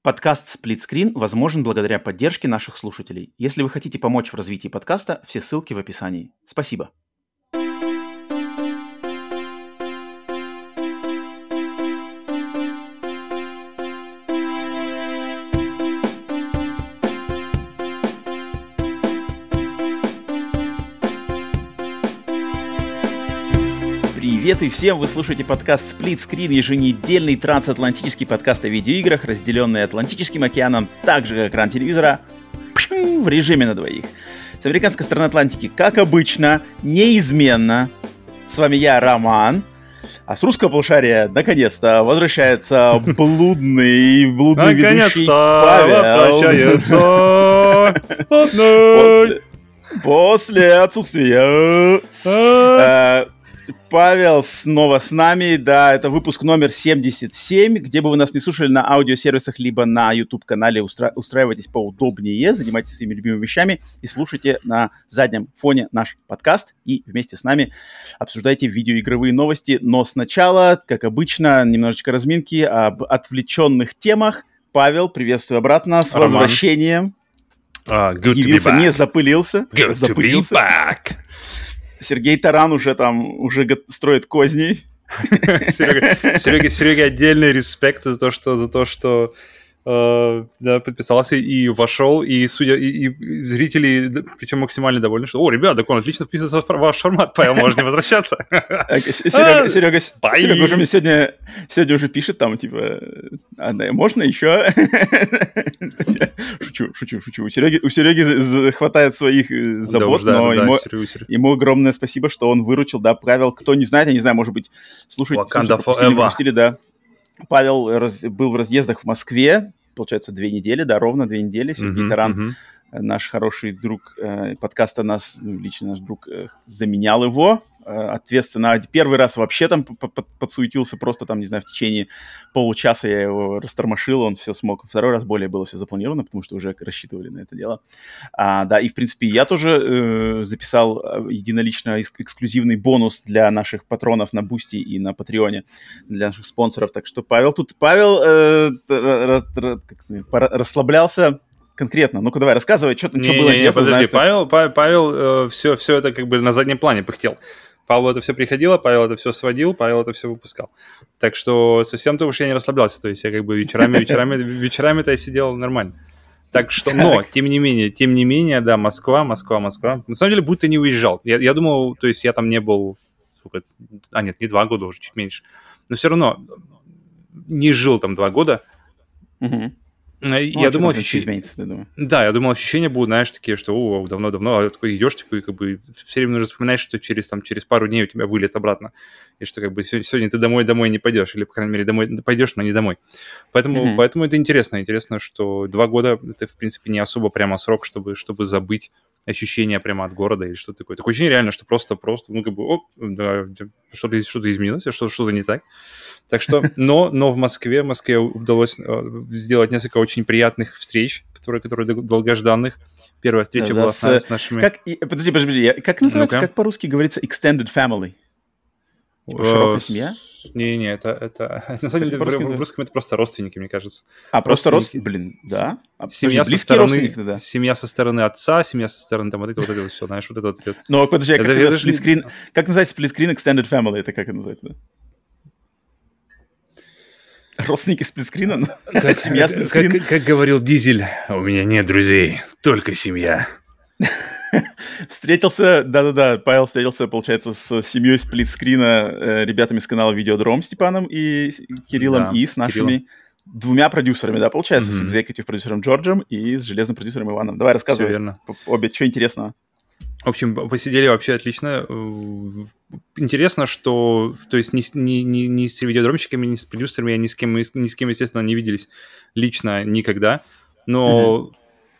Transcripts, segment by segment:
Подкаст «Сплитскрин» возможен благодаря поддержке наших слушателей. Если вы хотите помочь в развитии подкаста, все ссылки в описании. Спасибо. Привет и всем! Вы слушаете подкаст «Сплитскрин», еженедельный трансатлантический подкаст о видеоиграх, разделенный Атлантическим океаном, так же как экран телевизора, в режиме на двоих. С американской стороны Атлантики, как обычно, неизменно. С вами я, Роман. А с русского полушария, наконец-то, возвращается блудный ведущий Павел. После отсутствия. Павел снова с нами, да, это выпуск номер 77, где бы вы нас не слушали на аудиосервисах, либо на YouTube-канале, устраивайтесь поудобнее, занимайтесь своими любимыми вещами и слушайте на заднем фоне наш подкаст и вместе с нами обсуждайте видеоигровые новости, но сначала, как обычно, немножечко разминки об отвлеченных темах. Павел, приветствую обратно, с возвращением. Явился, не запылился. Good to be back. Сергей Таран уже строит козни. Сереге отдельный респект за то, что подписался и вошел, и зрители, причем максимально довольны, что, ребят, так он отлично вписывается в ваш формат, Павел, можно не возвращаться. Серега уже мне сегодня уже пишет там, типа, можно еще? Шучу. У Сереги хватает своих забот, но ему огромное спасибо, что он выручил, да, Павел. Кто не знает, я не знаю, может быть, слушайте, пропустили, да. Павел был в разъездах в Москве, получается, 2 недели, да, ровно 2 недели. Сергей Таран, наш хороший друг подкаста, лично наш друг, заменял его. Ответственно, первый раз вообще там подсуетился, просто там, не знаю, в течение получаса я его растормошил, он все смог. Второй раз более было все запланировано, потому что уже рассчитывали на это дело. Да, и, в принципе, я тоже записал единолично эксклюзивный бонус для наших патронов на Бусти и на Патреоне, для наших спонсоров. Так что Павел расслаблялся конкретно. Ну-ка, давай, рассказывай, что было интересно. Подожди, Павел все это как бы на заднем плане пыхтел. Павел это все приходило, Павел это все сводил, Павел это все выпускал. Так что совсем-то уж я не расслаблялся. То есть я как бы вечерами-то я сидел нормально. Так что, но, тем не менее, да, Москва. На самом деле, будто не уезжал. Я думал, то есть я там не был, не 2 года, уже чуть меньше. Но все равно не жил там 2 года. Я думал, изменится, ты думаешь? Да, я думал, ощущения будут, знаешь, такие, что давно-давно, а такой идешь, такой, как бы, все время нужно вспоминать, что через пару дней у тебя вылет обратно, и что, как бы, сегодня ты домой не пойдешь, или, по крайней мере, домой пойдешь, но не домой. Поэтому это интересно, что 2 года, это, в принципе, не особо прямо срок, чтобы забыть ощущения прямо от города или что-то такое. Такое ощущение реально, что просто, ну, как бы, что-то изменилось, что-то не так. Так что, но в Москве удалось сделать несколько очень приятных встреч, которые долгожданных. Первая встреча была с нашими... Подожди, как называется, как по-русски говорится extended family? Типа широкая семья? Не, это на самом деле в русском это просто родственники, мне кажется. Просто родственники, да? Семья со стороны, да. Семья со стороны отца, семья со стороны там вот это все, знаешь, вот это вот. Ну, подожди, как называется сплитскрин extended family? Это как это называется? Родственники сплитскрина? Семья сплитскрина? Как говорил Дизель, у меня нет друзей, только семья. Павел встретился, получается, с семьей сплитскрина, ребятами с канала Видеодром, Степаном и Кириллом, и с нашими 2 продюсерами, да, получается, с экзекутив-продюсером Джорджем и с железным продюсером Иваном. Давай, рассказывай обе, что интересного. В общем, посидели вообще отлично. Интересно, что, то есть, ни с видеодромщиками, ни с продюсерами, ни с кем, естественно, не виделись лично никогда. Но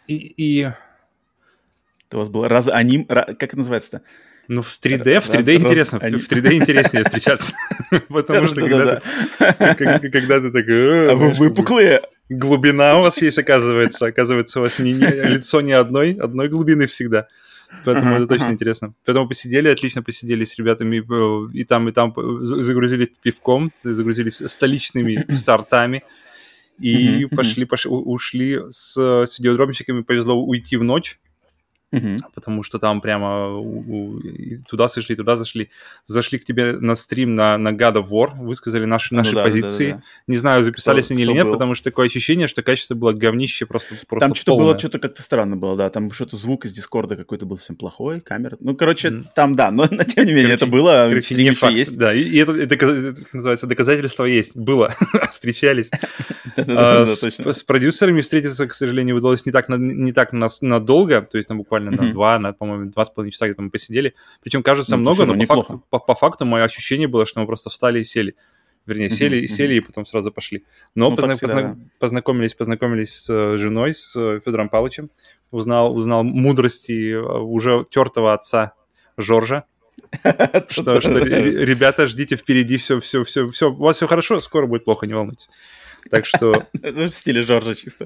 Это у вас был как это называется-то? Ну, в 3D интересно. В 3D интереснее встречаться. Потому что когда ты такой... А вы выпуклые. Глубина у вас есть, оказывается. Оказывается, у вас лицо не одной глубины всегда. Поэтому это точно интересно. Поэтому отлично посидели с ребятами и там загрузили пивком, загрузили столичными сортами. и ушли с видеодромщиками, повезло уйти в ночь, потому что там прямо туда сошли, туда зашли. Зашли к тебе на стрим на God of War, высказали наши позиции. Да. Не знаю, записались они или нет, потому что такое ощущение, что качество было говнище просто там что-то было, что-то как-то странно было, да. Там что-то звук из Дискорда какой-то был совсем плохой, камера. Ну, короче, там, да, но тем не менее, это было. Короче, не факт, есть. Да, и это, как называется, доказательство есть. Было. Встречались. С продюсерами встретиться, к сожалению, удалось не так надолго, то есть там буквально на по-моему, 2,5 часа где-то мы посидели. Причем кажется много, но по факту мое ощущение было, что мы просто встали и сели. Вернее, сели и потом сразу пошли. Но познакомились с женой, с Федором Павловичем. Узнал мудрости уже тертого отца Жоржа. Что, ребята, ждите впереди, все, у вас все хорошо, скоро будет плохо, не волнуйтесь. Так что... В стиле Жоржа чисто.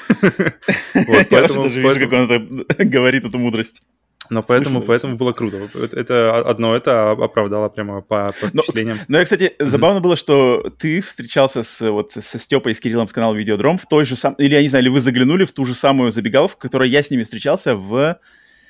Я даже вижу, как он это говорит, эту мудрость. Но поэтому было круто. Это оправдало прямо по впечатлениям. Но, кстати, забавно было, что ты встречался со Степой и с Кириллом с канала Видеодром в той же самой... Или, я не знаю, или вы заглянули в ту же самую забегаловку, в которой я с ними встречался в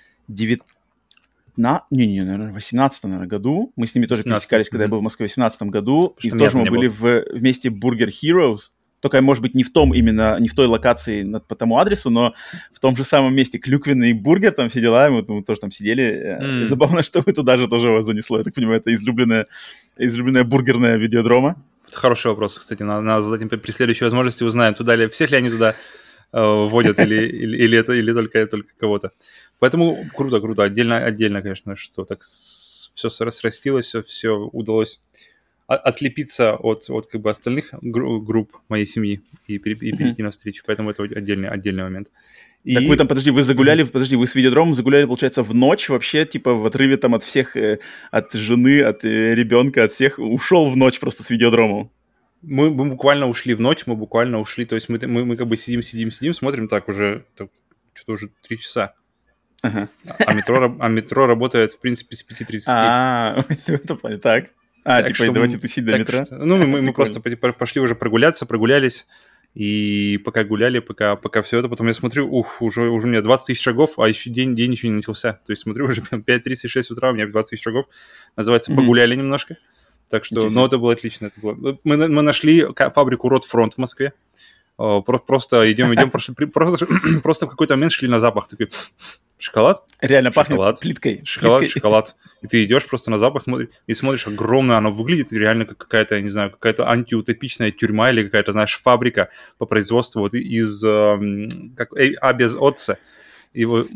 18-м, году. Мы с ними тоже пересекались, когда я был в Москве в 18-м году. И тоже мы были вместе в Burger Heroes. Только, может быть, не в той локации по тому адресу, но в том же самом месте клюквенный бургер, там все дела, мы тоже там сидели. Забавно, что вы туда же тоже вас занесло. Я так понимаю, это излюбленная бургерная видеодрома. Это хороший вопрос, кстати. Надо задать при следующей возможности узнаем, всех ли они туда водят или только кого-то. Поэтому круто. Отдельно, конечно, что так все срастилось, все удалось отлепиться от как бы остальных групп моей семьи и перейти навстречу. Поэтому это отдельный момент. Так вы там, вы загуляли, вы с видеодромом загуляли, получается, в ночь вообще, типа в отрыве там от всех, от жены, от ребенка, от всех, ушел в ночь просто с видеодромом. Мы буквально ушли в ночь, то есть мы как бы сидим, смотрим так уже, что-то уже 3 часа. Ага. А метро работает, в принципе, с 5:30. Так. Давайте тусить до метро. Мы просто пошли уже прогулялись, и пока гуляли, пока все это, потом я смотрю, уже у меня 20 тысяч шагов, а еще день еще не начался. То есть смотрю, уже 5:36 утра, у меня 20 тысяч шагов, называется, погуляли немножко. Так что, это было отлично. Мы нашли фабрику Ротфронт в Москве. Просто идем, просто в какой-то момент шли на запах, такой... Шоколад? Реально пахнет плиткой. Шоколад. И ты идешь просто на запах и смотришь, огромное оно выглядит, реально как какая-то, я не знаю, какая-то антиутопичная тюрьма или какая-то, знаешь, фабрика по производству из без отца. Вот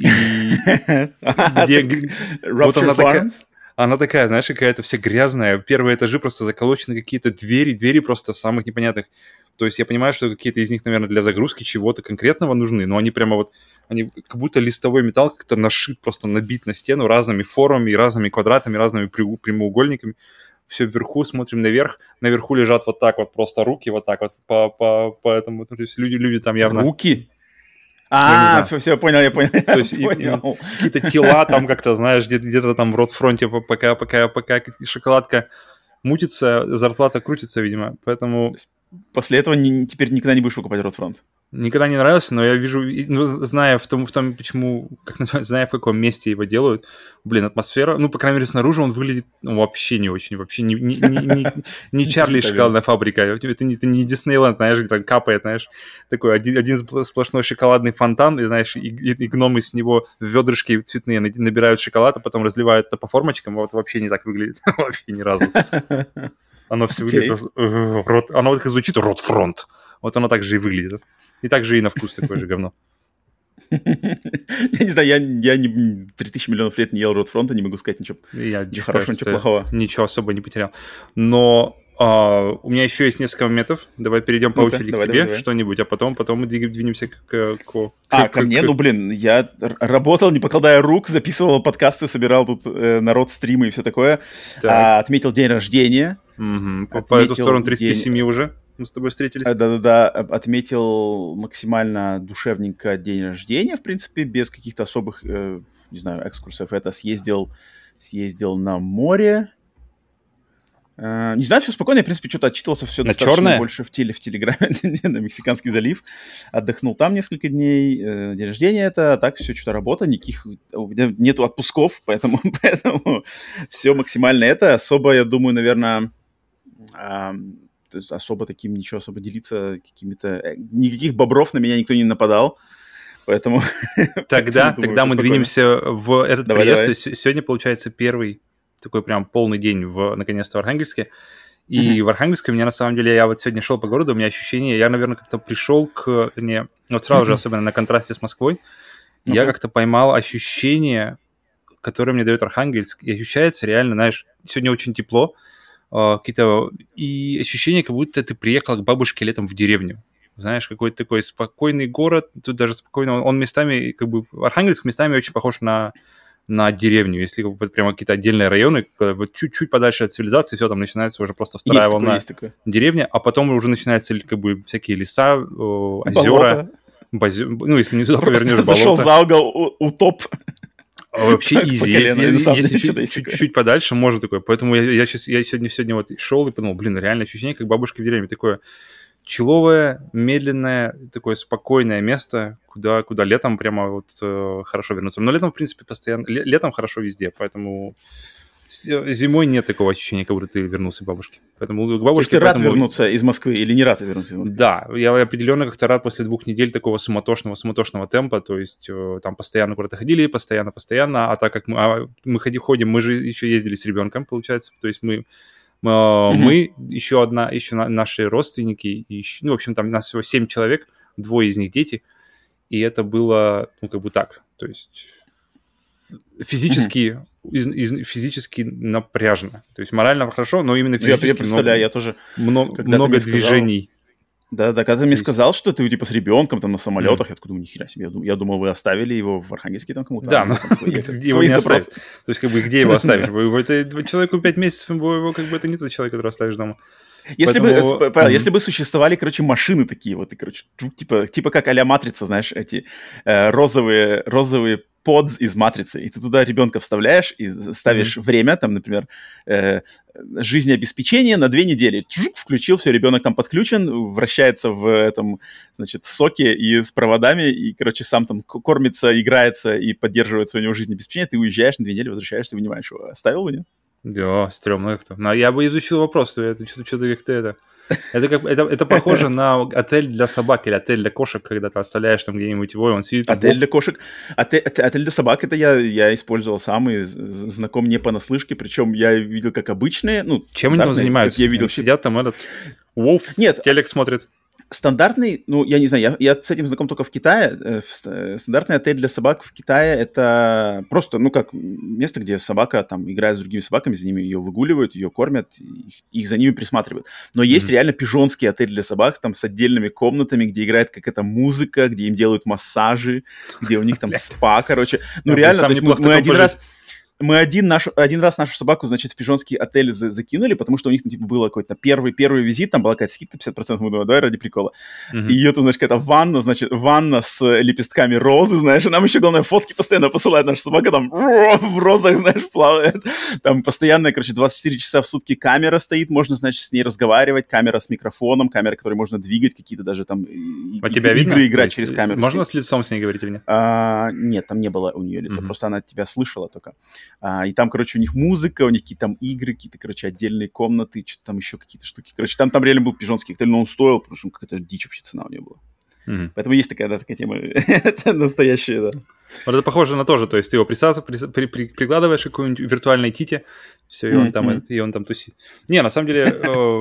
она такая... Она такая, знаешь, какая-то вся грязная. Первые этажи просто заколочены какие-то двери просто самых непонятных. То есть я понимаю, что какие-то из них, наверное, для загрузки чего-то конкретного нужны, но они прямо они как будто листовой металл как-то нашит, просто набит на стену разными формами, разными квадратами, разными прямоугольниками. Все вверху, смотрим наверх. Наверху лежат вот так вот просто руки, вот так вот по этому. То есть люди там явно... Руки? Все, понял, я понял. То есть какие-то тела там как-то, знаешь, где-то там в Ротфронте, пока шоколадка мутится, зарплата крутится, видимо, поэтому... После этого теперь никогда не будешь покупать Ротфронт? Никогда не нравился, но я вижу, зная в том, почему, как называется, зная, в каком месте его делают, атмосфера, по крайней мере, снаружи он выглядит вообще не очень, вообще не Чарли шоколадная фабрика, это не Диснейленд, знаешь, где там капает, знаешь, такой один сплошной шоколадный фонтан, и, знаешь, и гномы с него в ведрышки цветные набирают шоколад, а потом разливают это по формочкам, вообще не так выглядит, вообще ни разу. Оно все выглядит просто... Оно как звучит Ротфронт. Вот оно так же и выглядит. И так же и на вкус такое же говно. Я не знаю, я 3000 миллионов лет не ел Ротфронта, не могу сказать ничего хорошего, ничего плохого. Ничего особо не потерял. Но у меня еще есть несколько моментов. Давай перейдем по очереди к тебе что-нибудь, а потом мы двинемся ко мне? Я работал, не покладая рук, записывал подкасты, собирал тут народ, стримы и все такое. Отметил день рождения. По эту сторону 37 уже мы с тобой встретились. Да, отметил максимально душевненько день рождения, в принципе, без каких-то особых, не знаю, экскурсов. Это съездил на море. Не знаю, все спокойно. Я, в принципе, что-то отчитывался все достаточно черное? Больше в Телеграме, на Мексиканский залив. Отдохнул там несколько дней. День рождения это, а так все что-то работа. Никаких... У меня нету отпусков, поэтому все максимально это. Особо, я думаю, наверное... То есть особо таким ничего особо делиться какими-то... Никаких бобров на меня никто не нападал. Поэтому... Тогда мы двинемся в этот приезд. То есть сегодня, получается, первый такой прям полный день наконец-то в Архангельске. И в Архангельске у меня, на самом деле, я вот сегодня шел по городу, у меня ощущение, я, наверное, как-то пришел вот сразу же, особенно на контрасте с Москвой, я как-то поймал ощущение, которое мне дает Архангельск, и ощущается реально, знаешь, сегодня очень тепло, какие-то... И ощущение, как будто ты приехал к бабушке летом в деревню. Знаешь, какой-то такой спокойный город, тут даже спокойно, он местами, как бы, Архангельск местами очень похож на деревню, если как бы прямо какие-то отдельные районы, вот чуть-чуть подальше от цивилизации, все, там начинается уже просто вторая волна деревня, а потом уже начинаются как бы всякие леса, озера, ну, если не туда повернешь, болото. Зашел за угол, утоп. Вообще изи. Если чуть-чуть подальше, можно такое. Поэтому я сегодня вот шел и подумал, реально ощущение, как бабушка в деревне, такое чиловое, медленное, такое спокойное место, куда летом прямо вот хорошо вернуться. Но летом, в принципе, постоянно... Летом хорошо везде, поэтому зимой нет такого ощущения, как будто ты вернулся к бабушке. Поэтому к бабушке... То есть ты рад вернуться из Москвы или не рад вернуться из Москвы? Да, я определенно как-то рад после 2 недель такого суматошного темпа, то есть там постоянно куда-то ходили, постоянно, а так как мы ходим, мы же еще ездили с ребенком, получается, то есть мы еще наши родственники, в общем, там нас всего 7 человек, 2 из них дети, и это было, как бы так, то есть физически напряжно, то есть морально хорошо, но именно физически я представляю, я тоже много движений. Да, когда ты мне сказал, что ты типа с ребенком там на самолетах, я такой думаю, нихера себе, я думал, вы оставили его в Архангельске там кому-то. Да, где его не оставить? То есть как бы где его оставишь? Человеку 5 месяцев, его как бы это не тот человек, которого оставишь дома. Если бы существовали, короче, машины такие вот, и, короче, типа как а-ля Матрица, знаешь, эти розовые подс из Матрицы, и ты туда ребенка вставляешь и ставишь время, там, например, жизнеобеспечение на 2 недели. Включил, все, ребенок там подключен, вращается в этом, значит, соке и с проводами, и, короче, сам там кормится, играется и поддерживает свое жизнеобеспечение, ты уезжаешь на 2 недели, возвращаешься, вынимаешь его. Оставил бы, нет? Да, стрёмно как-то. Но я бы изучил вопрос, это что-то как-то это... Это похоже на отель для собак или отель для кошек, когда ты оставляешь там где-нибудь его, и он сидит... Отель для кошек. Отель для собак, это я использовал сам и знаком не понаслышке, причем я видел как обычные. Чем они там занимаются? Я видел, сидят там Wolf, телек смотрит. Стандартный, я не знаю, я с этим знаком только в Китае. Стандартный отель для собак в Китае это просто, как место, где собака там играет с другими собаками, за ними ее выгуливают, ее кормят, их за ними присматривают. Но есть реально пижонский отель для собак там с отдельными комнатами, где играет какая-то музыка, где им делают массажи, где у них там спа, короче. Реально, то есть мы один раз нашу собаку, значит, в пижонский отель закинули, потому что у них там, типа, было какой-то первый визит, там была какая-то скидка 50%, мы думали, давай ради прикола. И ее там, значит, какая-то ванна с лепестками розы, знаешь, и нам еще, главное, фотки постоянно посылает наша собака, там в розах, знаешь, плавает. Там постоянно, короче, 24 часа в сутки камера стоит, можно, значит, с ней разговаривать, камера с микрофоном, камера, которую можно двигать, какие-то даже там тебя видно? Игры играть через камеру. Можно с лицом с ней говорить или нет? Нет, там не было у нее лица, просто она тебя слышала только. И там, короче, у них музыка, у них какие-то там игры, какие-то, короче, отдельные комнаты, что-то там еще какие-то штуки. Короче, там реально был пижонский отель, но он стоил, потому что какая-то дичь вообще цена у него была. Поэтому есть такая тема. Это настоящая, да. Вот это похоже на то же, то есть ты его прикладываешь к какой-нибудь виртуальной тите, все, и он там тусит. Не, на самом деле,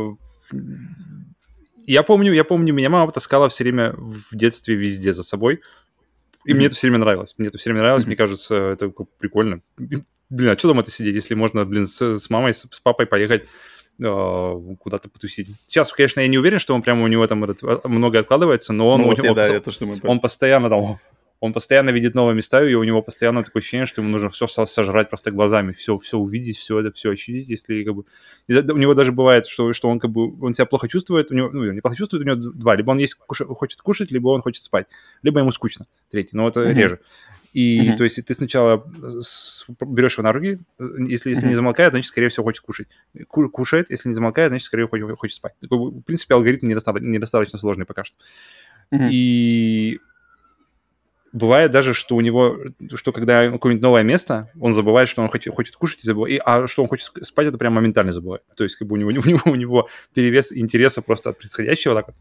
я помню, меня мама таскала все время в детстве везде за собой, и мне это все время нравилось. Мне кажется, это прикольно. А что там это сидеть, если можно, с мамой, с папой поехать куда-то потусить. Сейчас, конечно, я не уверен, что у него там много откладывается, но он постоянно там... Он постоянно видит новые места, и у него постоянно такое ощущение, что ему нужно все сожрать просто глазами, все увидеть, все ощутить, если как бы... У него даже бывает, что он как бы... Он себя плохо чувствует, у него неплохо чувствует, у него 2. Либо он хочет кушать, либо он хочет спать. Либо ему скучно. 3. Но это реже. И, то есть, ты сначала берешь его на руки, если не замолкает, значит, скорее всего, хочет кушать. Кушает, если не замолкает, значит, скорее хочет спать. В принципе, алгоритм недостаточно сложный пока что. И бывает даже, что у него, что когда какое-нибудь новое место, он забывает, что он хочет кушать, и забывает, а что он хочет спать, это прям моментально забывает. То есть, как бы у него перевес интереса просто от происходящего так вот.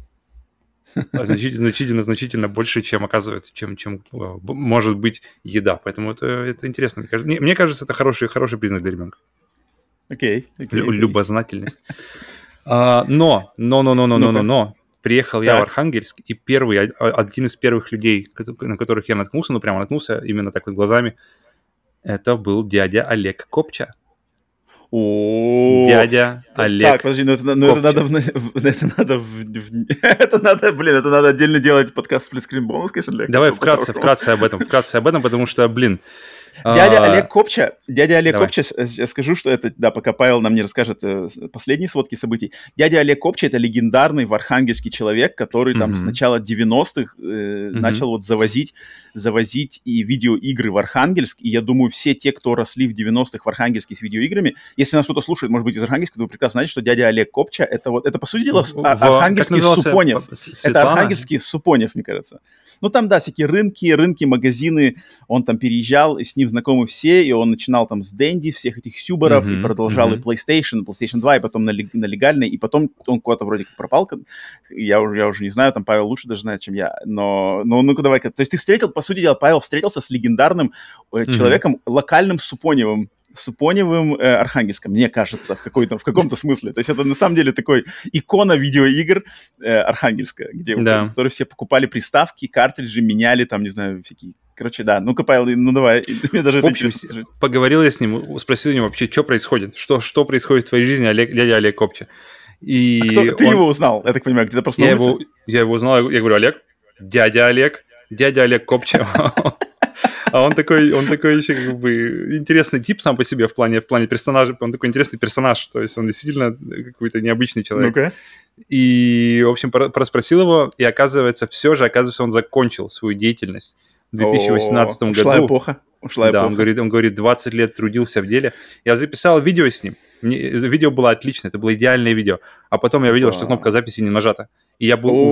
Значительно больше, чем оказывается, чем может быть еда. Поэтому это интересно. Мне кажется, это хороший признак для ребенка. Окей. Любознательность. Но приехал я в Архангельск, и один из первых людей, на которых я наткнулся, прямо наткнулся именно так вот глазами, это был дядя Олег Копча. Дядя Олег. Так, подожди, это надо отдельно делать подкаст сплитскрин бонус, конечно. Давай вкратце об этом, потому что, Дядя Олег Копча, я скажу, что это, да, пока Павел нам не расскажет последние сводки событий. Дядя Олег Копча — это легендарный в Архангельске человек, который там с начала 90-х начал вот завозить и видеоигры в Архангельск. И я думаю, все те, кто росли в 90-х в Архангельске с видеоиграми, если нас кто-то слушает, может быть, из Архангельска, то вы прекрасно знаете, что дядя Олег Копча — это по сути дела, архангельский Супонев. Это архангельский Супонев, мне кажется. Ну, там, да, всякие рынки, магазины, он там переезжал, и с ним знакомы все, и он начинал там с Дэнди, всех этих сюборов, и продолжал и PlayStation 2, и потом на легальной, и потом он куда-то вроде как пропал, я уже не знаю, там Павел лучше даже знает, чем я, но ну-ка давай-ка. То есть ты по сути дела, Павел встретился с легендарным человеком, локальным Супоневым Архангельском, мне кажется, в каком-то смысле. То есть это на самом деле такой икона видеоигр Архангельска, которые все покупали приставки, картриджи, меняли там, не знаю, всякие... Короче, да. Ну-ка, Павел, ну давай. Мне даже в общем, поговорил я с ним, спросил у него вообще, что происходит, что происходит в твоей жизни, дядя Олег Копча. И ты его узнал, я так понимаю, где-то просто на улице? Я его узнал, я говорю, дядя Олег Копча. А он такой еще как бы интересный тип сам по себе в плане персонажа. Он такой интересный персонаж. То есть он действительно какой-то необычный человек. Ну-ка. И, в общем, проспросил его, и оказывается, он закончил свою деятельность в 2018 году. Ушла эпоха. Он говорит, 20 лет трудился в деле. Я записал видео с ним. Видео было отличное, это было идеальное видео. А потом я видел, что кнопка записи не нажата. И я был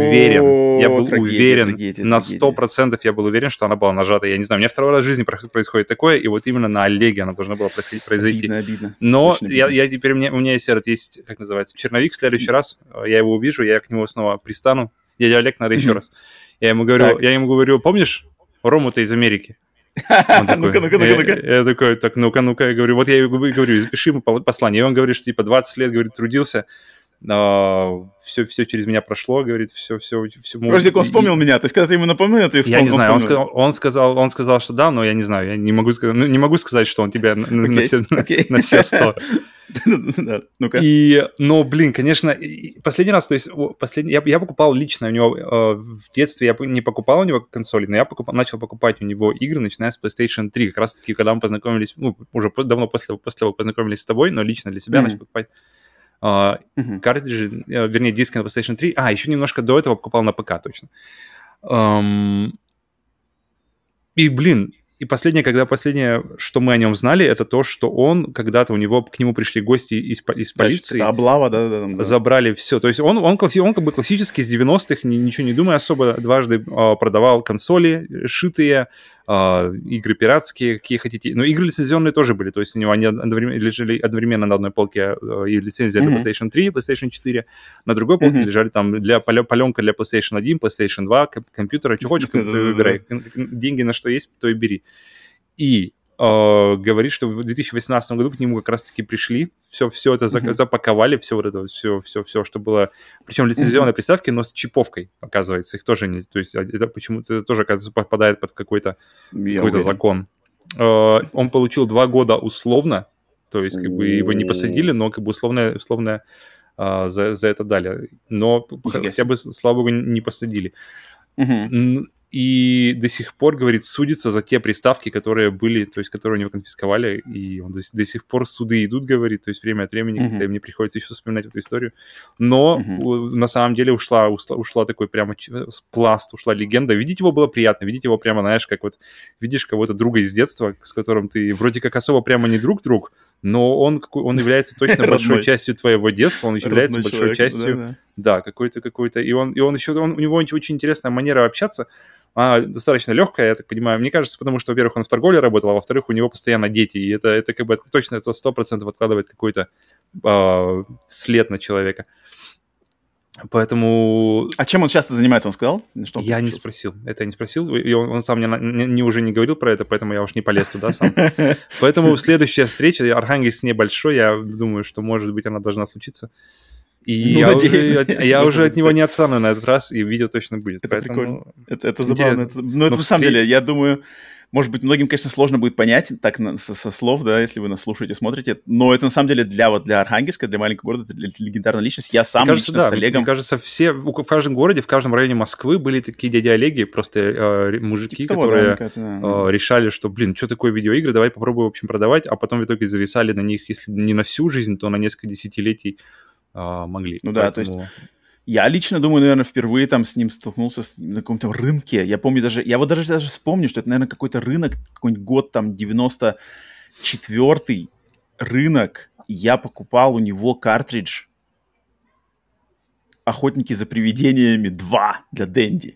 уверен, на 100% я был уверен, что она была нажата. Я не знаю, у меня второй раз в жизни происходит такое, и вот именно на Олеге она должна была произойти. Обидно. Но я теперь, у меня есть, как называется, черновик. В следующий раз я его увижу, я к нему снова пристану. Дядя Олег, надо еще раз. Я ему говорю, помнишь Рому-то из Америки? Ну-ка. Я такой, ну-ка, я говорю, вот я говорю, запиши ему послание. И он говорит, что типа 20 лет, говорит, трудился, все через меня прошло, говорит, все. Подожди, он вспомнил меня, то есть когда ты ему напомнил, ты вспомнил? Я не знаю, он сказал, что да, но я не знаю, я не могу сказать, что он тебя на все 100. Но, конечно, последний раз, то есть я покупал лично у него в детстве, я не покупал у него консоли, но я начал покупать у него игры, начиная с PlayStation 3, как раз-таки, когда мы познакомились, уже давно после того познакомились с тобой, но лично для себя начал покупать картриджи, вернее, диски на PlayStation 3. Еще немножко до этого покупал на ПК, точно. И последнее, что мы о нем знали, это то, что он когда-то к нему пришли гости из полиции. Это облава, да. Забрали все. То есть он как бы классически с 90-х, ничего не думая особо, дважды продавал консоли шитые, игры пиратские, какие хотите. Но игры лицензионные тоже были. То есть у него они лежали одновременно на одной полке и лицензия для PlayStation 3, PlayStation 4. На другой полке лежали там паленка для PlayStation 1, PlayStation 2, компьютера. Что хочешь, то и выбирай. Деньги на что есть, то и бери. И говорит, что в 2018 году к нему как раз-таки пришли, все это запаковали, все вот это, все, что было, причем лицензионные приставки, но с чиповкой, оказывается, их тоже не, то есть это почему-то тоже, оказывается, попадает под какой-то закон. Он получил 2 года условно, то есть как бы его не посадили, но как бы условно за это дали, но хотя бы, слава богу, не посадили. И до сих пор, говорит, судится за те приставки, которые были, то есть которые у него конфисковали, и он до сих пор суды идут, говорит, то есть время от времени, когда мне приходится еще вспоминать эту историю. Но на самом деле ушла такой прямо пласт, ушла легенда. Видеть его было приятно, видеть его прямо, знаешь, как вот видишь кого-то друга из детства, с которым ты вроде как особо прямо не друг, но он является точно большой частью твоего детства, он является большой частью, да, какой-то, и он еще, у него очень интересная манера общаться, она достаточно легкая, я так понимаю, мне кажется, потому что, во-первых, он в торговле работал, а во-вторых, у него постоянно дети, и это как бы точно это 100% откладывает какой-то след на человека. Поэтому... А чем он часто занимается, он сказал? Что я не спросил, и он сам мне уже не говорил про это, поэтому я уж не полез туда сам. Поэтому следующая встреча, Архангельск небольшой, я думаю, что, может быть, она должна случиться. И я уже от него не отстану на этот раз, и видео точно будет. Это прикольно. Это забавно. Но это на самом деле, я думаю, может быть, многим, конечно, сложно будет понять так со слов, да, если вы нас слушаете, смотрите, но это на самом деле для Архангельска, для маленького города, это легендарная личность. Я сам лично с Олегом... Мне кажется, в каждом городе, в каждом районе Москвы были такие дяди Олеги, просто мужики, которые решали, что, что такое видеоигры, давай попробуем, в общем, продавать, а потом в итоге зависали на них, если не на всю жизнь, то на несколько десятилетий могли. Ну да, поэтому... то есть я лично думаю, наверное, впервые там с ним столкнулся на каком-то рынке. Я помню я вот даже вспомню, что это, наверное, какой-то рынок, какой-нибудь год там 94-й рынок. И я покупал у него картридж «Охотники за привидениями 2» для Dendy.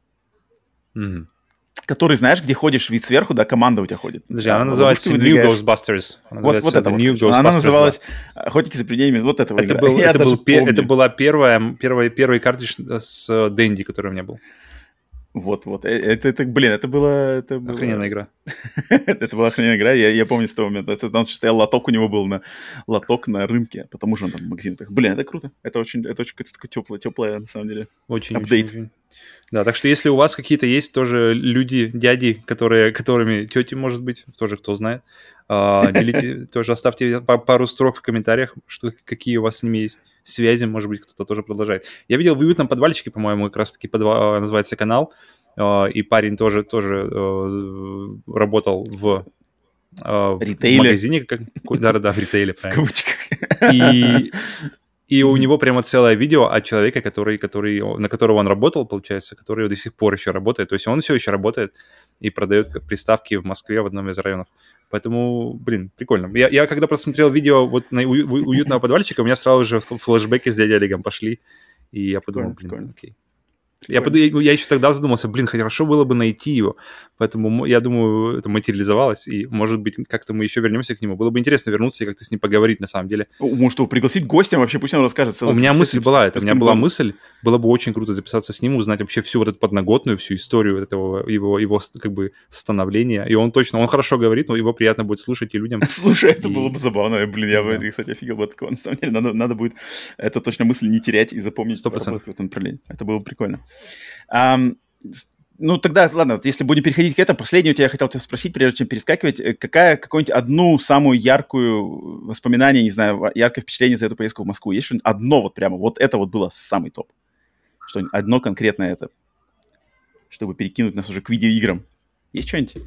Который, знаешь, где ходишь вид сверху, да, команда у тебя ходит. Подожди, она называется New Ghostbusters. Вот это New Ghostbusters. Она называлась «Охотники за привидениями». Вот это это была первый картридж с Dendy, который у меня был. Вот. Это было... Охрененная игра. Это была охрененная игра. Я помню с того момента. Там стоял лоток у него был лоток на рынке, потому что он там в магазине. Это круто. Это очень теплое, на самом деле. Очень. Да, так что если у вас какие-то есть тоже люди, дяди, которыми тети, может быть, тоже кто знает, делите, тоже оставьте пару строк в комментариях, какие у вас с ними есть связи, может быть, кто-то тоже продолжает. Я видел в уютном подвальчике, по-моему, как раз-таки называется канал, и парень тоже работал в магазине. Да, в ритейле, правильно. В кавычках. И у него прямо целое видео от человека, на которого он работал, получается, который до сих пор еще работает. То есть он все еще работает и продает приставки в Москве в одном из районов. Поэтому, прикольно. Я когда просмотрел видео вот на уютного подвальчика, у меня сразу же флешбеки с дядей Олегом пошли. И я подумал, окей. Я еще тогда задумался, хорошо было бы найти его. Поэтому, я думаю, это материализовалось. И, может быть, как-то мы еще вернемся к нему. Было бы интересно вернуться и как-то с ним поговорить, на самом деле. Может, пригласить гостя вообще, пусть он расскажет. У меня мысль была это. У меня была мысль. Было бы очень круто записаться с ним, узнать вообще всю вот эту подноготную, всю историю этого его как бы становления. И он хорошо говорит, но его приятно будет слушать и людям. Слушай, это было бы забавно. Я бы, кстати, офигел бы от такого. На самом деле, надо будет эту точно мысль не терять и запомнить 100%. В этом направлении. Это было бы прикольно. Тогда, ладно, если будем переходить к этому, последнее я хотел тебя спросить, прежде чем перескакивать, какую-нибудь одну самую яркую воспоминание, не знаю, яркое впечатление за эту поездку в Москву? Есть что-нибудь одно вот прямо, вот это вот было самый топ? Что-нибудь одно конкретное это, чтобы перекинуть нас уже к видеоиграм? Есть что-нибудь?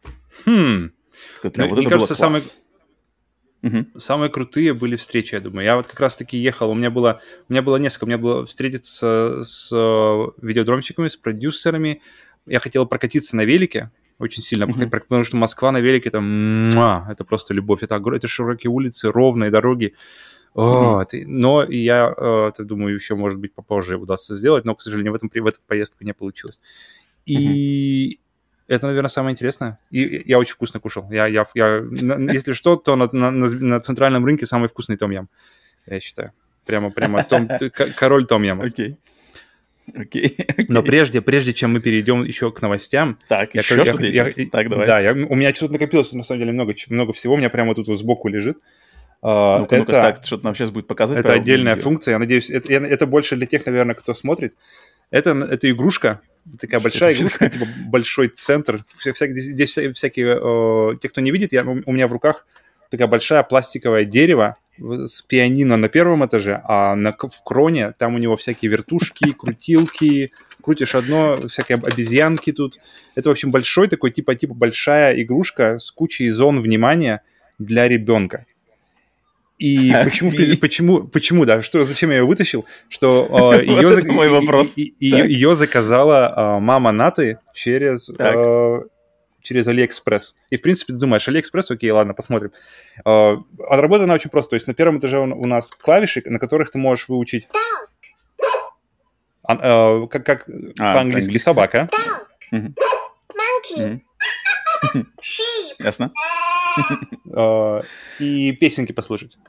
Мне кажется, самые крутые были встречи, я думаю. Я вот как раз-таки ехал, у меня было несколько. У меня было встретиться с видеодромщиками, с продюсерами. Я хотел прокатиться на велике очень сильно, потому что Москва на велике, это просто любовь. Это широкие улицы, ровные дороги. Но я думаю, еще, может быть, попозже удастся сделать, но, к сожалению, в эту поездку не получилось. И... Это, наверное, самое интересное. И я очень вкусно кушал. Если что, то на центральном рынке самый вкусный том-ям, я считаю. Прямо король том-яма. Окей. Но прежде чем мы перейдем еще к новостям... Так, еще что-то есть? Так, давай. Да, у меня что-то накопилось, на самом деле, много всего. У меня прямо тут сбоку лежит. Ну-ка, так, что-то нам сейчас будет показывать. Это отдельная функция. Я надеюсь, это больше для тех, наверное, кто смотрит. Это игрушка. Такая большая игрушка, типа большой центр. Здесь всякие... те, кто не видит, у меня в руках такая большая пластиковое дерево с пианино на первом этаже, а в кроне там у него всякие вертушки, крутилки, крутишь одно, всякие обезьянки тут. Это, в общем, большой такой, типа большая игрушка с кучей зон внимания для ребенка. И почему, да, зачем я ее вытащил? Что ее заказала мама Наты через AliExpress. И, в принципе, ты думаешь, AliExpress, окей, ладно, посмотрим. Работает она очень просто. То есть на первом этаже у нас клавиши, на которых ты можешь выучить, как по-английски собака. Ясно. И песенки послушать.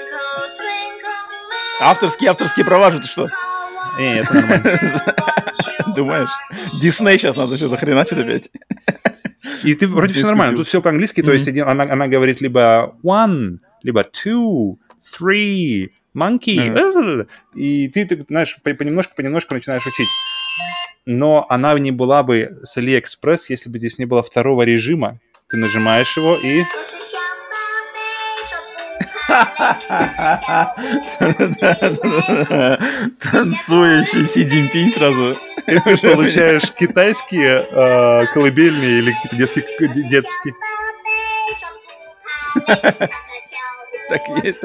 Авторские права же, ты что? Нет, это нормально. Думаешь? Дисней сейчас нас еще захреначит опять. И ты вроде все нормально. Тут все по-английски, то есть она говорит либо one, либо two, three, monkey. И ты, знаешь, понемножку начинаешь учить. Но она не была бы с AliExpress, если бы здесь не было второго режима. Ты нажимаешь его и... Танцующий Си Цзиньпинь сразу. И ты получаешь китайские колыбельные или какие-то детские. Так и есть.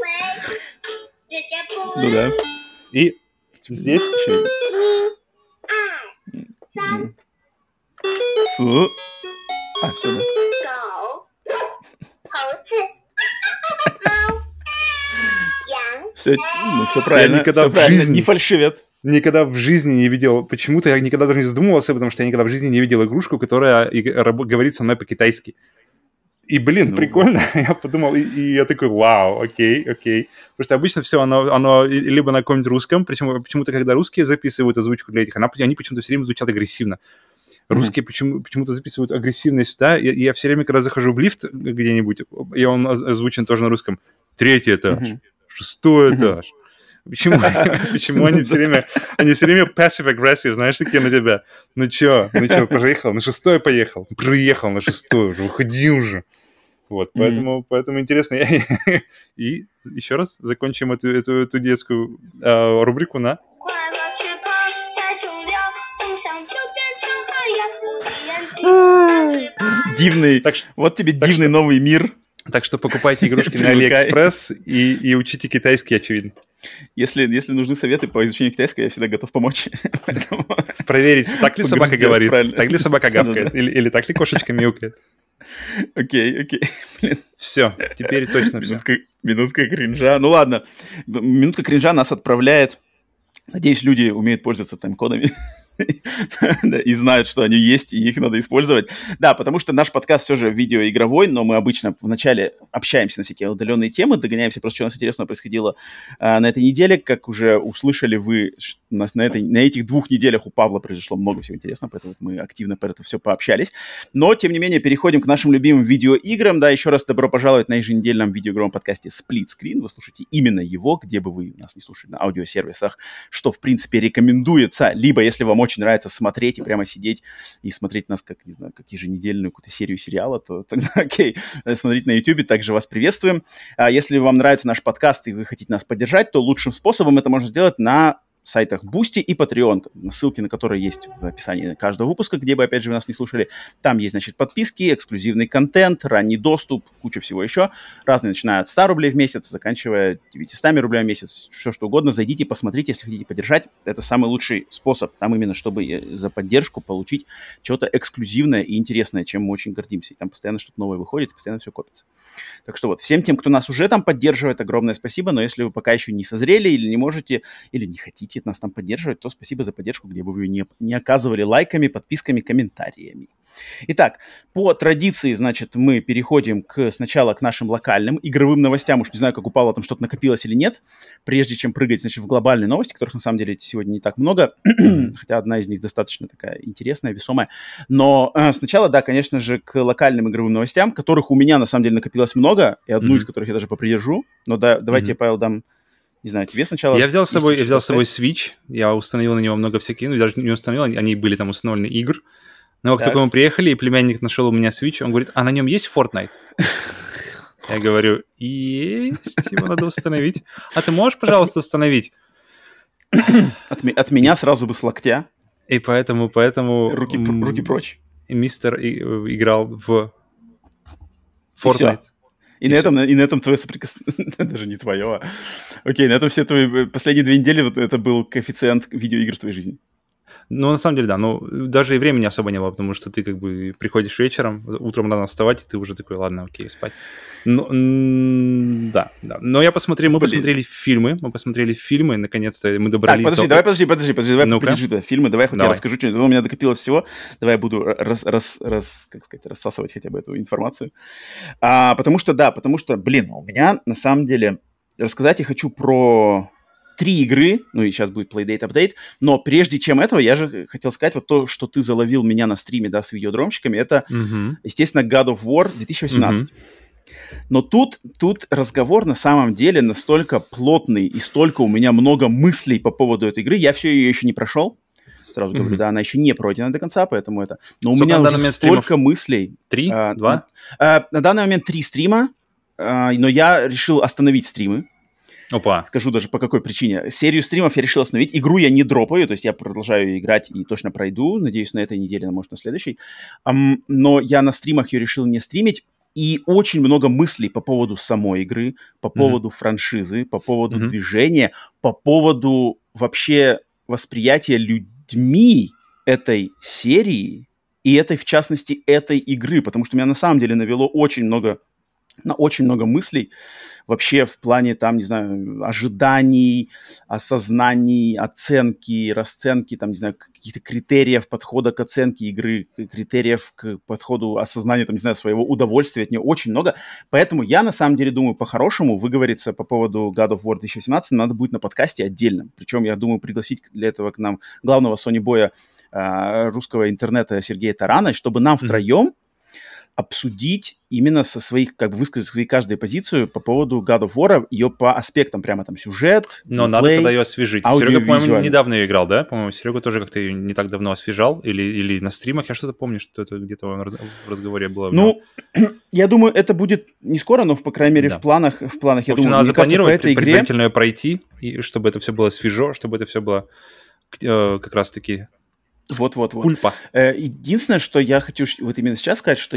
Ну да. И здесь еще... Все, да. Все правильно. Я никогда в жизни не фальшивят. Никогда в жизни не видел, почему-то я никогда даже не задумывался, потому что я никогда в жизни не видел игрушку, которая говорит со мной по-китайски. И, прикольно. Я подумал, и я такой, вау, окей. Потому что обычно все, оно либо на каком-нибудь русском, причем почему-то, когда русские записывают озвучку для этих, они почему-то все время звучат агрессивно. Русские почему-то записывают агрессивно сюда. Я все время, когда захожу в лифт где-нибудь, и он озвучен тоже на русском, 3-й этаж, 6-й этаж. Почему они все время passive-aggressive, знаешь, такие на тебя? Ну чё, поехал, на 6-й поехал, приехал на 6-й уже, уходи уже. Вот, поэтому интересно. И еще раз закончим эту детскую рубрику на... Дивный. Вот тебе дивный новый мир. Так что покупайте игрушки на AliExpress и учите китайский, очевидно. Если нужны советы по изучению китайского, я всегда готов помочь. Проверить, так ли собака говорит, так ли собака гавкает, или так ли кошечка мяукает. Окей. Все, теперь точно все. Минутка кринжа. Ну ладно, минутка кринжа нас отправляет. Надеюсь, люди умеют пользоваться тайм-кодами. И знают, что они есть, и их надо использовать. Да, потому что наш подкаст все же видеоигровой, но мы обычно вначале общаемся на всякие удаленные темы, догоняемся просто, что у нас интересного происходило на этой неделе. Как уже услышали вы, у нас на этих 2 неделях у Павла произошло много всего интересного, поэтому мы активно про это все пообщались. Но, тем не менее, переходим к нашим любимым видеоиграм. Да, еще раз добро пожаловать на еженедельном видеоигровом подкасте Split Screen. Вы слушаете именно его, где бы вы нас не слушали, на аудиосервисах, что, в принципе, рекомендуется. Либо, если вам очень нравится смотреть и прямо сидеть и смотреть нас как, не знаю, как еженедельную какую-то серию сериала, то тогда окей, смотрите на YouTube, также вас приветствуем. А если вам нравится наш подкаст и вы хотите нас поддержать, то лучшим способом это можно сделать на сайтах Boosty и Patreon, ссылки на которые есть в описании каждого выпуска, где бы, опять же, вы нас не слушали. Там есть, значит, подписки, эксклюзивный контент, ранний доступ, куча всего еще. Разные, начиная от 100 рублей в месяц, заканчивая 900 рублей в месяц, все что угодно. Зайдите, посмотрите, если хотите поддержать. Это самый лучший способ. Там именно, чтобы за поддержку получить что-то эксклюзивное и интересное, чем мы очень гордимся. И там постоянно что-то новое выходит, и постоянно все копится. Так что вот, всем тем, кто нас уже там поддерживает, огромное спасибо. Но если вы пока еще не созрели или не можете, или не хотите нас там поддерживать, то спасибо за поддержку, где бы вы ее не оказывали лайками, подписками, комментариями. Итак, по традиции, значит, мы переходим сначала к нашим локальным игровым новостям. Уж не знаю, как у Павла там что-то накопилось или нет, прежде чем прыгать, значит, в глобальные новости, которых на самом деле сегодня не так много, хотя одна из них достаточно такая интересная, весомая. Но сначала, да, конечно же, к локальным игровым новостям, которых у меня на самом деле накопилось много, и одну из которых я даже попридержу. Но да, давайте, Павел, дам... Не знаю, тебе сначала... Я взял с собой Switch, я установил на него много всяких, ну, даже не установил, они были там установлены игр. Но как только мы приехали, и племянник нашел у меня Switch, он говорит, а на нем есть Fortnite? Я говорю, есть, его надо установить. А ты можешь, пожалуйста, установить? От меня сразу бы с локтя. И поэтому... Руки прочь. Мистер играл в Fortnite. И на этом твое соприкосновение... Даже не твое. Окей, на этом все твои последние 2 недели вот это был коэффициент видеоигр в твоей жизни. Ну, на самом деле, да. Ну, даже и времени особо не было, потому что ты как бы приходишь вечером, утром надо вставать, и ты уже такой, ладно, окей, спать. Ну, да. Но мы посмотрели фильмы, наконец-то мы добрались так, подожди, давай попереджи фильмы, давай хоть я расскажу что-нибудь. У меня накопилось всего, давай я буду рассасывать хотя бы эту информацию. Потому что, блин, у меня на самом деле рассказать я хочу про 3 игры, ну и сейчас будет Playdate Update, но прежде чем этого, я же хотел сказать вот то, что ты заловил меня на стриме, да, с видеодромщиками, это, естественно, God of War 2018. Но тут разговор на самом деле настолько плотный и столько у меня много мыслей по поводу этой игры. Я ее еще не прошел. Сразу говорю, да, она еще не пройдена до конца, поэтому это... Но у меня уже столько мыслей. 3? 2? На данный момент 3 стрима, но я решил остановить стримы. Опа. Скажу даже по какой причине. Серию стримов я решил остановить. Игру я не дропаю, то есть я продолжаю играть и точно пройду. Надеюсь, на этой неделе, может, на следующей. Но я на стримах ее решил не стримить. И очень много мыслей по поводу самой игры, по поводу франшизы, по поводу движения, по поводу вообще восприятия людьми этой серии и этой, в частности, этой игры. Потому что меня на самом деле навело очень много мыслей вообще в плане, там, не знаю, ожиданий, осознаний, оценки, расценки, там, не знаю, каких-то критериев подхода к оценке игры, критериев к подходу осознания, там, не знаю, своего удовольствия от нее очень много. Поэтому я, на самом деле, думаю, по-хорошему выговориться по поводу God of War 2017 надо будет на подкасте отдельном. Причем, я думаю, пригласить для этого к нам главного Sony-боя русского интернета Сергея Тарана, чтобы нам втроем обсудить именно со своих, как бы высказать свои каждую позицию по поводу God of War, ее по аспектам, прямо там сюжет, но надо тогда ее освежить. Серега, по-моему, недавно ее играл, да? По-моему, Серега тоже как-то ее не так давно освежал, или на стримах, я что-то помню, что это где-то в разговоре было. Ну, я думаю, это будет не скоро, но, по крайней мере, в планах, я думаю, надо запланировать, предварительно ее пройти, и чтобы это все было свежо, чтобы это все было как раз-таки... Вот. Пульпа. Единственное, что я хочу вот именно сейчас сказать, что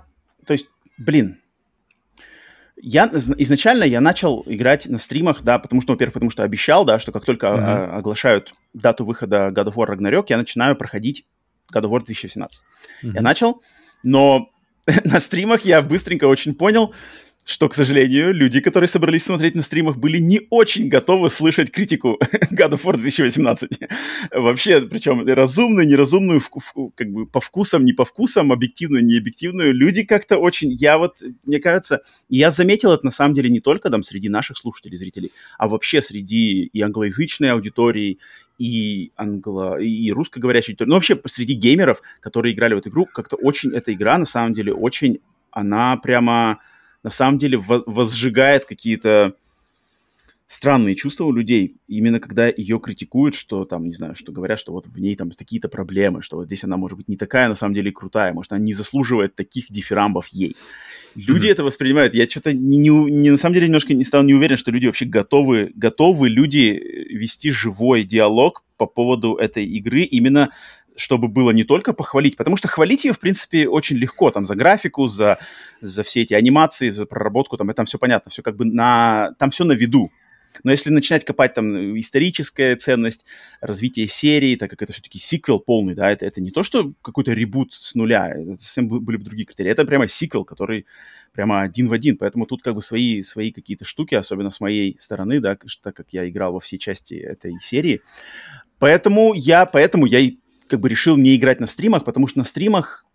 изначально я начал играть на стримах, да, потому что обещал, да, что как только оглашают дату выхода God of War Ragnarok, я начинаю проходить God of War 2017. Я начал, но на стримах я быстренько очень понял, что, к сожалению, люди, которые собрались смотреть на стримах, были не очень готовы слышать критику God of War 2018. Вообще, причем разумную, неразумную, как бы по вкусам, не по вкусам, объективную, не объективную. Люди как-то очень... Мне кажется, я заметил это на самом деле не только там среди наших слушателей, зрителей, а вообще среди и англоязычной аудитории, и русскоговорящей аудитории, ну вообще среди геймеров, которые играли в эту игру, как-то очень эта игра на самом деле очень... Она прямо... на самом деле возжигает какие-то странные чувства у людей, именно когда ее критикуют, что там, не знаю, что говорят, что вот в ней там какие-то проблемы, что вот здесь она может быть не такая, на самом деле, крутая, может, она не заслуживает таких дифирамбов ей. Люди это воспринимают. Я что-то на самом деле немножко не стал не уверен, что люди вообще готовы люди вести живой диалог по поводу этой игры, именно чтобы было не только похвалить, потому что хвалить ее, в принципе, очень легко, там, за графику, за все эти анимации, за проработку, там все понятно, все как бы там все на виду. Но если начинать копать там историческая ценность, развитие серии, так как это все-таки сиквел полный, да, это не то, что какой-то ребут с нуля, это совсем были бы другие критерии, это прямо сиквел, который прямо один в один, поэтому тут как бы свои какие-то штуки, особенно с моей стороны, да, так как я играл во все части этой серии. Поэтому я и как бы решил не играть на стримах, потому что на стримах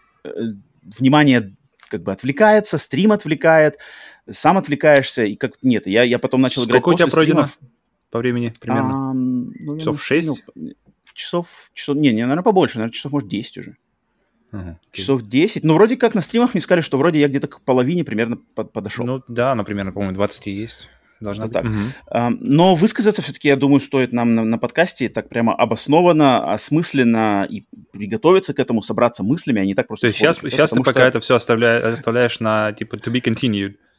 внимание как бы отвлекается, стрим отвлекает, сам отвлекаешься, и как... Нет, я потом начал играть после стримов. Сколько у тебя пройдено по времени примерно? Часов 6? Часов... наверное, побольше, наверное, часов, может, 10 уже. Часов 10. Ну, вроде как на стримах мне сказали, что вроде я где-то к половине примерно подошел. Ну, да, например, по-моему, 20 есть. Должна быть. Так. Но высказаться все-таки, я думаю, стоит нам на подкасте так прямо обоснованно, осмысленно и приготовиться к этому, собраться мыслями, а не так просто... То есть сейчас ты пока это все оставляешь на, типа, to be continued.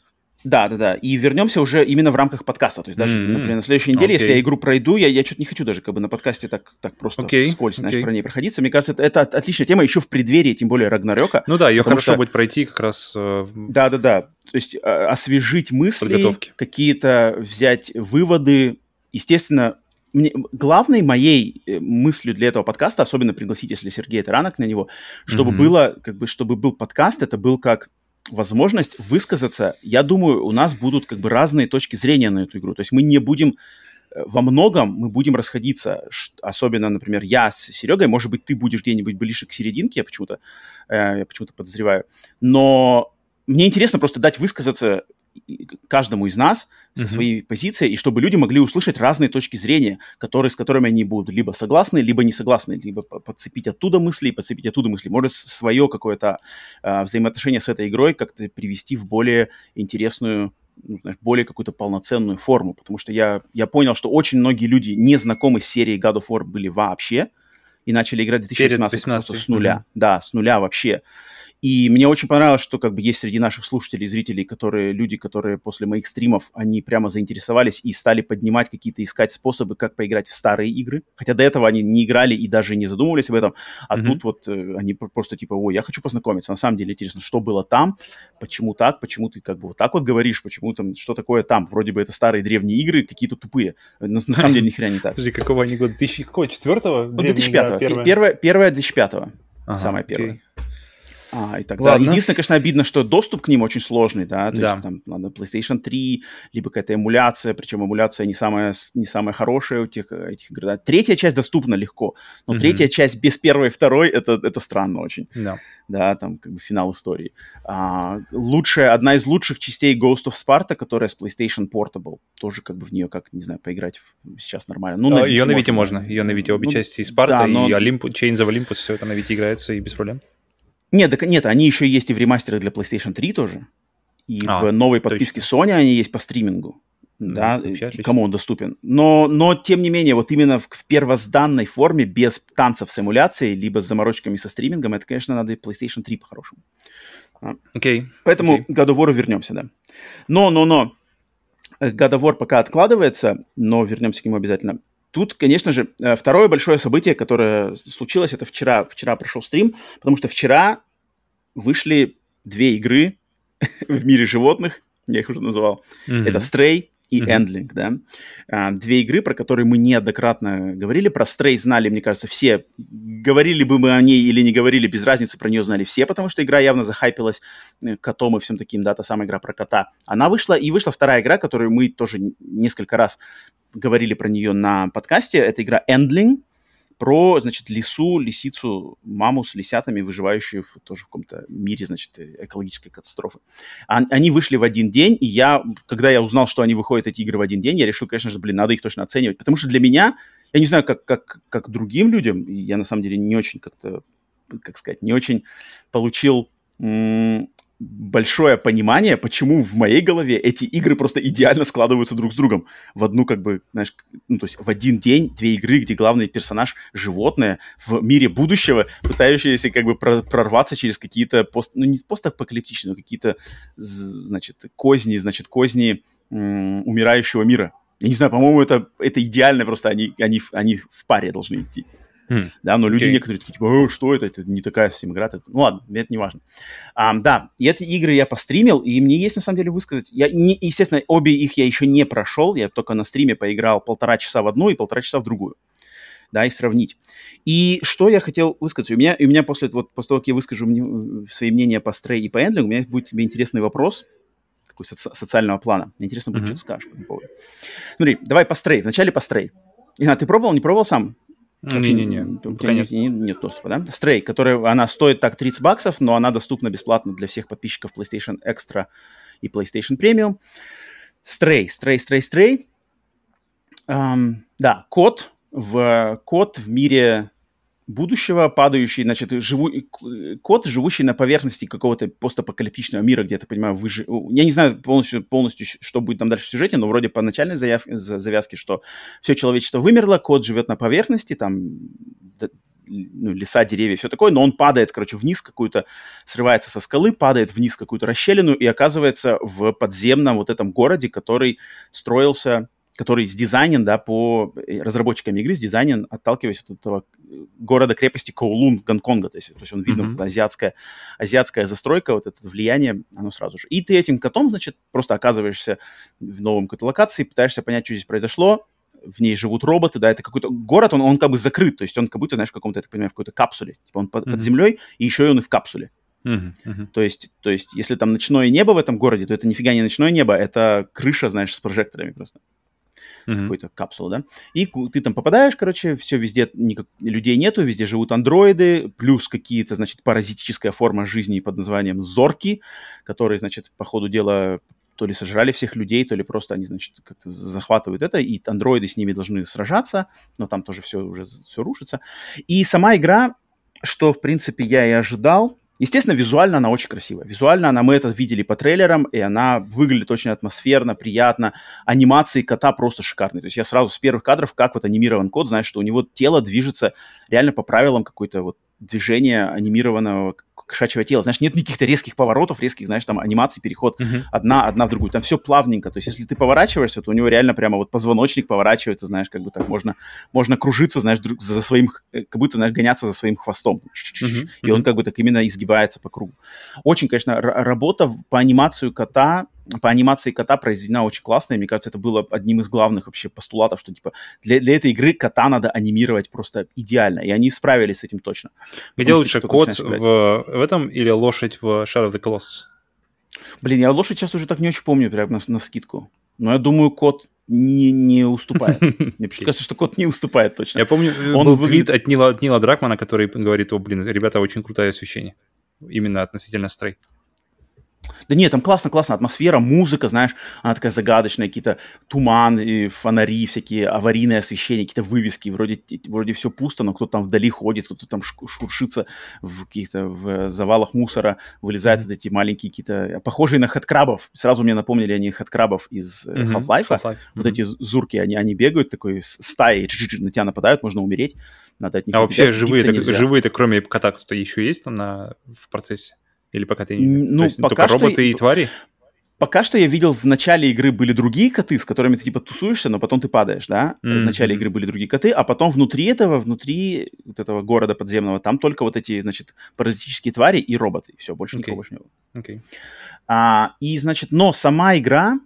Да. И вернемся уже именно в рамках подкаста. То есть даже, например, на следующей неделе, если я игру пройду, я что-то не хочу даже как бы на подкасте так просто вскользь, знаешь, про ней проходиться. Мне кажется, это отличная тема еще в преддверии, тем более Рагнарёка. Ну да, ее хорошо будет пройти как раз... Да. То есть освежить мысли, какие-то взять выводы. Естественно, главной моей мыслью для этого подкаста, особенно пригласить, если Сергей Таранок на него, чтобы было, как бы, чтобы был подкаст, это был как возможность высказаться. Я думаю, у нас будут как бы разные точки зрения на эту игру. То есть мы не будем, во многом мы будем расходиться. Особенно, например, я с Серегой, может быть, ты будешь где-нибудь ближе к серединке, я почему-то подозреваю. Но мне интересно просто дать высказаться каждому из нас со своей позиции, и чтобы люди могли услышать разные точки зрения, с которыми они будут либо согласны, либо не согласны, либо подцепить оттуда мысли, подцепить оттуда мысли. Может, свое какое-то взаимоотношение с этой игрой как-то привести в более интересную, более какую-то полноценную форму. Потому что я понял, что очень многие люди не знакомы с серией God of War были вообще и начали играть в 2018 просто с нуля. Да, с нуля вообще. И мне очень понравилось, что как бы есть среди наших слушателей, зрителей, люди, которые после моих стримов, они прямо заинтересовались и стали поднимать какие-то, искать способы, как поиграть в старые игры. Хотя до этого они не играли и даже не задумывались об этом. А тут вот они просто типа, я хочу познакомиться. На самом деле интересно, что было там, почему так, почему ты как бы вот так вот говоришь, почему там, что такое там. Вроде бы это старые древние игры, какие-то тупые. На самом деле ни хрена не так. Подожди, какого они года? 2004-го? 2005-го. Первая 2005-го. Самая первая. И так далее. Единственное, конечно, обидно, что доступ к ним очень сложный, да, то есть там надо PlayStation 3, либо какая-то эмуляция, причем эмуляция не самая хорошая у этих игр. Да. Третья часть доступна легко, но третья часть без первой и второй, это странно очень. Да, там как бы финал истории. Одна из лучших частей Ghost of Sparta, которая с PlayStation Portable, тоже как бы в нее, как, не знаю, поиграть сейчас нормально. Ее на Вите можно. Ее на Вите обе части, и Sparta, и Chains of Olympus, все это на Вите играется и без проблем. Нет, они еще есть и в ремастерах для PlayStation 3 тоже. И в новой подписке Sony они есть по стримингу. Да, кому он доступен. Но, тем не менее, вот именно в первозданной форме, без танцев с эмуляцией, либо с заморочками со стримингом, это, конечно, надо и PlayStation 3 по-хорошему. Поэтому к God of War вернемся, да. Но God of War пока откладывается, но вернемся к нему обязательно. Тут, конечно же, второе большое событие, которое случилось, это вчера. Вчера прошел стрим, потому что вчера вышли 2 игры в мире животных, я их уже называл. Это Stray и Endling, да. 2 игры, про которые мы неоднократно говорили. Про Stray знали, мне кажется, все. Говорили бы мы о ней или не говорили, без разницы, про нее знали все, потому что игра явно захайпилась котом и всем таким, да, та самая игра про кота. Она вышла, и вышла вторая игра, которую мы тоже несколько раз говорили про нее на подкасте. Это игра Endling, про, значит, лисицу, маму с лисятами, выживающую тоже в каком-то мире, значит, экологической катастрофы. Они вышли в один день, и когда я узнал, что они выходят, эти игры, в один день, я решил, конечно же, надо их точно оценивать, потому что для меня, я не знаю, как другим людям, я на самом деле не очень не очень получил большое понимание, почему в моей голове эти игры просто идеально складываются друг с другом. В одну, как бы, знаешь, то есть в один день 2 игры, где главный персонаж — животное в мире будущего, пытающееся как бы прорваться через какие-то не постапокалиптичные, но какие-то, козни умирающего мира. Я не знаю, по-моему, это идеально, просто они в паре должны идти. Да, но люди некоторые такие, типа, что это не такая совсем игра. Ну ладно, это не важно. Да, и эти игры я постримил, и мне есть на самом деле высказать. Естественно, обе их я еще не прошел, я только на стриме поиграл 1,5 часа в одну и 1,5 часа в другую. Да, и сравнить. И что я хотел высказать? У меня после того, как я выскажу свои мнения по Stray и по Endling, у меня будет тебе интересный вопрос, такой социального плана. Мне интересно будет, что ты скажешь по этому поводу. Смотри, давай по Stray. Вначале по Stray. Игнат, ты пробовал, не пробовал сам? Не-не-не. Нет доступа, да? Stray, она стоит так $30, но она доступна бесплатно для всех подписчиков PlayStation Extra и PlayStation Premium. Stray. Да, кот в мире будущего, падающий, значит, кот, живущий на поверхности какого-то постапокалиптичного мира, где, я так понимаю, я не знаю полностью, что будет там дальше в сюжете, но вроде по начальной завязке, что все человечество вымерло, кот живет на поверхности, там леса, деревья, все такое, но он падает, короче, вниз какую-то, срывается со скалы, падает вниз в какую-то расщелину и оказывается в подземном вот этом городе, который строился, который сдизайнен, да, по разработчикам игры, сдизайнен, отталкиваясь от этого города-крепости Коулун Гонконга. То есть он видно, вот эта азиатская застройка, вот это влияние, оно сразу же. И ты этим котом, значит, просто оказываешься в новом какой-то локации, пытаешься понять, что здесь произошло. В ней живут роботы, да, это какой-то город, он как бы закрыт, то есть он как будто, знаешь, в каком-то, я так понимаю, в какой-то капсуле. Типа он под землей, и еще и он и в капсуле. То есть, если там ночное небо в этом городе, то это нифига не ночное небо, это крыша, знаешь, с прожекторами просто. Какой-то капсула, да. И ты там попадаешь, короче, все, везде людей нету, везде живут андроиды, плюс какие-то, значит, паразитическая форма жизни под названием зорки, которые, значит, по ходу дела то ли сожрали всех людей, то ли просто они, значит, как-то захватывают это, и андроиды с ними должны сражаться, но там тоже все рушится. И сама игра, что, в принципе, я и ожидал. Естественно, визуально она очень красивая. Визуально мы это видели по трейлерам, и она выглядит очень атмосферно, приятно. Анимации кота просто шикарные. То есть я сразу с первых кадров, как вот анимирован кот, знаешь, что у него тело движется реально по правилам какой-то вот движения анимированного кошачьего тела. Знаешь, нет никаких-то резких поворотов, резких, знаешь, там анимаций, переход одна в другую. Там все плавненько. То есть если ты поворачиваешься, то у него реально прямо вот позвоночник поворачивается, знаешь, как бы так можно кружиться, знаешь, за своим, как будто, знаешь, гоняться за своим хвостом. И он как бы так именно изгибается по кругу. Очень, конечно, работа по анимации кота произведена очень классно, и мне кажется, это было одним из главных вообще постулатов, что типа для этой игры кота надо анимировать просто идеально, и они справились с этим точно. Где лучше, кот в этом или лошадь в Shadow of the Colossus? Блин, я лошадь сейчас уже так не очень помню, прям навскидку. Но я думаю, кот не уступает. Мне кажется, что кот не уступает точно. Я помню, был твит от Нила Дракмана, который говорит: ребята, очень крутое освещение. Именно относительно Stray. Да нет, там классно, атмосфера, музыка, знаешь, она такая загадочная, какие-то туман, и фонари, всякие аварийные освещения, какие-то вывески, вроде все пусто, но кто-то там вдали ходит, кто-то там шуршится в каких-то завалах мусора, вылезают вот эти маленькие какие-то, похожие на хэдкрабов, сразу мне напомнили они хэдкрабов из Half-Life, вот эти зурки, они бегают такой стаей, на тебя нападают, можно умереть, надо от них вообще живые-то кроме кота кто-то еще есть там в процессе? Или пока ты не... Ну, только роботы и твари? Пока что я видел, в начале игры были другие коты, с которыми ты типа тусуешься, но потом ты падаешь, да? В начале игры были другие коты, а потом внутри вот этого города подземного, там только вот эти, значит, паразитические твари и роботы. И все, больше никого больше не было. И, значит, но сама игра,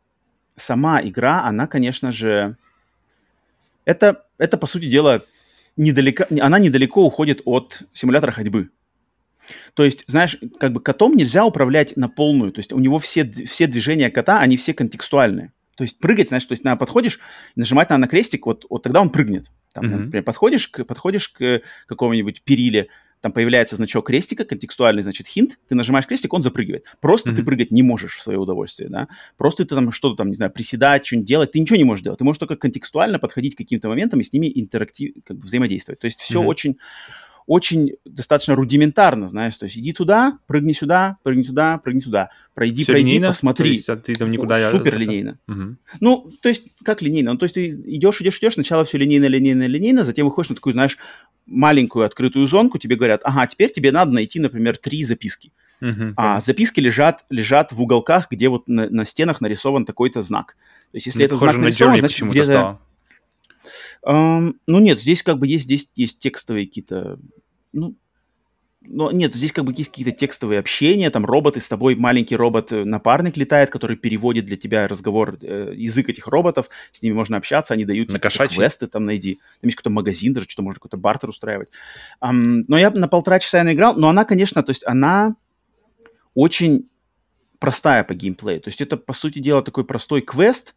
она, конечно же... Это по сути дела, она недалеко уходит от симулятора ходьбы. То есть, знаешь, как бы котом нельзя управлять на полную. То есть у него все движения кота, они все контекстуальные. То есть прыгать, знаешь, то есть подходишь, нажимать на крестик, вот тогда он прыгнет. Там, например, подходишь к какому-нибудь периле, там появляется значок крестика, контекстуальный, значит, хинт, ты нажимаешь крестик, он запрыгивает. Просто ты прыгать не можешь в свое удовольствие, да. Просто ты там что-то там, не знаю, приседать, что-нибудь делать, ты ничего не можешь делать. Ты можешь только контекстуально подходить к каким-то моментам и с ними взаимодействовать. То есть все очень достаточно рудиментарно, знаешь, то есть иди туда, прыгни туда, пройди, все пройди, линейно? Посмотри. То есть ты там никуда... Супер линейно. Ну, то есть как линейно? Ну, то есть ты идешь, сначала все линейно, затем выходишь на такую, знаешь, маленькую открытую зонку, тебе говорят, ага, теперь тебе надо найти, например, 3 записки. Записки лежат в уголках, где вот на стенах нарисован такой-то знак. То есть если это знак нарисован, значит где-то... Ну, нет, здесь как бы есть текстовые какие-то... Ну, но нет, здесь как бы есть какие-то текстовые общения, там роботы с тобой, маленький робот-напарник летает, который переводит для тебя разговор, язык этих роботов, с ними можно общаться, они дают тебе квесты, там найди. Там есть какой-то магазин даже, что можно какой-то бартер устраивать. Но я на 1,5 часа наиграл, но она, конечно, то есть она очень простая по геймплею. То есть это, по сути дела, такой простой квест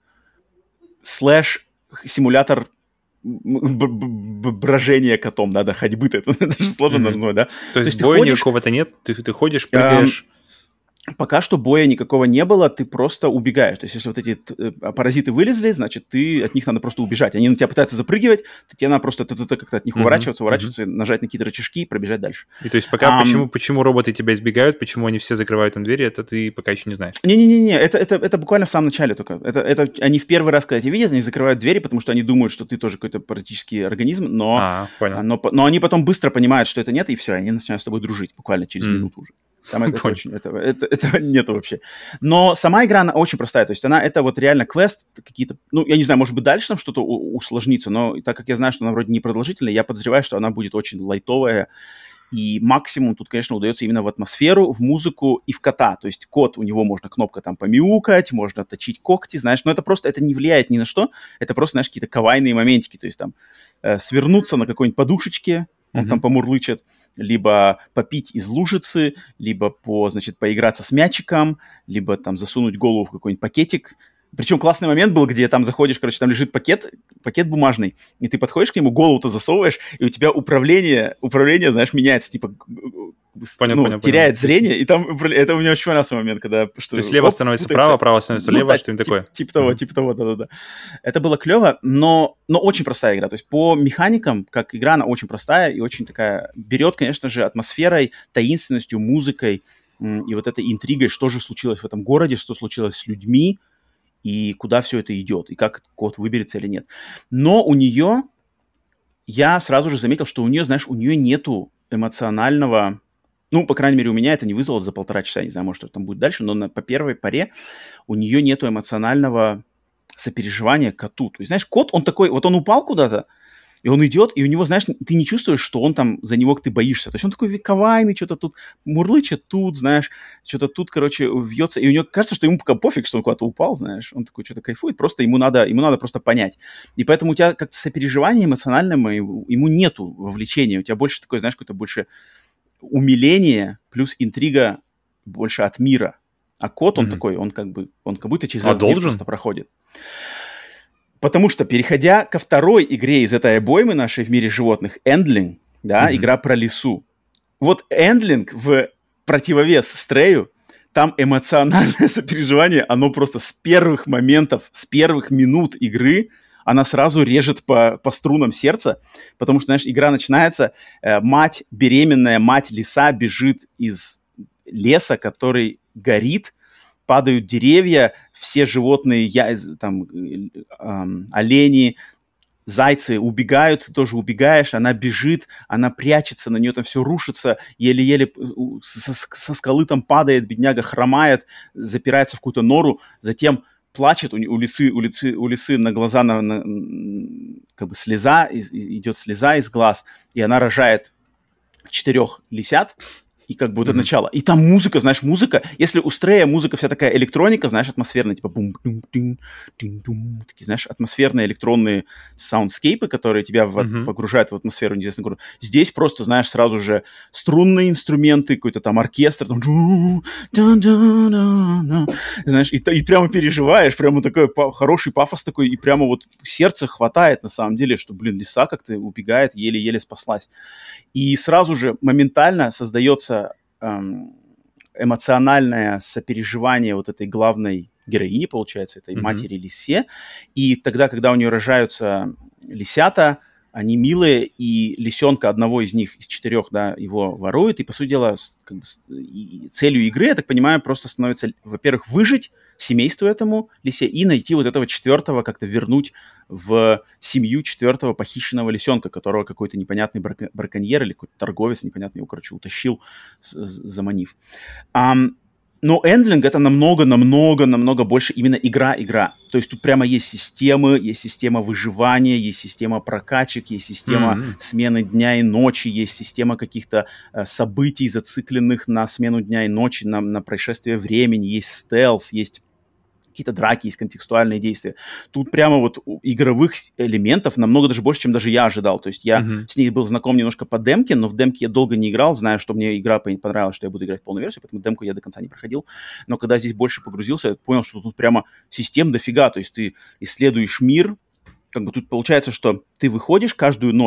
/ симулятор брожение котом, надо ходьбы-то, это же сложно назвать, да? То есть боя никакого-то нет? Ты ходишь, прыгаешь? Пока что боя никакого не было, ты просто убегаешь. То есть, если вот эти паразиты вылезли, значит, от них надо просто убежать. Они на тебя пытаются запрыгивать, тебе надо просто как-то от них уворачиваться, нажать на какие-то рычажки и пробежать дальше. И то есть пока почему роботы тебя избегают, почему они все закрывают им двери, это ты пока еще не знаешь? Не-не-не, это буквально в самом начале только. Это они в первый раз, когда тебя видят, они закрывают двери, потому что они думают, что ты тоже какой-то паразитический организм, но они потом быстро понимают, что это нет, и все, они начинают с тобой дружить буквально через минуту уже. Там этого нету вообще. Но сама игра, она очень простая. То есть это вот реально квест какие-то... Ну, я не знаю, может быть, дальше там что-то усложнится, но так как я знаю, что она вроде непродолжительная, я подозреваю, что она будет очень лайтовая. И максимум тут, конечно, удается именно в атмосферу, в музыку и в кота. То есть кот, у него можно кнопка там помяукать, можно точить когти, знаешь. Но это не влияет ни на что. Это просто, знаешь, какие-то кавайные моментики. То есть там свернуться на какой-нибудь подушечке, он там помурлычет, либо попить из лужицы, либо поиграться с мячиком, либо там засунуть голову в какой-нибудь пакетик. Причем классный момент был, где там заходишь, там лежит пакет бумажный, и ты подходишь к нему, голову-то засовываешь, и у тебя управление, знаешь, меняется, типа, теряет зрение, и там, это у меня очень понравился момент, когда... То есть лево становится право становится лево, что-нибудь такое? Типа того, да-да-да. Это было клево, но очень простая игра, то есть по механикам, как игра, она очень простая и очень такая, берет, конечно же, атмосферой, таинственностью, музыкой и вот этой интригой, что же случилось в этом городе, что случилось с людьми, и куда все это идет, и как кот выберется или нет. Но у нее, я сразу же заметил, что у нее, знаешь, у нее нету эмоционального, ну, по крайней мере, у меня это не вызвало за 1,5 часа, не знаю, может, что там будет дальше, но по первой паре у нее нету эмоционального сопереживания к коту. То есть, знаешь, кот, он такой, вот он упал куда-то, и он идет, и у него, знаешь, ты не чувствуешь, что он там, за него ты боишься. То есть он такой вековайный, что-то тут мурлычет тут, знаешь, что-то тут, короче, вьется. И у него кажется, что ему пока пофиг, что он куда-то упал, знаешь. Он такой что-то кайфует, просто ему надо просто понять. И поэтому у тебя как-то сопереживание эмоциональное ему нету вовлечения. У тебя больше такое, знаешь, какое-то больше умиление плюс интрига больше от мира. А кот, он такой, он как будто через этот мир просто проходит. Потому что, переходя ко второй игре из этой обоймы нашей в мире животных, Endling, да, игра про лису. Вот Endling в противовес Стрею, там эмоциональное сопереживание, оно просто с первых моментов, с первых минут игры, она сразу режет по струнам сердца, потому что, знаешь, игра начинается, беременная мать лиса бежит из леса, который горит, падают деревья, все животные, олени, зайцы убегают, ты тоже убегаешь, она бежит, она прячется, на нее там все рушится, еле-еле со скалы там падает, бедняга хромает, запирается в какую-то нору, затем плачет, у лисы на глаза как бы слеза, идет слеза из глаз, и она рожает 4 лисят, и как бы вот это начало. И там музыка, знаешь, если у Стрея музыка вся такая электроника, знаешь, атмосферная, типа бум-бум-тин-тин-тин, такие, знаешь, атмосферные электронные саундскейпы, которые тебя погружают в атмосферу неизвестного города. Здесь просто, знаешь, сразу же струнные инструменты, какой-то там оркестр, там, знаешь, и прямо переживаешь, прямо такой хороший пафос такой, и прямо вот сердце хватает на самом деле, что, лиса как-то убегает, еле-еле спаслась. И сразу же моментально создается эмоциональное сопереживание вот этой главной героини, получается, этой матери лисе. И тогда, когда у нее рожаются лисята, они милые, и лисенка одного из них, из 4, да, его воруют. И, по сути дела, как бы, целью игры, я так понимаю, просто становится, во-первых, выжить семейству этому лисе и найти вот этого 4-го, как-то вернуть в семью 4-го похищенного лисенка, которого какой-то непонятный браконьер или какой-то торговец непонятный его, короче, утащил, заманив. Но Endling — это намного больше именно игра. То есть тут прямо есть система выживания, есть система прокачек, есть система смены дня и ночи, есть система каких-то событий, зацикленных на смену дня и ночи, на происшествие времени, есть стелс, есть какие-то драки, есть контекстуальные действия. Тут прямо вот игровых элементов намного даже больше, чем даже я ожидал. То есть я с ней был знаком немножко по демке, но в демке я долго не играл, зная, что мне игра понравилась, что я буду играть в полную версию, поэтому демку я до конца не проходил. Но когда здесь больше погрузился, я понял, что тут прямо систем дофига. То есть ты исследуешь мир, как бы тут получается, что ты выходишь каждую ночь,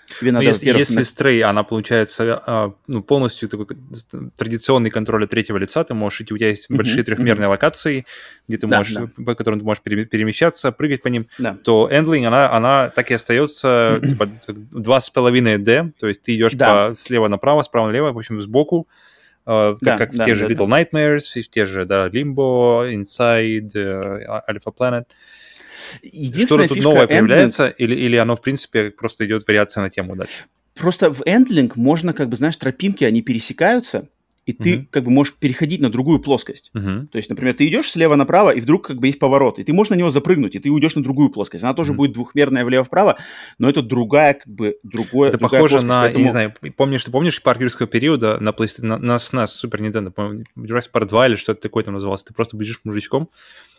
Если Stray, она получается полностью такой традиционный контроль от третьего лица, ты можешь идти, у тебя есть большие трехмерные локации, где ты можешь, по которым ты можешь перемещаться, прыгать по ним, то Handling, она так и остается типа 2,5D, то есть ты идешь слева направо, справа налево, в общем, сбоку, как в те же Little Nightmares, в те же Limbo, Inside, Alpha Planet. Что-то тут новое появляется, или оно, в принципе, просто идет вариация на тему дальше? Просто в Handling можно, как бы, знаешь, тропинки, они пересекаются, и ты, как бы, можешь переходить на другую плоскость. То есть, например, ты идешь слева направо, и вдруг, как бы, есть поворот, и ты можешь на него запрыгнуть, и ты уйдешь на другую плоскость. Она тоже будет двухмерная влево-вправо, но это другая, как бы, это похоже на, поэтому... я не знаю, ты помнишь парк юрского периода на SNES, Super Nintendo, по-моему, Jurassic Park 2 или что-то такое там называлось, ты просто бежишь мужичком,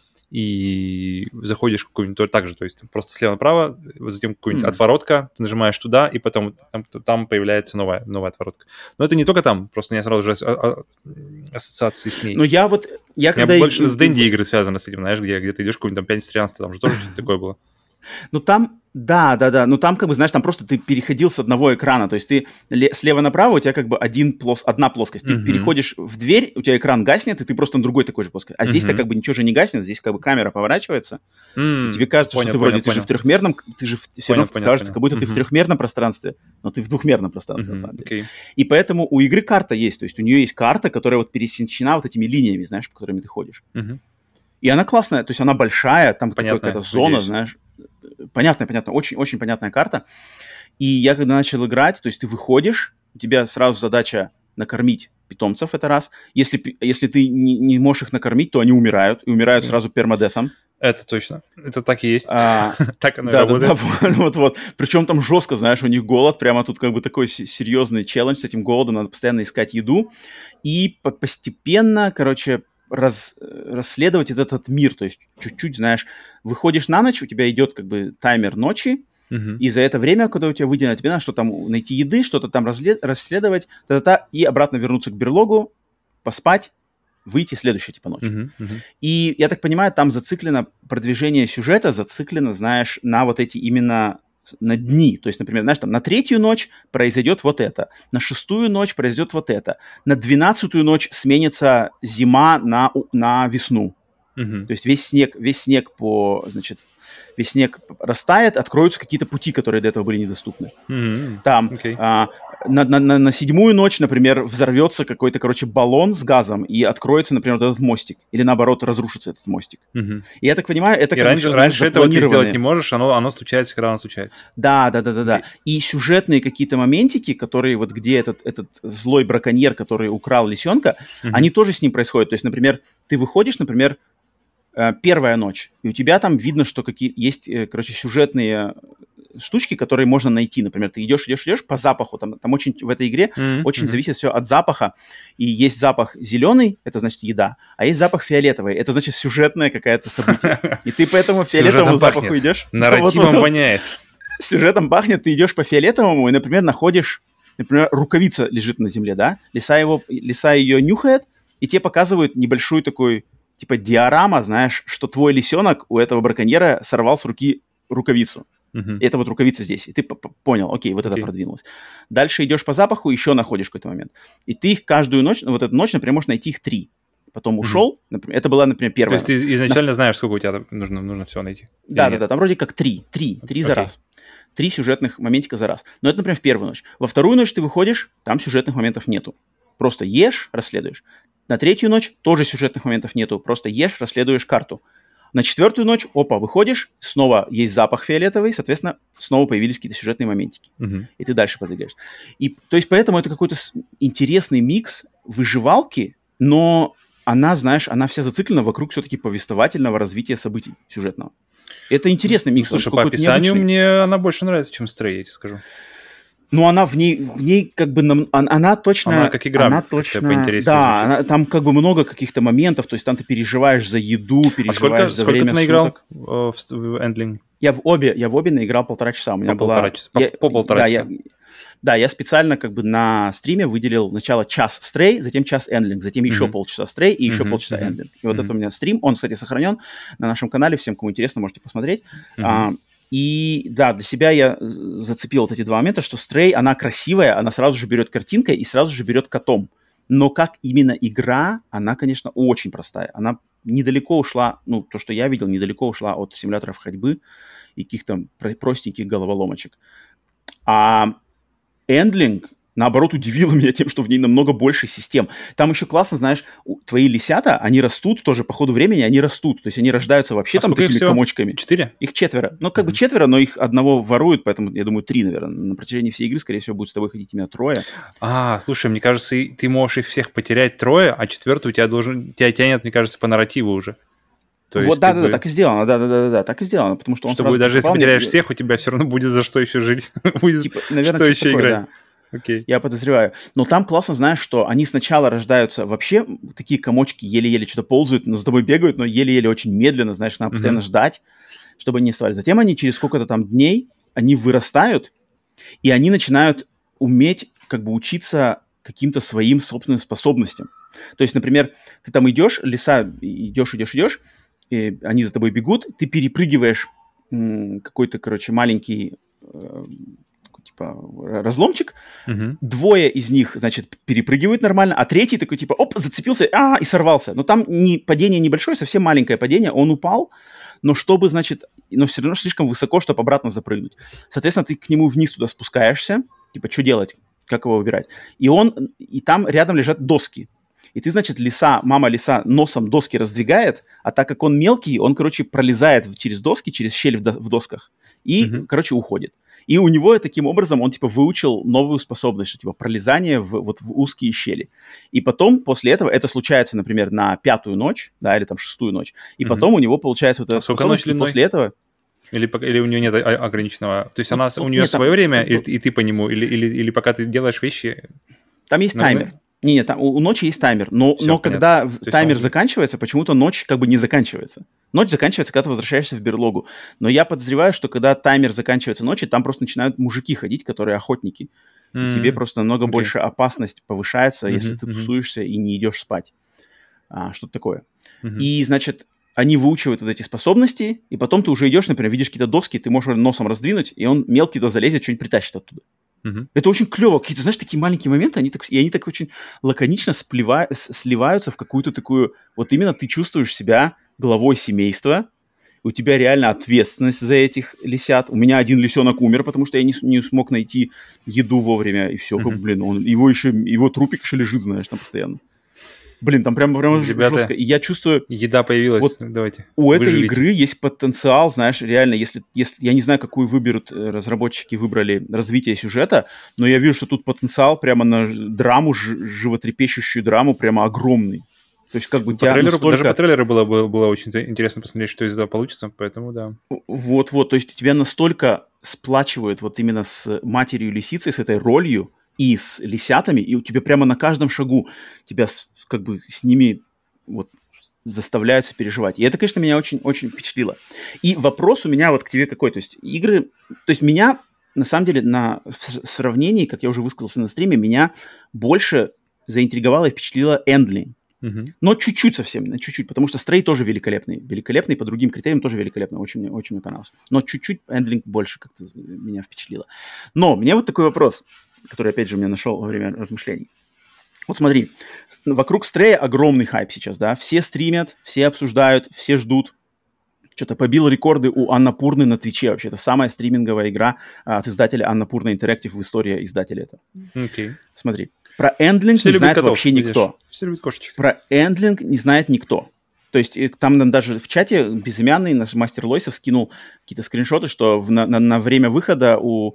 и заходишь в какую-нибудь так же, то есть просто слева направо, затем какую-нибудь отворотка, ты нажимаешь туда, и потом там появляется новая отворотка. Но это не только там, просто у меня сразу же ассоциации с ней. Но я когда... больше с Дэнди игры связаны с этим, знаешь, где ты идешь какой-нибудь там 5-13, там же тоже что-то такое было. Ну там, да, ну там, как бы, знаешь, там просто ты переходил с одного экрана, то есть ты слева направо, у тебя как бы одна плоскость, ты переходишь в дверь, у тебя экран гаснет, и ты просто на другой такой же плоскости. А здесь-то как бы ничего же не гаснет, здесь как бы камера поворачивается, и тебе кажется, что ты вроде, ты же в трехмерном, ты же все равно кажется, как будто ты в трехмерном пространстве, но ты в двухмерном пространстве, на самом деле. И поэтому у игры карта есть, то есть у нее есть карта, которая вот пересечена вот этими линиями, знаешь, по которым ты ходишь. И она классная, то есть она большая, там какая-то зона, знаешь. Понятная, очень понятная карта. И я когда начал играть, то есть ты выходишь, у тебя сразу задача накормить питомцев, это раз. Если ты не можешь их накормить, то они умирают, и умирают сразу пермадефом. Это точно. Это так и есть. Так оно и работает. Вот. Причем там жестко, знаешь, у них голод. Прямо тут как бы такой серьезный челлендж с этим голодом. Надо постоянно искать еду. И постепенно, короче, расследовать этот мир. То есть чуть-чуть, знаешь, выходишь на ночь, у тебя идет как бы таймер ночи. И за это время, когда у тебя выделено, тебе надо что-то там найти еды, что-то там расследовать, и обратно вернуться к берлогу, поспать, выйти следующая типа ночь. И, я так понимаю, там зациклено продвижение сюжета, зациклено, знаешь, на вот эти именно на дни. То есть, например, знаешь, там на 3-ю ночь произойдет вот это, на 6-ю ночь произойдет вот это, на 12-ю ночь сменится зима на весну. То есть весь снег весь снег растает, откроются какие-то пути, которые до этого были недоступны. Там на 7-ю ночь, например, взорвется какой-то, баллон с газом, и откроется, например, вот этот мостик. Или, наоборот, разрушится этот мостик. И я так понимаю, это... И раньше этого ты сделать не можешь, оно случается, когда оно случается. Да. И сюжетные какие-то моментики, которые вот где этот злой браконьер, который украл лисенка, они тоже с ним происходят. То есть, например, ты выходишь, например, первая ночь, и у тебя там видно, что есть, сюжетные штучки, которые можно найти. Например, ты идешь по запаху. Там очень в этой игре очень зависит все от запаха. И есть запах зеленый, это значит еда, а есть запах фиолетовый, это значит сюжетное какое-то событие. И ты по этому фиолетовому запаху идешь. Нарративом воняет. Сюжетом пахнет, ты идешь по фиолетовому и, например, находишь, рукавица лежит на земле, да? Лиса ее нюхает, и тебе показывают небольшую такую типа диорама, знаешь, что твой лисенок у этого браконьера сорвал с руки рукавицу. И это вот рукавица здесь. И ты понял, окей, вот это продвинулось. Дальше идешь по запаху, еще находишь какой-то момент. И ты их каждую ночь, вот эту ночь, например, можешь найти их 3. Потом ушел, например, это была, например, первая. То есть ты изначально знаешь, сколько у тебя нужно все найти? Да, там вроде как 3 за раз. 3 сюжетных моментика за раз. Но это, например, в первую ночь. Во вторую ночь ты выходишь, там сюжетных моментов нету. Просто ешь, расследуешь. На 3-ю ночь тоже сюжетных моментов нету. Просто ешь, расследуешь карту. На 4-ю ночь, выходишь, снова есть запах фиолетовый, соответственно, снова появились какие-то сюжетные моментики. И ты дальше продвигаешься. И, то есть, поэтому это какой-то интересный микс выживалки, но она, знаешь, она вся зациклена вокруг все-таки повествовательного развития событий сюжетного. Это интересный микс. Слушай, по описанию мне она больше нравится, чем Stray, я тебе скажу. Ну, она в ней как бы, она точно... Она как игра, она точно, поинтереснее. Да, там как бы много каких-то моментов, то есть там ты переживаешь за еду, переживаешь за время суток. Сколько ты наиграл в Handling? Я в обе наиграл 1,5 часа. У меня по 1,5 часа. Да, я специально как бы на стриме выделил сначала час Stray, затем час Handling, затем еще полчаса Stray и еще полчаса Handling. И вот это у меня стрим, он, кстати, сохранен на нашем канале, всем, кому интересно, можете посмотреть. И да, для себя я зацепил вот эти два момента, что Stray, она красивая, она сразу же берет картинкой и сразу же берет котом. Но как именно игра, она, конечно, очень простая. Она недалеко ушла, ну, то, что я видел, недалеко ушла от симуляторов ходьбы и каких-то простеньких головоломочек. А Endling, наоборот, удивило меня тем, что в ней намного больше систем. Там еще классно, знаешь, твои лисята, они растут тоже по ходу времени, они растут. То есть они рождаются вообще там такими комочками. 4? Их 4. Ну, как бы 4, но их одного воруют, поэтому, я думаю, 3, наверное. На протяжении всей игры, скорее всего, будет с тобой ходить именно 3. Слушай, мне кажется, ты можешь их всех потерять 3, а 4 тебя тянет, мне кажется, по нарративу уже. То вот, да, так и сделано, да, так и сделано, потому что он чтобы даже если потеряешь всех, у тебя все равно будет за что еще жить, будет типа, наверное, что еще такое, играть. Да. Okay. Я подозреваю. Но там классно, знаешь, что они сначала рождаются вообще, такие комочки еле-еле что-то ползают, но за тобой бегают, но еле-еле очень медленно, знаешь, надо постоянно ждать, чтобы они не оставались. Затем они через сколько-то там дней, они вырастают, и они начинают уметь как бы учиться каким-то своим собственным способностям. То есть, например, ты там идешь, леса, идешь, и они за тобой бегут, ты перепрыгиваешь какой-то, короче, маленький разломчик, двое из них, значит, перепрыгивают нормально, а третий такой, типа, оп, зацепился, и сорвался. Но там падение небольшое, совсем маленькое падение, он упал, но чтобы, значит, но все равно слишком высоко, чтобы обратно запрыгнуть. Соответственно, ты к нему вниз туда спускаешься, типа, что делать, как его выбирать. И там рядом лежат доски. И ты, значит, мама лиса носом доски раздвигает, а так как он мелкий, он, короче, пролезает через доски, через щель в досках и, короче, уходит. И у него таким образом он, типа, выучил новую способность, что, типа, пролезание в узкие щели. И потом, после этого, это случается, например, на 5-ю ночь, да, или там 6-ю ночь. И потом у него получается вот эта способность, и после этого... Или у нее нет ограниченного... То есть у нее свое время, и ты по нему, или пока ты делаешь вещи... Там есть таймер. Нет, там у ночи есть таймер, но когда таймер заканчивается, почему-то ночь как бы не заканчивается. Ночь заканчивается, когда ты возвращаешься в берлогу. Но я подозреваю, что когда таймер заканчивается ночью, там просто начинают мужики ходить, которые охотники. И тебе просто намного больше опасность повышается, если ты тусуешься и не идешь спать. Что-то такое. И, значит, они выучивают вот эти способности, и потом ты уже идешь, например, видишь какие-то доски, ты можешь носом раздвинуть, и он мелкий туда залезет, что-нибудь притащит оттуда. Это очень клево. Какие-то, знаешь, такие маленькие моменты, они так очень лаконично сливаются в какую-то такую... Вот именно ты чувствуешь себя главой семейства, у тебя реально ответственность за этих лисят. У меня один лисенок умер, потому что я не смог найти еду вовремя, и все, его трупик еще лежит, знаешь, там постоянно. Блин, там прямо Ребята, жестко. И я чувствую... Еда появилась. Вот давайте. У этой игры есть потенциал, знаешь, реально, если я не знаю, какую выберут разработчики, выбрали развитие сюжета, но я вижу, что тут потенциал прямо на драму, животрепещущую драму, прямо огромный. То есть как бы даже по трейлеру было очень интересно посмотреть, что из этого получится, поэтому да. Вот, то есть тебя настолько сплачивают вот именно с матерью лисицей, с этой ролью, и с лисятами, и у тебя прямо на каждом шагу тебя как бы с ними вот заставляют переживать. И это, конечно, меня очень-очень впечатлило. И вопрос у меня вот к тебе какой. То есть игры... То есть меня, на самом деле, в сравнении, как я уже высказался на стриме, меня больше заинтриговало и впечатлило Endling. Но чуть-чуть совсем, чуть-чуть, потому что Stray тоже великолепный. Великолепный, по другим критериям тоже великолепный. Очень мне понравился. Но чуть-чуть Endling больше как-то меня впечатлило. Но у меня вот такой вопрос, который, опять же, у меня нашел во время размышлений. Вот смотри, вокруг Stray огромный хайп сейчас, да, все стримят, все обсуждают, все ждут. Что-то побил рекорды у Аннапурны на Твиче вообще. Это самая стриминговая игра от издателя Annapurna Interactive в истории издателя этого. Okay. Смотри, про Endling не знает вообще никто. Все любят кошечек. Про Endling не знает никто. То есть там даже в чате безымянный наш мастер Лойсов скинул какие-то скриншоты, что на время выхода у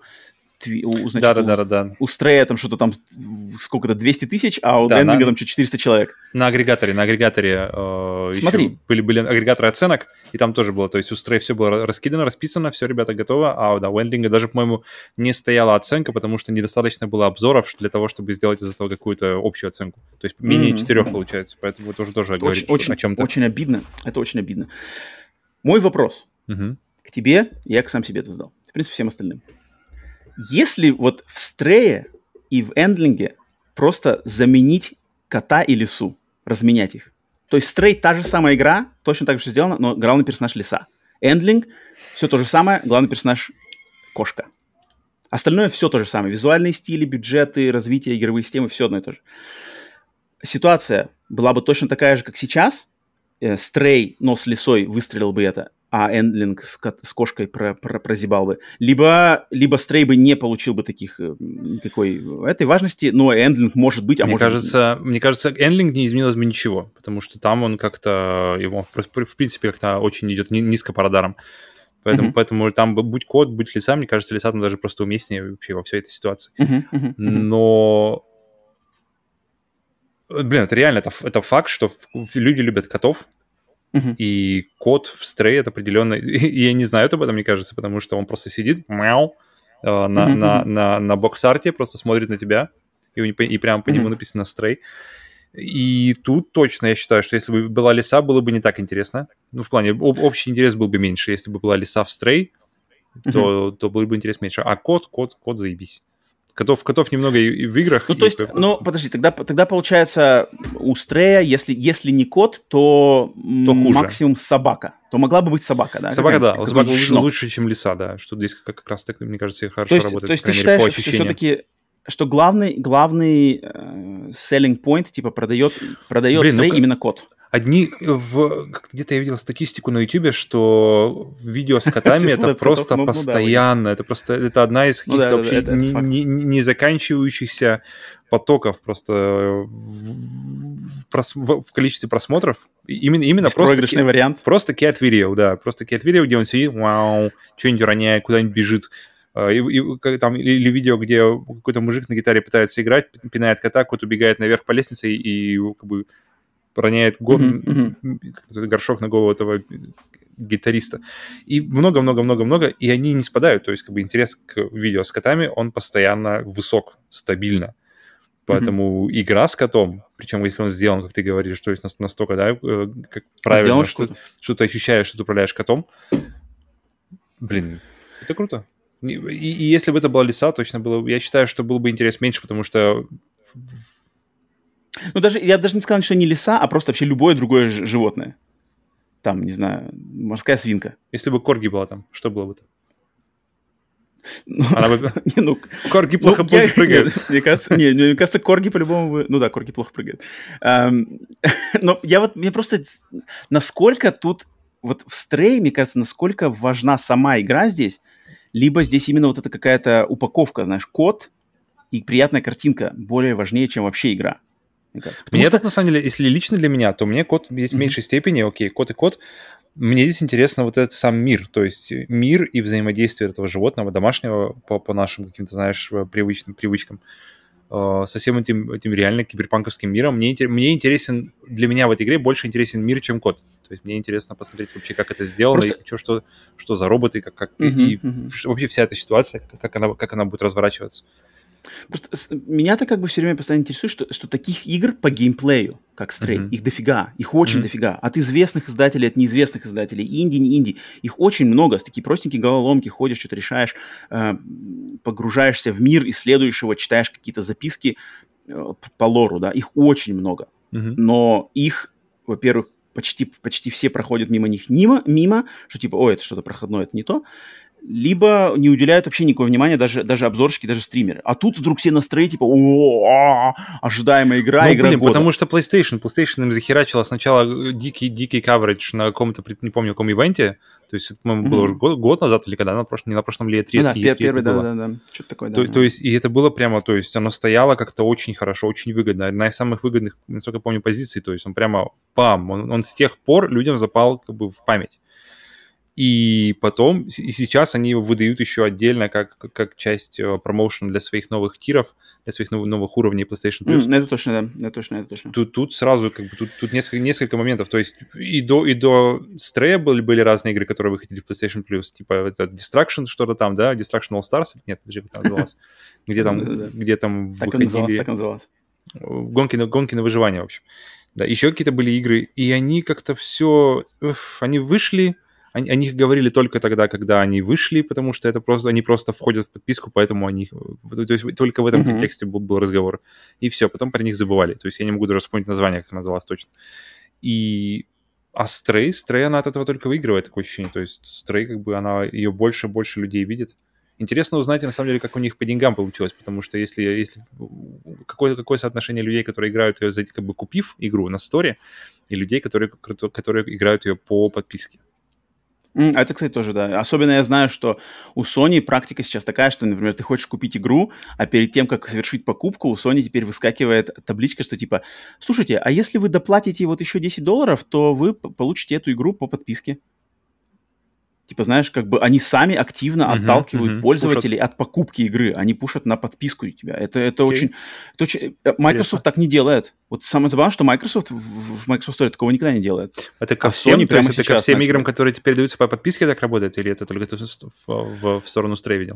Stray там что-то там сколько-то 200 тысяч, а у Endling там 400 человек. На агрегаторе Смотри. Были агрегаторы оценок, и там тоже было, то есть у Stray все было раскидано, расписано, все, ребята, готово, а у Endling даже, по-моему, не стояла оценка, потому что недостаточно было обзоров для того, чтобы сделать из этого какую-то общую оценку. То есть менее 4 получается, поэтому это тоже говорит о чем-то. Очень обидно, это очень обидно. Мой вопрос к тебе, я сам себе это задал, в принципе, всем остальным. Если вот в Stray и в Endling просто заменить кота и лису, разменять их. То есть Stray та же самая игра, точно так же сделана, но главный персонаж лиса. Эндлинг, все то же самое, главный персонаж — кошка. Остальное все то же самое. Визуальные стили, бюджеты, развитие, игровые системы — все одно и то же. Ситуация была бы точно такая же, как сейчас. Стрей, но с лисой выстрелил бы это, а Эндлинг с кошкой прозябал бы. Либо Стрей бы не получил бы таких никакой этой важности, но Эндлинг может быть, мне кажется, Эндлинг не изменилось бы ничего, потому что там он как-то, его, в принципе, как-то очень идет низко по радарам. Поэтому там будь кот, будь лиса, мне кажется, лиса там даже просто уместнее вообще во всей этой ситуации. Но... Блин, это реально, это факт, что люди любят котов, и кот в Stray это определенно... И я не знаю об этом, мне кажется, потому что он просто сидит, мяу, на бокс-арте, просто смотрит на тебя, и прямо по нему написано Stray. И тут точно я считаю, что если бы была лиса, было бы не так интересно. Ну, в плане, общий интерес был бы меньше. Если бы была лиса в Stray, то было бы интерес меньше. А кот заебись. Котов немного и в играх. Ну, то есть, подожди, тогда получается у Стрея, если не кот, то максимум собака. То могла бы быть собака, да? Собака, да. Собака лучше, чем лиса, да. Что здесь как раз так, мне кажется, хорошо работает. То есть ты считаешь, что все-таки, что главный selling point, типа, продает Стрей именно кот? Где-то я видел статистику на YouTube, что видео с котами это просто постоянно, это одна из каких-то вообще не заканчивающихся потоков просто в количестве просмотров. Именно просто проигрышный вариант. Просто cat video, да, просто cat video, где он сидит, вау, что-нибудь роняет, куда-нибудь бежит. Или видео, где какой-то мужик на гитаре пытается играть, пинает кота, кот убегает наверх по лестнице и как бы роняет горшок на голову этого гитариста. И много-много-много-много, и они не спадают. То есть как бы интерес к видео с котами, он постоянно высок, стабильно. Поэтому игра с котом, причем если он сделан, как ты говоришь, то есть настолько, да, как правильно, что ты ощущаешь, что ты управляешь котом, блин, это круто. И если бы это была лиса, точно было... Я считаю, что был бы интерес меньше, потому что... Ну, я даже не сказал, что не лиса, а просто вообще любое другое животное. Там, не знаю, морская свинка. Если бы корги была там, что было бы там? Корги плохо прыгают. Мне кажется, корги по-любому... Ну да, корги плохо прыгают. Но мне просто... Насколько тут... Вот в Stray, мне кажется, насколько важна сама игра здесь, либо здесь именно вот эта какая-то упаковка, знаешь, код и приятная картинка более важнее, чем вообще игра. Мне так, на самом деле, если лично для меня, то мне код здесь в меньшей степени, окей, код и код. Мне здесь интересно вот этот сам мир, то есть мир и взаимодействие этого животного, домашнего, по нашим каким-то, знаешь, привычкам, со всем этим реально киберпанковским миром. Мне интересен, для меня в этой игре больше интересен мир, чем код. То есть мне интересно посмотреть вообще, как это сделано, и что за роботы, и вообще вся эта ситуация, как она будет разворачиваться. Просто меня-то как бы все время постоянно интересует, что таких игр по геймплею, как Stray, их дофига, их очень дофига. От известных издателей, от неизвестных издателей, инди, не инди. Их очень много. С такие простенькие головоломки ходишь, что-то решаешь, погружаешься в мир исследуешь его, читаешь какие-то записки по лору, да. Их очень много. Но их, во-первых, почти все проходят мимо них мимо, что типа, это что-то проходное, это не то. Либо не уделяют вообще никакого внимания даже обзорщики, даже стримеры. А тут вдруг все настрои, типа, ожидаемая игра, игра года. Потому что PlayStation им захерачила сначала дикий каверидж на каком-то, не помню, каком ивенте. То есть, это, по-моему, было уже год назад или когда, не на прошлом ли E3. Да, первый, да. Что-то такое, да. То есть, и это было прямо, то есть, оно стояло как-то очень хорошо, очень выгодно. Одна из самых выгодных, насколько я помню, позиций. То есть, он прямо, он с тех пор людям запал как бы в память. И потом, и сейчас они его выдают еще отдельно как часть промоушена для своих новых тиров, для своих новых уровней PlayStation Plus. Это точно, да. Это точно. Тут сразу как бы тут несколько моментов. То есть и до Stray были разные игры, которые выходили в PlayStation Plus. Типа это Destruction что-то там, да? Destruction All Stars? Нет, подожди, как это называлось? Где там выходили... Так называлось. Гонки на выживание, в общем. Да, еще какие-то были игры, и они как-то все... Они вышли... О них говорили только тогда, когда они вышли, потому что они просто входят в подписку, поэтому то есть только в этом контексте был разговор. И все, потом про них забывали. То есть я не могу даже вспомнить название, как называлось точно. И А Stray, она от этого только выигрывает, такое ощущение. То есть Stray, как бы, ее больше и больше людей видит. Интересно узнать, на самом деле, как у них по деньгам получилось, потому что если какое соотношение людей, которые играют ее, как бы купив игру на сторе, и людей, которые играют ее по подписке. Это, кстати, тоже, да. Особенно я знаю, что у Sony практика сейчас такая, что, например, ты хочешь купить игру, а перед тем, как совершить покупку, у Sony теперь выскакивает табличка, что типа, слушайте, а если вы доплатите вот еще $10, то вы получите эту игру по подписке. Типа, знаешь, как бы они сами активно отталкивают пользователей от покупки игры. Они пушат на подписку тебя. Это очень... Microsoft так не делает. Вот самое забавное, что Microsoft в Microsoft Store такого никогда не делает. Это ко всем, это ко всем играм, которые теперь даются по подписке, так работает? Или это только ты в сторону Stray видел?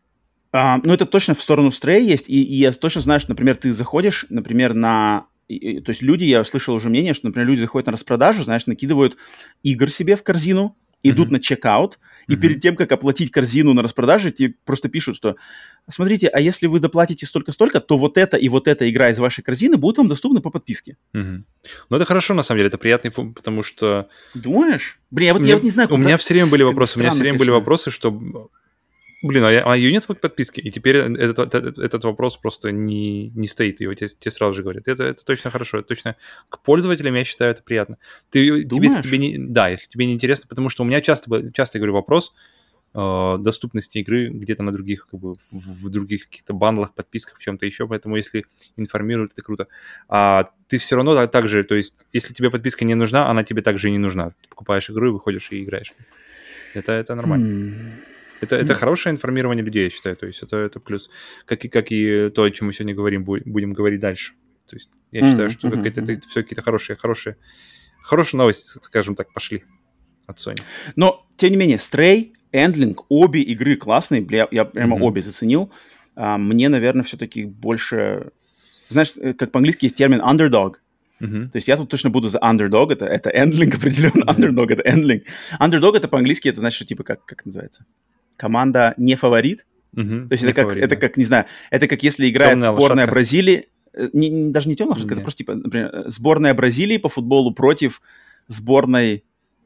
Ну, это точно в сторону Stray есть. И я точно знаю, что, например, ты заходишь, например, на... То есть люди, я слышал уже мнение, что, например, люди заходят на распродажу, знаешь, накидывают игр себе в корзину, идут на чекаут, и перед тем, как оплатить корзину на распродаже, тебе просто пишут, что смотрите, а если вы доплатите столько-столько, то вот эта и вот эта игра из вашей корзины будут вам доступны по подписке. Ну, это хорошо, на самом деле, это приятный функт, потому что... Думаешь? Блин, я вот не знаю, куда... У меня все время были вопросы, что... Блин, а ее нет в подписке, и теперь этот вопрос просто не стоит, его тебе сразу же говорят. Это точно хорошо, это точно к пользователям, я считаю, это приятно. Если тебе не интересно, потому что у меня часто я говорю, вопрос доступности игры где-то на других, как бы, в других каких-то бандлах, подписках, в чем-то еще, поэтому если информируют, это круто. А ты все равно также, то есть, если тебе подписка не нужна, она тебе также и не нужна. Ты покупаешь игру и выходишь и играешь. Это нормально. Это хорошее информирование людей, я считаю. То есть это плюс. Как и то, о чем мы сегодня будем говорить дальше. То есть я считаю, что это все какие-то хорошие новости, скажем так, пошли от Sony. Но, тем не менее, Stray, Endling, обе игры классные. Я прямо обе заценил. Мне, наверное, все-таки больше... Знаешь, как по-английски есть термин underdog. То есть я тут точно буду за underdog. Это Endling определенно. Underdog — это Endling. Underdog — это по-английски, это значит, что типа как называется? Команда не фаворит. То есть это как, не знаю, это как если играет темная сборная лошадка. Бразилии, даже не темная лошадка, это просто типа, например, сборная Бразилии по футболу против сборной,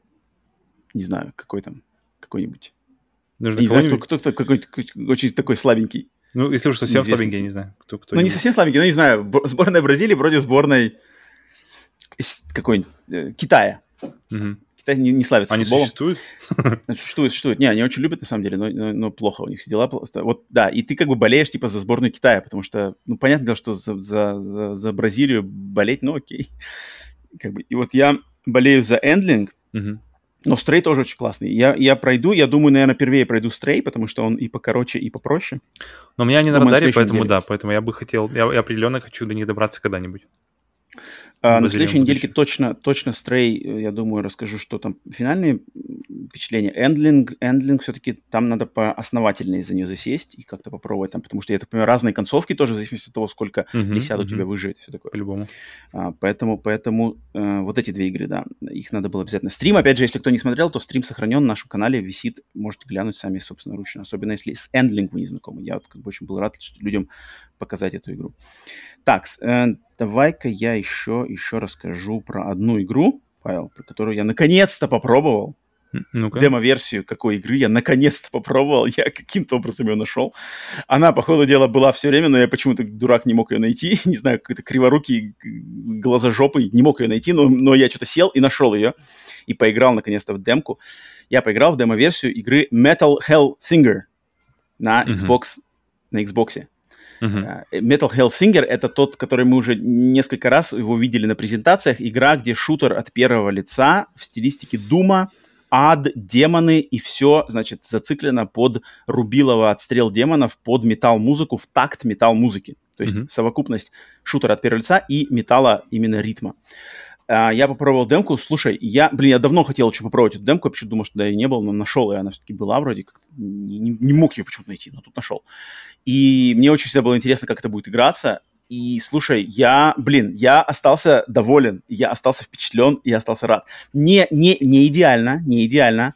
не знаю, какой-нибудь. Нужно не знаю, кто какой-то очень такой слабенький. Ну, если уж совсем слабенький, я не знаю. Кто не совсем слабенький, но не знаю, сборная Бразилии против сборной какой-нибудь Китая. Китай не славится футболом. Они существуют? Существуют. Не, они очень любят, на самом деле, но плохо у них все дела. Вот, да, и ты как бы болеешь, типа, за сборную Китая, потому что, ну, понятное дело, что за Бразилию болеть, ну, окей. Как бы, и вот я болею за Endling, но Stray тоже очень классный. Я пройду, я думаю, наверное, первее пройду Stray, потому что он и покороче, и попроще. Но у меня они на радаре, поэтому я бы хотел, я определенно хочу до них добраться когда-нибудь. На следующей недельке точно Stray, я думаю, расскажу, что там финальные впечатления. Endling все-таки там надо поосновательнее за нее засесть и как-то попробовать там, потому что, я так понимаю, разные концовки тоже, в зависимости от того, сколько лисят у тебя выживет, все такое. По-любому. Поэтому вот эти две игры, да, их надо было обязательно. Стрим, опять же, если кто не смотрел, то стрим сохранен на нашем канале, висит, можете глянуть сами собственноручно, особенно если с Endling вы не знакомы. Я вот как бы очень был рад людям показать эту игру. Так, давай-ка я еще расскажу про одну игру, Павел, про которую я наконец-то попробовал. Ну-ка. Демо-версию какой игры я наконец-то попробовал. Я каким-то образом ее нашел. Она, по ходу дела, была все время, но я почему-то, дурак, не мог ее найти. Не знаю, какой-то криворукий, глазожопый, не мог ее найти, но я что-то сел и нашел ее. И поиграл, наконец-то, в демку. Я поиграл в демо-версию игры Metal Hellsinger на Xbox, на Xbox'е. Metal Hellsinger — это тот, который мы уже несколько раз его видели на презентациях. Игра, где шутер от первого лица в стилистике Дума, ад, демоны, и все, значит, зациклено под рубилово отстрел демонов, под металл-музыку, в такт металл-музыки. То есть совокупность шутера от первого лица и металла именно ритма. Я попробовал демку. Слушай, я давно хотел очень попробовать эту демку. Я почему-то думал, что ее не было, но нашел, и она все-таки была вроде как. Не мог ее почему-то найти, но тут нашел. И мне очень всегда было интересно, как это будет играться. И, слушай, я остался доволен, я остался впечатлен, я остался рад. Не идеально,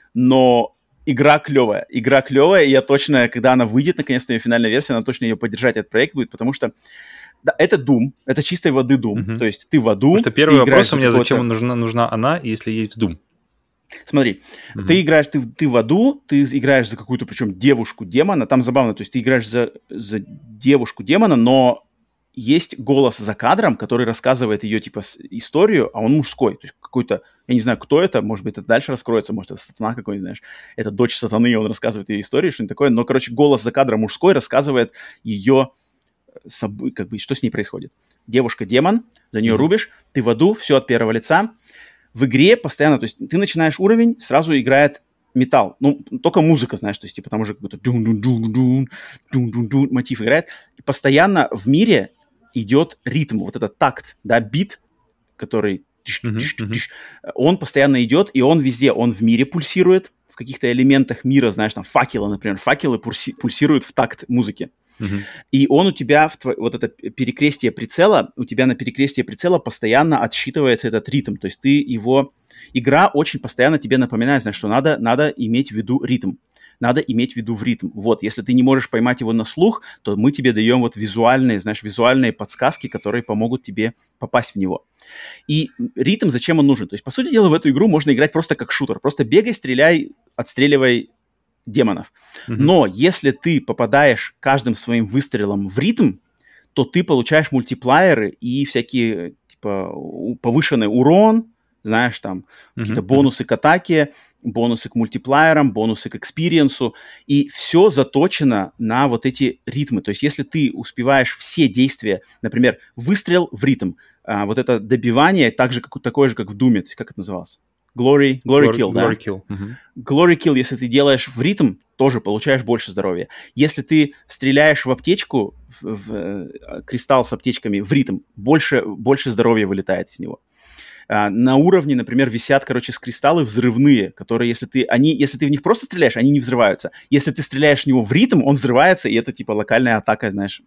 но игра клевая. И я точно, когда она выйдет, наконец-то, ее финальная версия, она точно ее поддержать, этот проект будет, потому что Да, это Doom, это чистой воды Doom. То есть ты в аду... Потому что первый вопрос у меня, зачем нужна она, если есть Doom? Смотри, ты играешь, ты в аду, ты играешь за какую-то, причем девушку-демона, там забавно, то есть ты играешь за девушку-демона, но есть голос за кадром, который рассказывает ее, типа, историю, а он мужской, то есть какой-то, я не знаю, кто это, может быть, это дальше раскроется, может, это сатана какой-нибудь, знаешь, это дочь сатаны, и он рассказывает ее историю, что-нибудь такое, но, короче, голос за кадром мужской рассказывает ее, как бы, что с ней происходит. Девушка-демон, за нее рубишь, ты в аду, все от первого лица. В игре постоянно, то есть ты начинаешь уровень, сразу играет металл. Ну, только музыка, знаешь, то есть типа там уже какой-то мотив играет. И постоянно в мире идет ритм, вот этот такт, да, бит, который он постоянно идет, и он везде, он в мире пульсирует, в каких-то элементах мира, знаешь, там факелы, например, факелы пульсируют в такт музыки. И он у тебя, вот это перекрестие прицела, у тебя на перекрестие прицела постоянно отсчитывается этот ритм. То есть ты его... Игра очень постоянно тебе напоминает, знаешь, что надо иметь в виду ритм. Надо иметь в виду в ритм. Вот, если ты не можешь поймать его на слух, то мы тебе даем вот визуальные, знаешь, визуальные подсказки, которые помогут тебе попасть в него. И ритм, зачем он нужен? То есть, по сути дела, в эту игру можно играть просто как шутер. Просто бегай, стреляй, отстреливай демонов. Но если ты попадаешь каждым своим выстрелом в ритм, то ты получаешь мультиплееры и всякие, типа, повышенный урон, знаешь, там, какие-то бонусы к атаке, бонусы к мультиплеерам, бонусы к экспириенсу, и все заточено на вот эти ритмы. То есть если ты успеваешь все действия, например, выстрел в ритм, вот это добивание такое же, как в Думе, то есть как это называлось? Glory Kill, да? Glory Kill. Glory Kill, если ты делаешь в ритм, тоже получаешь больше здоровья. Если ты стреляешь в аптечку, в кристалл с аптечками в ритм, больше здоровья вылетает из него. На уровне, например, висят, короче, кристаллы взрывные, которые, если ты в них просто стреляешь, они не взрываются. Если ты стреляешь в него в ритм, он взрывается, и это, типа, локальная атака, знаешь,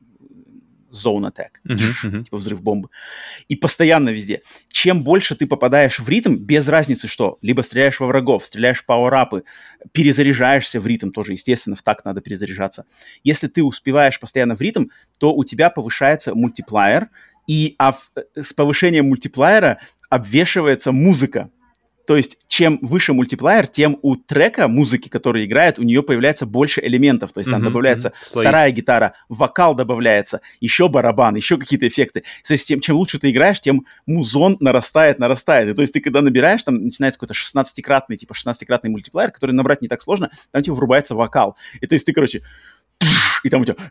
zone attack, типа взрыв бомбы. И постоянно везде. Чем больше ты попадаешь в ритм, без разницы что, либо стреляешь во врагов, стреляешь в пауэрапы, перезаряжаешься в ритм тоже, естественно, в такт надо перезаряжаться. Если ты успеваешь постоянно в ритм, то у тебя повышается мультиплеер, и с повышением мультиплеера обвешивается музыка. То есть, чем выше мультиплеер, тем у трека музыки, который играет, у нее появляется больше элементов. То есть там добавляется вторая гитара, вокал добавляется, еще барабан, еще какие-то эффекты. То есть, чем лучше ты играешь, тем музон нарастает. И, то есть ты когда набираешь, там начинается какой-то 16-кратный мультиплеер, который набрать не так сложно, там тебе врубается вокал. И то есть ты, короче... И там у тебя...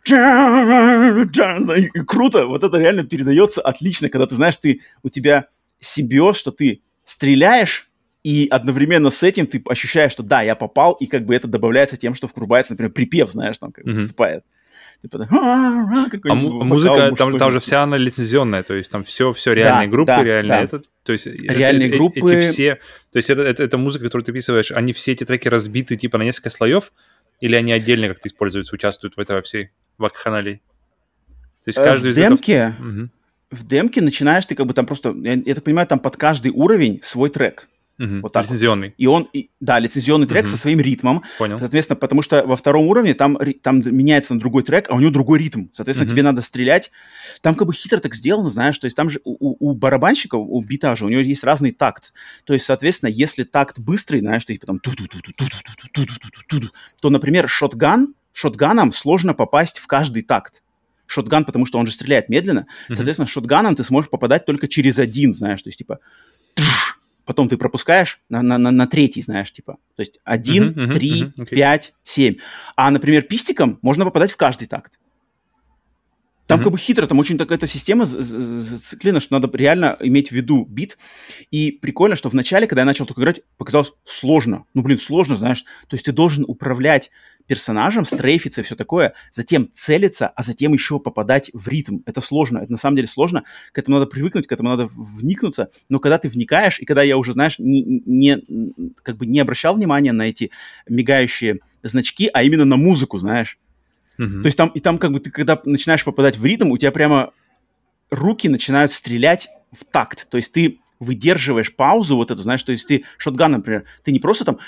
И круто, вот это реально передается отлично, когда ты знаешь, у тебя симбиоз, что ты стреляешь, и одновременно с этим ты ощущаешь, что да, я попал, и как бы это добавляется тем, что врубается, например, припев, знаешь, там как бы вступает. Типа, музыка, там же вся она лицензионная, то есть там все реальные группы, реальные. То есть реальные группы. Эти все, то есть это музыка, которую ты описываешь, они все эти треки разбиты типа на несколько слоев, или они отдельно как-то используются, участвуют в этой всей вакханалии? То есть каждый из демке, в демке начинаешь ты как бы там просто, я так понимаю, там под каждый уровень свой трек. Вот лицензионный. Вот. И он, лицензионный трек со своим ритмом. Понял. Соответственно, потому что во втором уровне там меняется на другой трек, а у него другой ритм. Соответственно, тебе надо стрелять. Там как бы хитро так сделано, знаешь, то есть там же у барабанщика, у бита же, у него есть разный такт. То есть, соответственно, если такт быстрый, знаешь, то есть потом то, например, шотганом сложно попасть в каждый такт. Шотган, потому что он же стреляет медленно. Соответственно, шотганом ты сможешь попадать только через один, знаешь, то есть типа... Потом ты пропускаешь на третий, знаешь, типа. То есть 1, 3, 5, 7. А, например, пистиком можно попадать в каждый такт. Там как бы хитро, там очень такая система зациклена, что надо реально иметь в виду бит. И прикольно, что вначале, когда я начал только играть, показалось сложно. Сложно, знаешь. То есть ты должен управлять персонажем, стрейфиться и все такое, затем целиться, а затем еще попадать в ритм. Это сложно, это на самом деле сложно. К этому надо привыкнуть, к этому надо вникнуться. Но когда ты вникаешь, и когда я уже, знаешь, не обращал внимания на эти мигающие значки, а именно на музыку, знаешь. То есть там как бы ты, когда начинаешь попадать в ритм, у тебя прямо руки начинают стрелять в такт. То есть ты выдерживаешь паузу вот эту, знаешь, то есть ты шотган, например, ты не просто там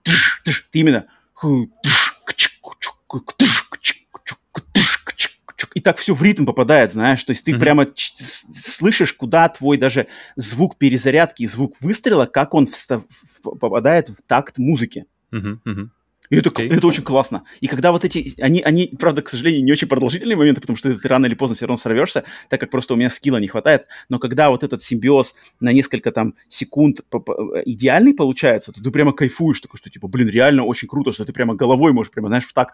ты именно и так все в ритм попадает, знаешь, то есть ты прямо слышишь, куда твой даже звук перезарядки и звук выстрела, как он попадает в такт музыки. И это очень классно. И когда вот эти... Они, правда, к сожалению, не очень продолжительные моменты, потому что ты рано или поздно все равно сорвешься, так как просто у меня скилла не хватает. Но когда вот этот симбиоз на несколько там секунд идеальный получается, то ты прямо кайфуешь, такой, что типа, блин, реально очень круто, что ты прямо головой можешь прямо, знаешь, в такт.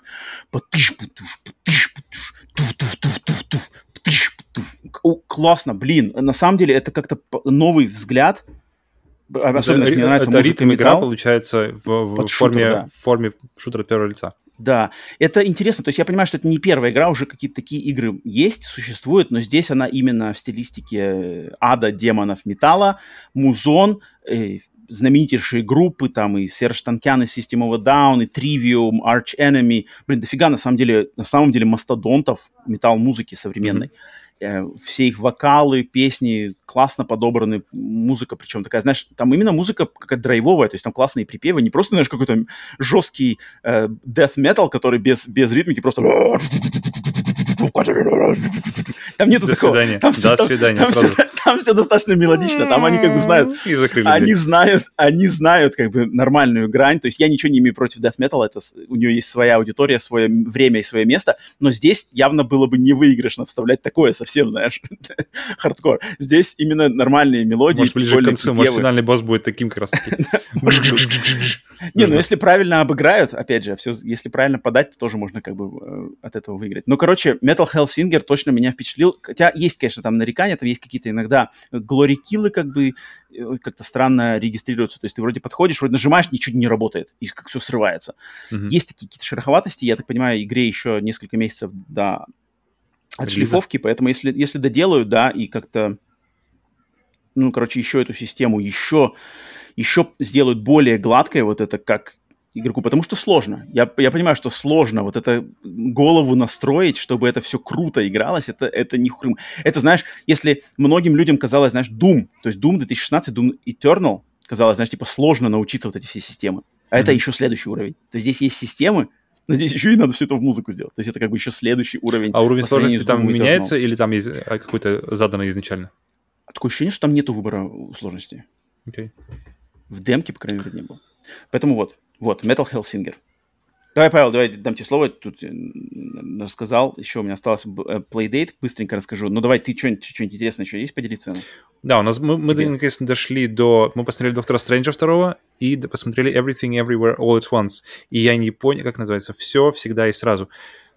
Классно, блин. На самом деле это как-то новый взгляд. Особенно, мне нравится музыка ритм игра, получается, в форме шутера от первого лица. Да, это интересно. То есть я понимаю, что это не первая игра, уже какие-то такие игры есть, существуют, но здесь она именно в стилистике ада, демонов, металла, музон, знаменитейшие группы, там и Серж Танкян, и System of a Down, и Trivium, Arch Enemy. Блин, дофига, на самом деле мастодонтов металл-музыки современной. Все их вокалы, песни классно подобраны, музыка, причем такая, знаешь, там именно музыка какая-то драйвовая, то есть там классные припевы, не просто, знаешь, какой-то жесткий death metal, который без ритмики просто... Там нету такого. До свидания. Там все достаточно мелодично, там они как бы знают, они знают как бы нормальную грань, то есть я ничего не имею против death metal, это у нее есть своя аудитория, свое время и свое место, но здесь явно было бы невыигрышно вставлять такое совсем, знаешь, хардкор. Здесь именно нормальные мелодии. Может, ближе к концу, может, финальный босс будет таким как раз-таки. Не, ну если правильно обыграют, опять же, если правильно подать, то тоже можно как бы от этого выиграть. Ну, короче, Metal Hellsinger точно меня впечатлил, хотя есть, конечно, там нарекания, там есть какие-то иногда glory-киллы как бы как-то странно регистрируются, то есть ты вроде подходишь, вроде нажимаешь, ничего не работает, и как все срывается. Есть такие какие-то шероховатости, я так понимаю, игре еще несколько месяцев до отшлифовки, поэтому если доделают, да, и как-то, ну, короче, еще эту систему еще сделают более гладкой, вот это как игроку, потому что сложно. Я понимаю, что сложно вот это голову настроить, чтобы это все круто игралось, это не хрум. Это, знаешь, если многим людям казалось, знаешь, Doom, то есть Doom 2016, Doom Eternal, казалось, знаешь, типа сложно научиться вот эти все системы. А это еще следующий уровень. То есть здесь есть системы, но здесь еще и надо все это в музыку сделать. То есть это как бы еще следующий уровень. А уровень сложности там меняется или там есть какой-то заданный изначально? Такое ощущение, что там нету выбора сложности. Okay. В демке, по крайней мере, не было. Поэтому вот, Metal Hellsinger. Давай, Павел, давай дам тебе слово. Тут рассказал. Еще у меня осталось Playdate. Быстренько расскажу. Ну, давай, ты что-нибудь интересное еще есть поделиться? Да, у нас мы наконец-то дошли до... Мы посмотрели Доктора Стрэнджа 2 и посмотрели Everything Everywhere All at Once. И я не понял, как называется. Все, всегда и сразу.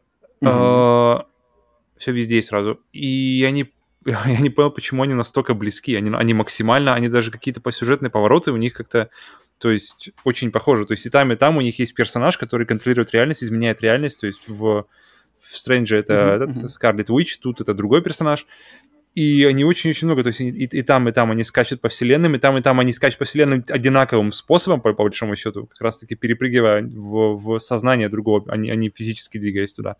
Все везде и сразу. И я не понял, почему они настолько близки. Они максимально... Они даже какие-то сюжетные повороты у них как-то... То есть очень похоже. То есть и там у них есть персонаж, который контролирует реальность, изменяет реальность. То есть в Стрэнджа это Скарлетт Уич, тут это другой персонаж. И они очень-очень много. То есть и там они скачут по вселенным, и там они скачут по вселенным одинаковым способом, по большому счету, как раз-таки перепрыгивая в сознание другого, они физически двигаясь туда.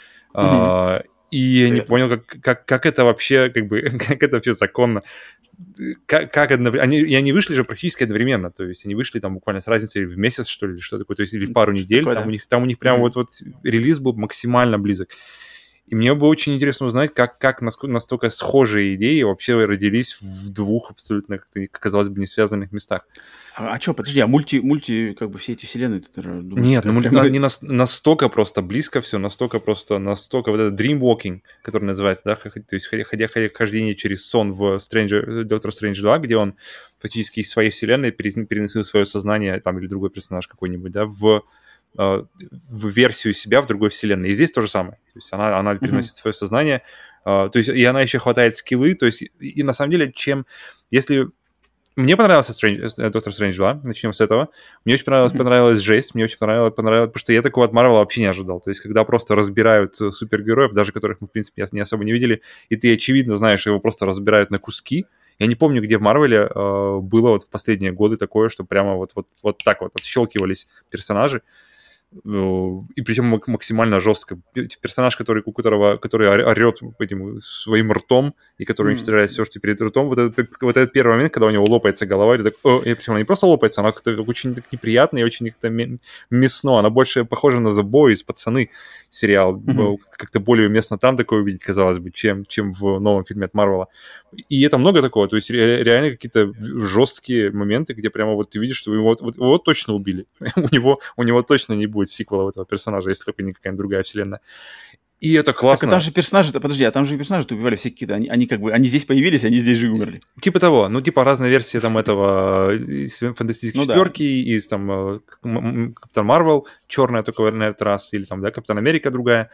И я не понял, как это вообще, как бы, как это вообще законно. Как они вышли же практически одновременно, то есть они вышли там буквально с разницей в месяц, что ли, или что такое, то есть или в пару недель, такое, там у них прям вот релиз был максимально близок. И мне было очень интересно узнать, как настолько схожие идеи вообще родились в двух абсолютно, казалось бы, не связанных местах. А что, подожди, а мульти, как бы все эти вселенные? Нет, не настолько просто близко все, настолько вот это dreamwalking, который называется, да, то есть хождение через сон в Doctor Strange 2, где он фактически из своей вселенной переносил свое сознание, там, или другой персонаж какой-нибудь, да, в версию себя в другой вселенной. И здесь то же самое. То есть она переносит свое сознание, то есть и она еще хватает скиллы, то есть и на самом деле, если... Мне понравился Доктор Стрэндж 2, начнем с этого. Мне очень понравилась жесть, мне очень понравилось, потому что я такого от Марвела вообще не ожидал. То есть, когда просто разбирают супергероев, даже которых мы, в принципе, не особо не видели, и ты, очевидно, знаешь, его просто разбирают на куски. Я не помню, где в Марвеле было вот в последние годы такое, что прямо вот так вот отщелкивались персонажи. И причем максимально жестко. Персонаж, который орет этим своим ртом, и который уничтожает все, что перед ртом, вот этот первый момент, когда у него лопается голова, и так, и причем она не просто лопается, она как-то очень так неприятно и очень как-то мясно. Она больше похожа на The Boys, пацаны, сериал. Как-то более уместно там такое увидеть, казалось бы, чем в новом фильме от Марвела. И это много такого, то есть реально какие-то жесткие моменты, где прямо вот ты видишь, что его точно убили. У него точно не будет сиквела у этого персонажа, если только не какая-нибудь другая вселенная. И это классно. Так, а там же персонажи, там же персонажи убивали все какие-то, они здесь появились, они здесь же умерли. Типа того, разные версии там этого из Фантастической четверки, из там Капитан Марвел, черная только на этот раз, или там, да, Капитан Америка другая.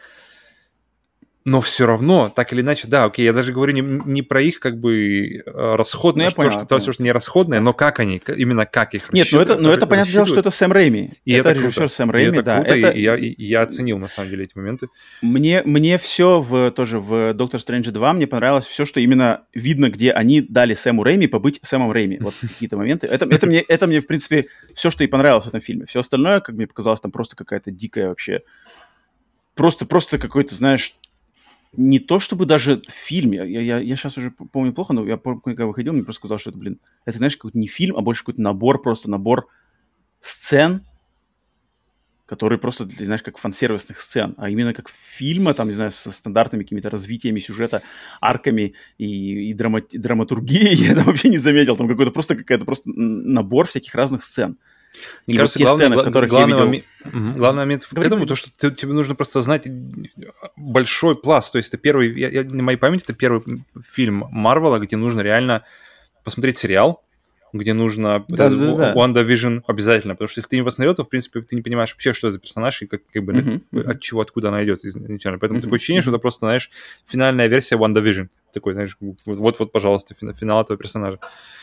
Но все равно, так или иначе, да, окей, я даже говорю не про их как бы расходное, все, что не расходное, но как они, именно как их рассчитывают. Нет, но это понятное дело, что это Сэм Рэйми. И это режиссер Сэм Рэйми, да. И я оценил, на самом деле, эти моменты. Мне все тоже в Доктор Стрэндже 2 мне понравилось все, что именно видно, где они дали Сэму Рэйми побыть Сэмом Рэйми. Вот какие-то моменты. Это мне, в принципе, все, что и понравилось в этом фильме. Все остальное, как мне показалось, там просто какая-то дикая вообще... Просто какой-то, знаешь... Не то чтобы даже в фильме, я сейчас уже помню плохо, но я помню, когда выходил, мне просто сказал, что это, это, знаешь, какой-то не фильм, а больше какой-то набор сцен, которые просто, ты знаешь, как фан-сервисных сцен, а именно как фильма, там, не знаю, со стандартными какими-то развитиями сюжета, арками и драматургией, я там вообще не заметил, там какой-то набор всяких разных сцен. Мне кажется, главный момент к этому, то, что тебе нужно просто знать большой пласт. То есть это первый, на моей памяти, это первый фильм Марвела, где нужно реально посмотреть сериал, где нужно WandaVision обязательно, потому что если ты не посмотрел, то, в принципе, ты не понимаешь вообще, что это за персонаж и как бы от чего, откуда она идет изначально. Поэтому такое ощущение, что это просто, знаешь, финальная версия WandaVision. Такой, знаешь, вот, пожалуйста, финал этого персонажа.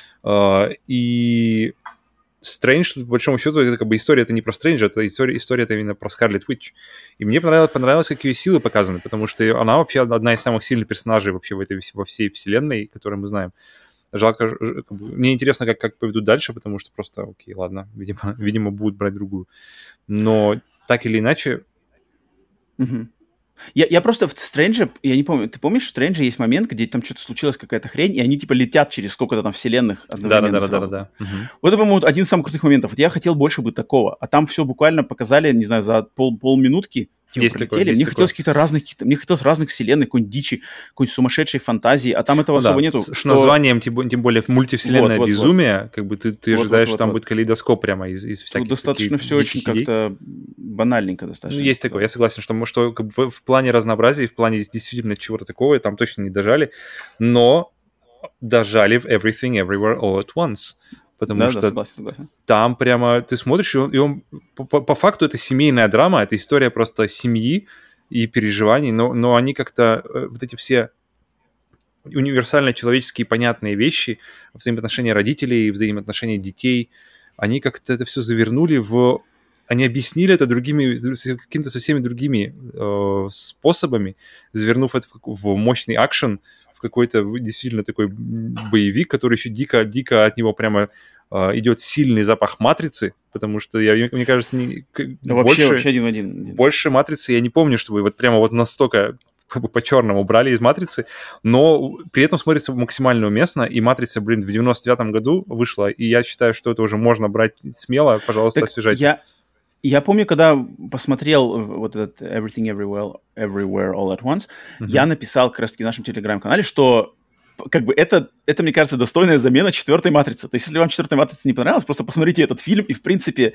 И... Стрэндж, по большому счету, это как бы история, это не про Стрэнджа, это история это именно про Скарлетт Уитч. И мне понравилось, как ее силы показаны, потому что она вообще одна из самых сильных персонажей вообще во всей вселенной, которую мы знаем. Жалко, мне интересно, как поведут дальше, потому что просто, окей, ладно, видимо, будут брать другую. Но так или иначе... Я просто в Стрэнджа, я не помню, ты помнишь, в Стрэнджа есть момент, где там что-то случилось, какая-то хрень, и они типа летят через сколько-то там вселенных одновременно. Да. Вот это, по-моему, один из самых крутых моментов. Вот я хотел больше бы такого, а там все буквально показали, не знаю, за полминутки, типа, пролетели. Мне хотелось мне хотелось разных вселенных, какой-нибудь дичи, какой-нибудь сумасшедшей фантазии, а там этого особо нету. С названием, тем более, мультивселенная безумие, как бы ты ожидаешь, что там будет калейдоскоп прямо из всяких... Достаточно все очень как-то банальненько достаточно. Есть такое, я согласен, что как бы в плане разнообразия, в плане действительно чего-то такого, там точно не дожали, но дожали в Everything Everywhere All at Once. Потому что согласен. Там прямо ты смотришь, и он по факту это семейная драма, это история просто семьи и переживаний, но они как-то, вот эти все универсально человеческие понятные вещи, взаимоотношения родителей, взаимоотношения детей, они как-то это все завернули они объяснили это какими-то совсем другими способами, завернув это в мощный акшен, какой-то действительно такой боевик, который еще дико от него прямо идет сильный запах матрицы, потому что мне кажется, вообще один в один. Больше матрицы я не помню, чтобы вот прямо вот настолько по-черному брали из матрицы, но при этом смотрится максимально уместно, и матрица, в 99-м году вышла, и я считаю, что это уже можно брать смело, пожалуйста, освежайте. Я помню, когда посмотрел вот этот Everything Everywhere All at Once, я написал как раз-таки в нашем телеграм-канале, что как бы это, мне кажется, достойная замена 4-й матрицы. То есть, если вам 4-я матрица не понравилась, просто посмотрите этот фильм, и, в принципе,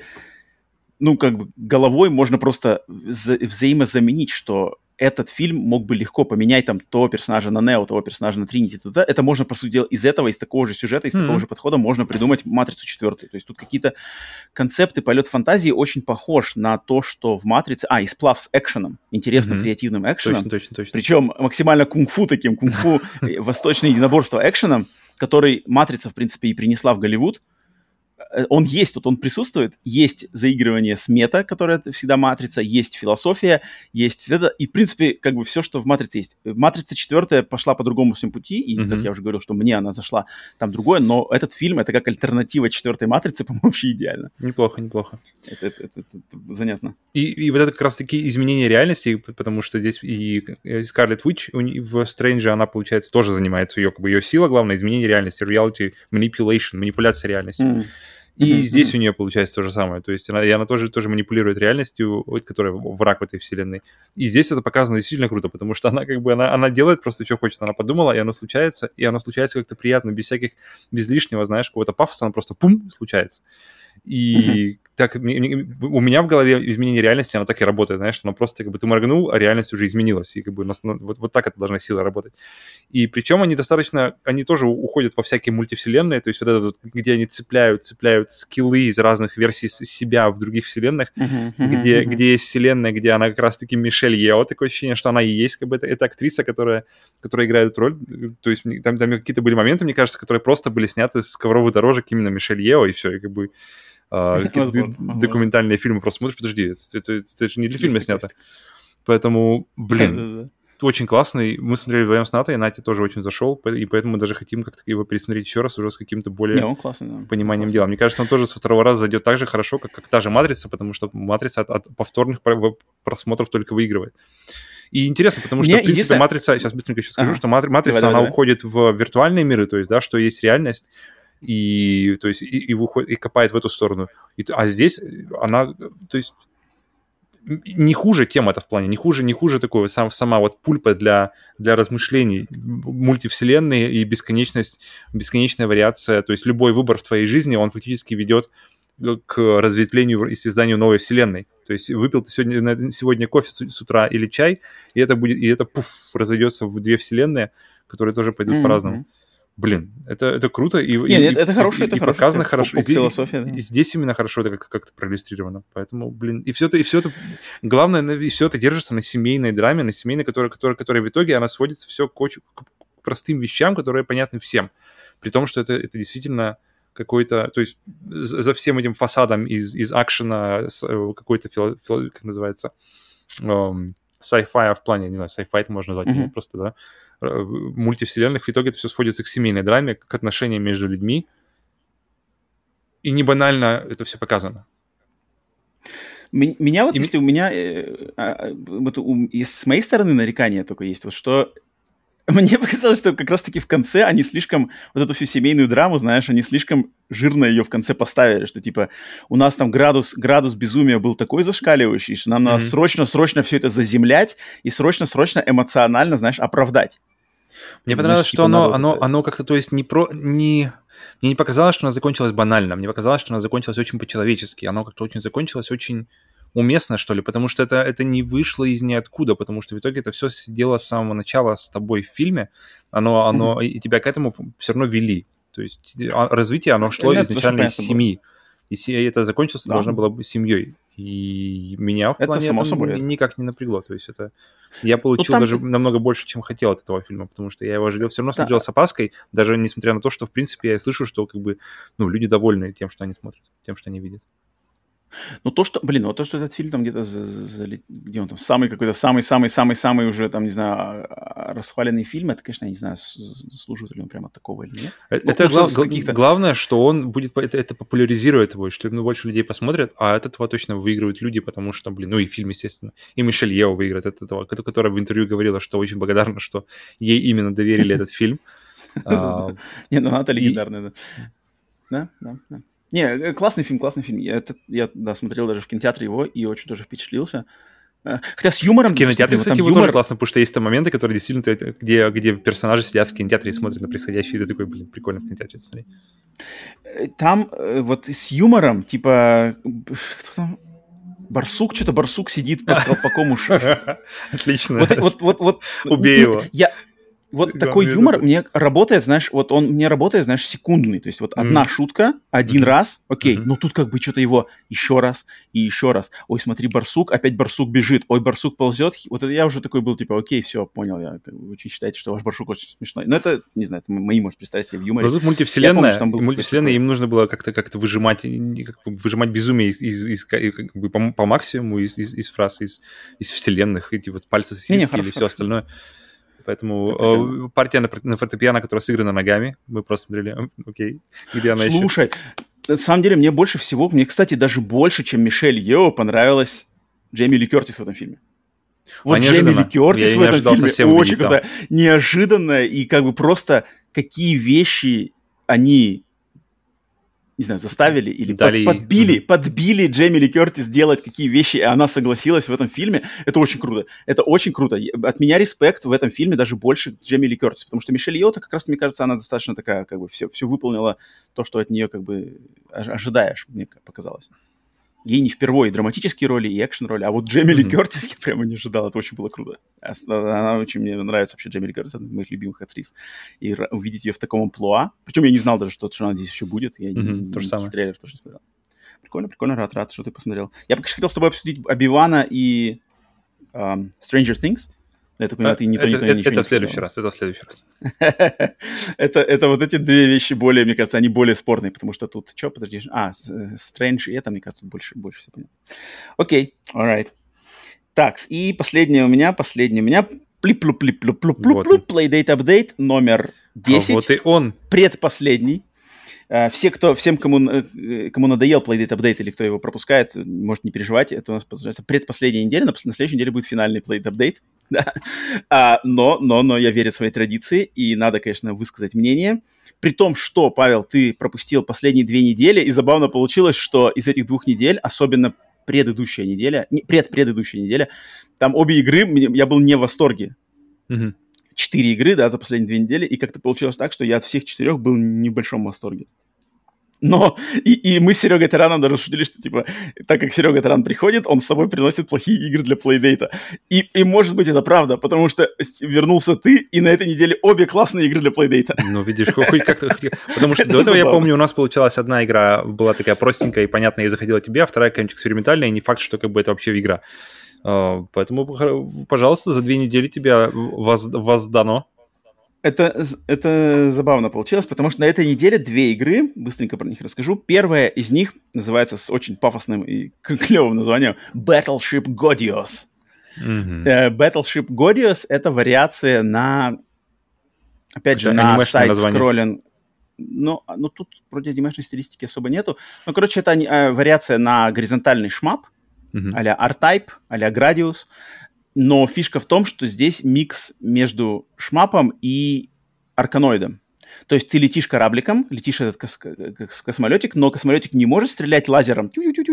как бы головой можно просто взаимозаменить, что этот фильм мог бы легко поменять там того персонажа на Нео, того персонажа на Тринити. Это можно, по сути дела, из такого же сюжета, из такого же подхода можно придумать «Матрицу 4». То есть тут какие-то концепты, полет фантазии очень похож на то, что в «Матрице». И сплав с экшеном, интересным, креативным экшеном. Точно. Причем максимально кунг-фу восточное единоборство экшеном, который «Матрица», в принципе, и принесла в Голливуд. он есть, тут он присутствует, есть заигрывание с мета, которое всегда матрица, есть философия, есть это, и, в принципе, как бы все, что в матрице есть. Матрица 4 пошла по другому всем пути, и, как я уже говорил, что мне она зашла, там другое, но этот фильм, это как альтернатива 4 матрице, по-моему, вообще идеально. Неплохо. Это занятно. И вот это как раз-таки изменение реальности, потому что здесь и Скарлетт Уич в Стрэнджа, она, получается, тоже занимается, ее сила, главное, изменение реальности, reality manipulation, манипуляция реальностью. И здесь у нее получается то же самое. То есть она тоже манипулирует реальностью, которая враг в этой вселенной. И здесь это показано действительно круто, потому что она как бы она делает просто, что хочет. Она подумала, и оно случается как-то приятно, без лишнего, знаешь, какого-то пафоса, она просто пум, случается. И так у меня в голове изменение реальности, оно так и работает, знаешь, что оно просто как бы ты моргнул, а реальность уже изменилась, и как бы вот так это должна сила работать. И причем они тоже уходят во всякие мультивселенные, то есть вот это вот, где они цепляют скиллы из разных версий себя в других вселенных, где есть вселенная, где она как раз-таки Мишель Ео, такое ощущение, что она и есть как бы эта актриса, которая играет эту роль, то есть там какие-то были моменты, мне кажется, которые просто были сняты с ковровых дорожек именно Мишель Ео, и все, и как бы документальные фильмы просто смотришь, подожди, это же не для фильма снято. Поэтому, очень классный. Мы смотрели вдвоем с Натой, и Нате тоже очень зашел, и поэтому мы даже хотим как-то его пересмотреть еще раз уже с каким-то более пониманием дела. Мне кажется, он тоже со второго раза зайдет так же хорошо, как та же «Матрица», потому что «Матрица» от повторных просмотров только выигрывает. И интересно, потому что, в принципе, «Матрица», сейчас быстренько еще скажу, что «Матрица», она уходит в виртуальные миры, то есть, да, что есть реальность, и, то есть, и выходит, и копает в эту сторону. А здесь она, то есть, не хуже тема-то в плане, не хуже такого, сама вот пульпа для размышлений, мультивселенные и бесконечная вариация, то есть любой выбор в твоей жизни, он фактически ведет к разветвлению и созданию новой вселенной. То есть выпил ты сегодня кофе с утра или чай, и это разойдется в две вселенные, которые тоже пойдут по-разному. Блин, это круто. Это хорошо, это показано хорошо. Философия, и здесь именно хорошо это как-то проиллюстрировано. Поэтому, блин, и все это, главное, и все это держится на семейной драме, на семейной, которая в итоге, она сводится все к простым вещам, которые понятны всем. При том, что это действительно какой-то, то есть за всем этим фасадом из акшена какой-то, как называется, sci-fi в плане, не знаю, sci-fi это можно назвать, просто, да, мультивселенных, в итоге это все сводится к семейной драме, к отношениям между людьми. И не банально это все показано. Меня вот, если у меня с моей стороны нарекания только есть, вот что мне показалось, что как раз-таки в конце они слишком, вот эту всю семейную драму, знаешь, они слишком жирно ее в конце поставили, что типа у нас там градус безумия был такой зашкаливающий, что нам надо срочно все это заземлять и срочно эмоционально, знаешь, оправдать. Мне понравилось, что оно как-то, то есть мне не показалось, что оно закончилось банально, мне показалось, что оно закончилось очень по-человечески, оно как-то очень закончилось очень уместно, что ли, потому что это не вышло из ниоткуда, потому что в итоге это все сидело с самого начала с тобой в фильме, оно и тебя к этому все равно вели, то есть развитие, оно шло изначально из семьи, и это закончилось, должно было быть семьей. И меня в плане этого никак не напрягло. То есть это я получил даже намного больше, чем хотел от этого фильма, потому что я его ожидал, все равно смотрел с опаской, даже несмотря на то, что, в принципе, я слышу, что как бы, люди довольны тем, что они смотрят, тем, что они видят. То, что этот фильм там где-то, где он там, самый уже, там, не знаю, расхваленный фильм, это, конечно, я не знаю, служит ли он прямо такого или нет. Это главное, что он будет, это популяризирует его, что больше людей посмотрят, а от этого точно выигрывают люди, потому что, и фильм, естественно, и Мишель Ео выиграет от этого, которая в интервью говорила, что очень благодарна, что ей именно доверили этот фильм. Не, она-то легендарная, да. Не, классный фильм. Я смотрел даже в кинотеатре его и очень тоже впечатлился. Хотя с юмором... В кинотеатре, кстати, его тоже классно, потому что есть там моменты, которые действительно... Где персонажи сидят в кинотеатре и смотрят на происходящее, и ты такой, прикольно в кинотеатре смотреть. Там вот с юмором, типа... Кто там? Барсук сидит под колпаком уши. Отлично. Вот убей его. Вот такой юмор мне работает, знаешь, вот он мне работает, знаешь, секундный. То есть вот одна шутка, один раз, окей, но тут как бы что-то его еще раз и еще раз. Ой, смотри, барсук, опять барсук бежит. Ой, барсук ползет. Вот это я уже такой был, типа, окей, все, понял, я вы очень считаете, что ваш барсук очень смешной. Но это, не знаю, это мои, может, представители в юморе. Но тут мультивселенная, им нужно было как-то выжимать безумие по максимуму из фраз, из вселенных, эти вот пальцы сосиски или все остальное. Поэтому партия на фортепиано, которая сыграна ногами, мы просто смотрели, окей, где она еще? Слушай, на самом деле мне больше всего, мне, кстати, даже больше, чем Мишель Йео, понравилась Джейми Ли Кертис в этом фильме. Вот Джейми Ли Кертис в этом фильме очень круто, неожиданно, и как бы просто какие вещи они... не знаю, заставили или подбили Джейми Ли Кертис делать какие вещи, и она согласилась в этом фильме. Это очень круто. Это очень круто. От меня респект в этом фильме даже больше Джейми Ли Кертис, потому что Мишель Йео, как раз, мне кажется, она достаточно такая, как бы, все выполнила то, что от нее, как бы, ожидаешь, мне показалось. Ей не впервые драматические роли и экшен-роли, а вот Джейми Ли Кертис я прямо не ожидал, это очень было круто. Она очень, мне нравится вообще Джейми Ли Кертис, одна из моих любимых актрис. И увидеть ее в таком амплуа, причем я не знал даже, что она здесь еще будет, я то же самое. Трейлер тоже не смотрел. Прикольно, рад, что ты посмотрел. Я пока хотел с тобой обсудить Оби-Вана и Stranger Things. Я так понимаю, ты ничего не Это в следующий раз. Это вот эти две вещи более, мне кажется, они более спорные, потому что тут, подожди, Strange и это, мне кажется, больше все понятно. Окей, alright. Так, и последнее у меня, Playdate Update номер 10. Вот и он. Предпоследний. Всем, кому надоел Playdate Update или кто его пропускает, может не переживать, это у нас получается предпоследняя неделя, на следующей неделе будет финальный Playdate Update. Да. Но я верю в свои традиции, и надо, конечно, высказать мнение. При том, что, Павел, ты пропустил последние 2 недели, и забавно получилось, что из этих 2 недель, особенно предыдущая неделя, там обе игры, я был не в восторге. 4 игры, да, за последние 2 недели, и как-то получилось так, что я от всех 4 был не в большом восторге. Но и мы с Серегой Тараном даже шутили, что, типа, так как Серега Таран приходит, он с собой приносит плохие игры для Playdate. И может быть, это правда, потому что вернулся ты, и на этой неделе обе классные игры для Playdate. Ну, видишь, хоть как-то... Потому что до этого, я помню, у нас получалась одна игра, была такая простенькая и понятная, и заходила тебе, а вторая какая-нибудь экспериментальная, и не факт, что как бы это вообще игра. Поэтому, пожалуйста, за 2 недели тебя воздано. Это забавно получилось, потому что на этой неделе 2 игры, быстренько про них расскажу. Первая из них называется с очень пафосным и клевым названием Battleship Godios. Battleship Godios — это вариация на, опять же, на сайт-скроллинг. Но тут вроде анимешной стилистики особо нету. Ну, короче, это вариация на горизонтальный шмап, а-ля R-Type, а-ля Gradius. Но фишка в том, что здесь микс между шмапом и арканоидом. То есть ты летишь корабликом, летишь этот космолетик, но космолетик не может стрелять лазером,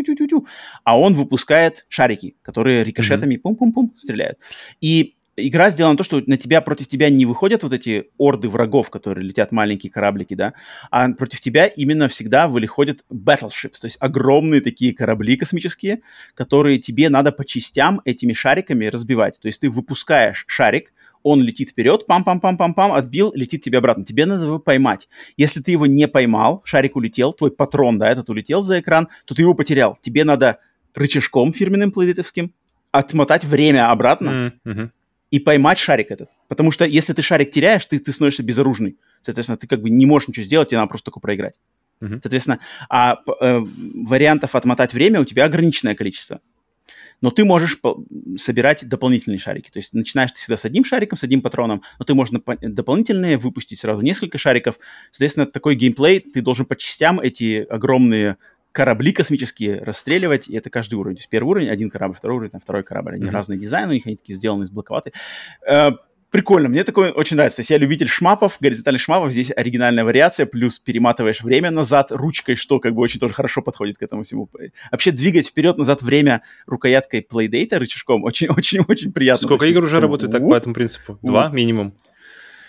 а он выпускает шарики, которые рикошетами пум-пум-пум стреляют. И игра сделана на то, что против тебя не выходят вот эти орды врагов, которые летят маленькие кораблики, да, а против тебя именно всегда выходят battleships, то есть огромные такие корабли космические, которые тебе надо по частям этими шариками разбивать. То есть ты выпускаешь шарик, он летит вперед, пам-пам-пам-пам-пам, отбил, летит тебе обратно. Тебе надо его поймать. Если ты его не поймал, шарик улетел, твой патрон, да, этот улетел за экран, то ты его потерял. Тебе надо рычажком фирменным плейдейтовским отмотать время обратно, и поймать шарик этот. Потому что если ты шарик теряешь, ты становишься безоружный. Соответственно, ты как бы не можешь ничего сделать, тебе надо просто только проиграть. Соответственно, вариантов отмотать время у тебя ограниченное количество. Но ты можешь собирать дополнительные шарики. То есть начинаешь ты всегда с одним шариком, с одним патроном, но ты можешь дополнительные выпустить сразу несколько шариков. Соответственно, такой геймплей, ты должен по частям эти огромные корабли космические расстреливать, и это каждый уровень. То есть первый уровень, один корабль, второй уровень, второй корабль. Они разные дизайны, у них они такие сделаны из блоковаты. Прикольно, мне такое очень нравится. То есть я любитель шмапов, горизонтальных шмапов, здесь оригинальная вариация, плюс перематываешь время назад ручкой, что как бы очень тоже хорошо подходит к этому всему. Вообще двигать вперед-назад время рукояткой Playdate рычажком очень-очень-очень приятно. Сколько игр уже работает так по этому принципу? 2 минимум?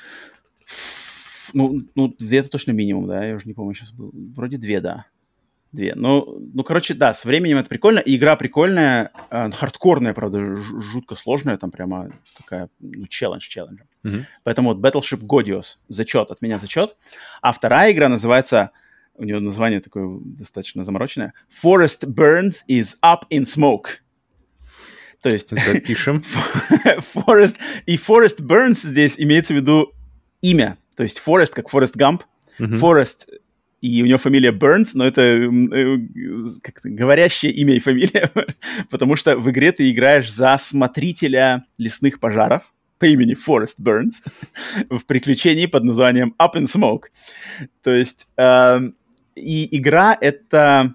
Ну, 2 это точно минимум, да, я уже не помню, сейчас был. Вроде 2, да. Ну, короче, да, с временем это прикольно. И игра прикольная, хардкорная, правда, жутко сложная, там прямо такая, челлендж. Поэтому вот Battleship Godios, зачет, А вторая игра называется, у нее название такое достаточно замороченное, Forest Burns is up in smoke. То есть... Запишем. Forest Burns здесь имеется в виду имя. То есть Forest, как Forrest Gump. Forest... И у него фамилия Burns, но это как-то говорящее имя и фамилия, потому что в игре ты играешь за смотрителя лесных пожаров по имени Forrest Burns в приключении под названием Up in Smoke. То есть и игра это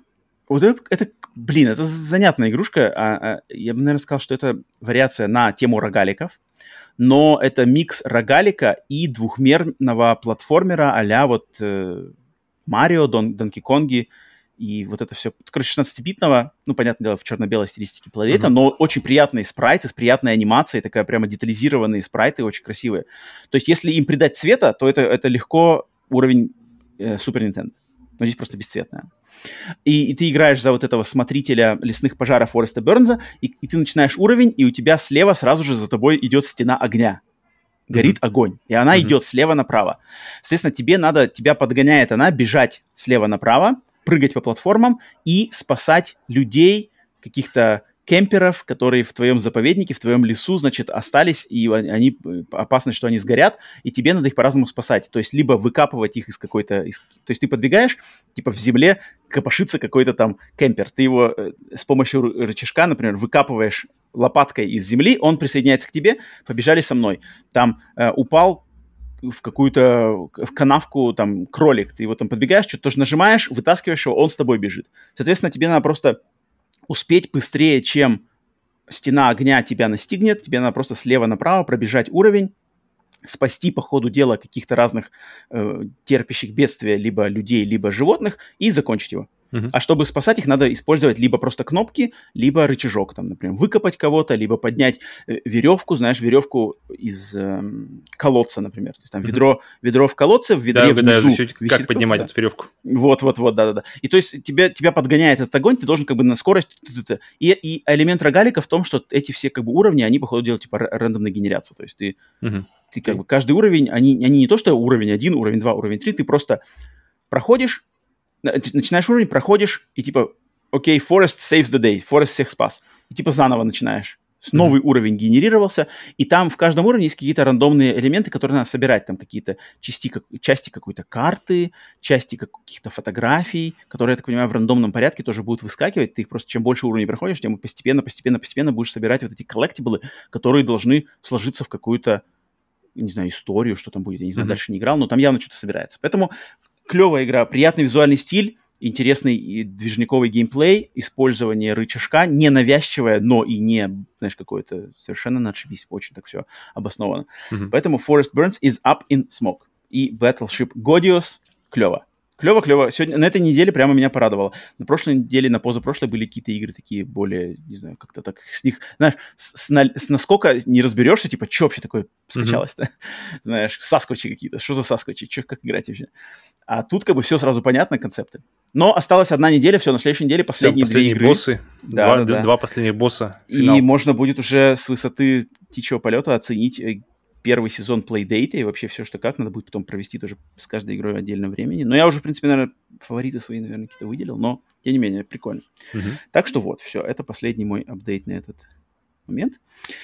занятная игрушка. Я бы, наверное, сказал, что это вариация на тему рогаликов, но это микс рогалика и двухмерного платформера а-ля вот... Марио, Донки Конги и вот это все. Короче, 16-битного, понятное дело, в черно-белой стилистике Playdate, но очень приятные спрайты с приятной анимацией, такая прямо детализированные спрайты, очень красивые. То есть, если им придать цвета, то это легко уровень Super Nintendo. Но здесь просто бесцветная. И ты играешь за вот этого смотрителя лесных пожаров Фореста Бернза, и ты начинаешь уровень, и у тебя слева сразу же за тобой идет стена огня. Горит огонь, и она идет слева направо. Соответственно, тебя подгоняет она бежать слева направо, прыгать по платформам и спасать людей, каких-то кемперов, которые в твоем заповеднике, в твоем лесу, значит, остались, и они опасность, что они сгорят, и тебе надо их по-разному спасать. То есть, либо выкапывать их из какой-то... То есть, ты подбегаешь, типа в земле копошится какой-то там кемпер. Ты его с помощью рычажка, например, выкапываешь лопаткой из земли, он присоединяется к тебе, побежали со мной. Там упал в канавку там кролик, ты его там подбегаешь, что-то тоже нажимаешь, вытаскиваешь его, он с тобой бежит. Соответственно, тебе надо просто успеть быстрее, чем стена огня тебя настигнет, тебе надо просто слева направо пробежать уровень, спасти по ходу дела каких-то разных терпящих бедствия либо людей, либо животных и закончить его. А чтобы спасать их, надо использовать либо просто кнопки, либо рычажок. Там, например, выкопать кого-то, либо поднять веревку, веревку из колодца, например. То есть там ведро в колодце, в ведре внизу висит как поднимать эту веревку. Вот, да. И то есть тебя подгоняет этот огонь, ты должен как бы на скорость... И элемент рогалика в том, что эти все как бы уровни, они, по ходу дела, типа рандомная генерация. То есть ты как бы каждый уровень, они не то, что уровень 1, уровень 2, уровень 3, ты просто проходишь, начинаешь уровень, проходишь, и типа, окей, Forest saves the day, Forest всех спас. И типа заново начинаешь. Новый уровень генерировался, и там в каждом уровне есть какие-то рандомные элементы, которые надо собирать. Там какие-то части какой-то карты, части каких-то фотографий, которые, я так понимаю, в рандомном порядке тоже будут выскакивать. Ты их просто, чем больше уровней проходишь, тем постепенно будешь собирать вот эти коллектиблы, которые должны сложиться в какую-то, не знаю, историю, что там будет. Я не знаю, дальше не играл, но там явно что-то собирается. Поэтому клевая игра, приятный визуальный стиль, интересный движниковый геймплей, использование рычажка, не навязчивое, но и не, знаешь, какое-то совершенно на отшибись, очень так все обосновано. Поэтому Forest Burns is up in smoke. И Battleship Godios клево. Клево. Сегодня, на этой неделе прямо меня порадовало. На прошлой неделе, на позапрошлой были какие-то игры такие более, не знаю, как-то так с них, знаешь, насколько не разберешься, типа, что вообще такое скачалось-то? Знаешь, сасквачи какие-то. Что за сасквачи? Как играть вообще? А тут как бы все сразу понятно, концепты. Но осталась одна неделя, все, на следующей неделе последние две игры. Боссы. Два последних босса. Финал. И можно будет уже с высоты птичьего полета оценить первый сезон Playdate и вообще все, что как. Надо будет потом провести тоже с каждой игрой в отдельном времени. Но я уже, в принципе, наверное, фавориты свои, наверное, какие-то выделил. Но, тем не менее, прикольно. Так что вот, все. Это последний мой апдейт на этот момент.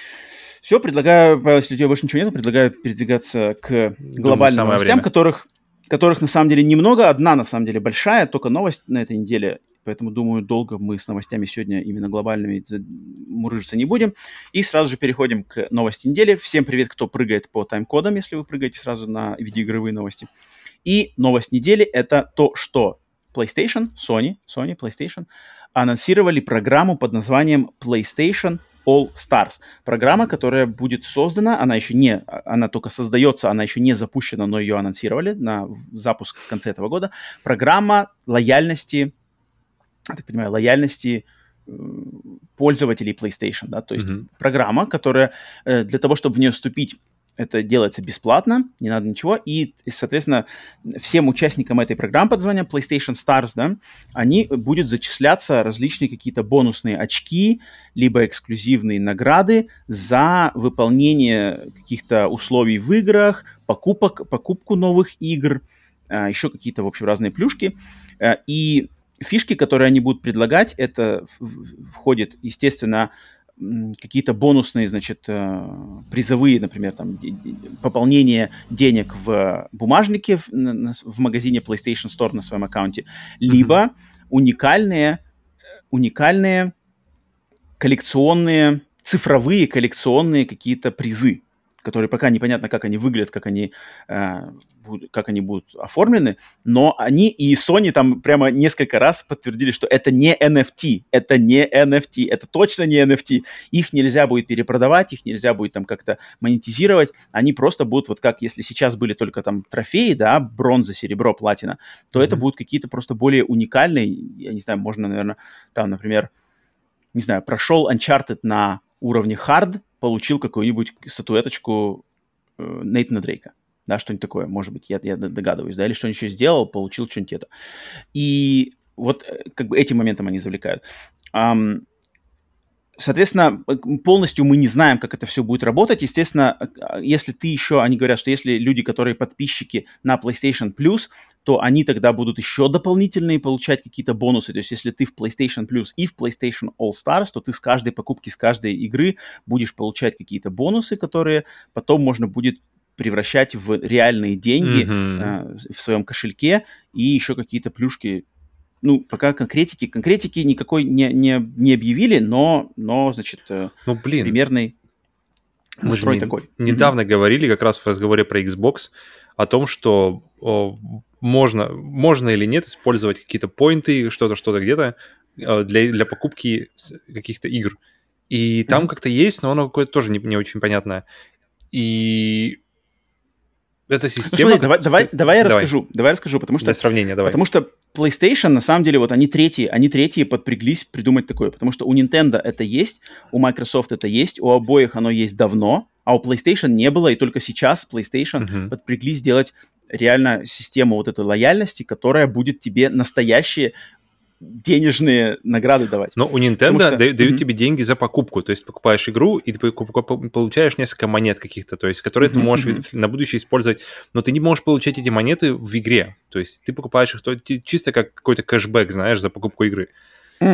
Все, предлагаю, Павел, если у тебя больше ничего нет, предлагаю передвигаться к глобальным новостям, которых на самом деле немного. Одна, на самом деле, большая, только новость на этой неделе. Поэтому, думаю, долго мы с новостями сегодня именно глобальными мурыжиться не будем. И сразу же переходим к новости недели. Всем привет, кто прыгает по тайм-кодам, если вы прыгаете сразу на видеоигровые новости. И новость недели — это то, что PlayStation, Sony PlayStation, анонсировали программу под названием PlayStation All Stars. Программа, которая будет создана, она только создается, она еще не запущена, но ее анонсировали на запуск в конце этого года. Программа лояльности, я так понимаю, лояльности пользователей PlayStation, да, то есть программа, которая для того, чтобы в нее вступить, это делается бесплатно, не надо ничего. И, соответственно, всем участникам этой программы под названием PlayStation Stars, да, они будут зачисляться различные какие-то бонусные очки, либо эксклюзивные награды за выполнение каких-то условий в играх, покупку новых игр, еще какие-то, в общем, разные плюшки. И фишки, которые они будут предлагать, это входит, естественно, какие-то бонусные, значит, призовые, например, там, пополнение денег в бумажнике в магазине PlayStation Store на своем аккаунте, либо уникальные коллекционные, цифровые коллекционные какие-то призы, которые пока непонятно, как они выглядят, как они будут оформлены, но они и Sony там прямо несколько раз подтвердили, что это не NFT, это точно не NFT. Их нельзя будет перепродавать, их нельзя будет там как-то монетизировать, они просто будут вот как, если сейчас были только там трофеи, да, бронза, серебро, платина, то это будут какие-то просто более уникальные, я не знаю, можно, наверное, там, например, не знаю, прошел Uncharted на уровне Hard, получил какую-нибудь статуэточку Нейтана Дрейка. Да, что-нибудь такое, может быть, я догадываюсь, да, или что-нибудь еще сделал, получил что-нибудь это. И вот как бы этим моментом они завлекают. Соответственно, полностью мы не знаем, как это все будет работать. Естественно, если ты еще, они говорят, что если люди, которые подписчики на PlayStation Plus, то они тогда будут еще дополнительные получать какие-то бонусы. То есть, если ты в PlayStation Plus и в PlayStation All Stars, то ты с каждой покупки, с каждой игры будешь получать какие-то бонусы, которые потом можно будет превращать в реальные деньги в своем кошельке и еще какие-то плюшки. Ну, пока конкретики никакой не объявили, но значит, примерный настрой такой. Недавно говорили как раз в разговоре про Xbox о том, что можно или нет использовать какие-то поинты, что-то где-то для покупки каких-то игр. И там как-то есть, но оно какое-то тоже не очень понятное. И эта система... Ну, смотри, давай я расскажу, потому что... Для сравнения, давай. Потому что PlayStation, на самом деле, вот они третьи подпряглись придумать такое, потому что у Nintendo это есть, у Microsoft это есть, у обоих оно есть давно, а у PlayStation не было, и только сейчас PlayStation подпряглись сделать реально систему вот этой лояльности, которая будет тебе настоящие денежные награды давать. Но у Nintendo дают тебе деньги за покупку, то есть покупаешь игру, и ты получаешь несколько монет каких-то, то есть которые ты можешь на будущее использовать, но ты не можешь получать эти монеты в игре, то есть ты покупаешь их чисто как какой-то кэшбэк, знаешь, за покупку игры. Да.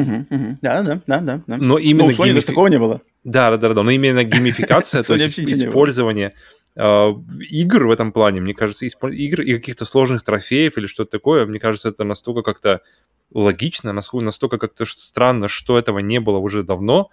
Но именно у Sony даже такого не было. Да, но именно геймификация, то есть использование игр в этом плане, мне кажется, игр и каких-то сложных трофеев или что-то такое, мне кажется, это настолько как-то логично, настолько как-то странно, что этого не было уже давно,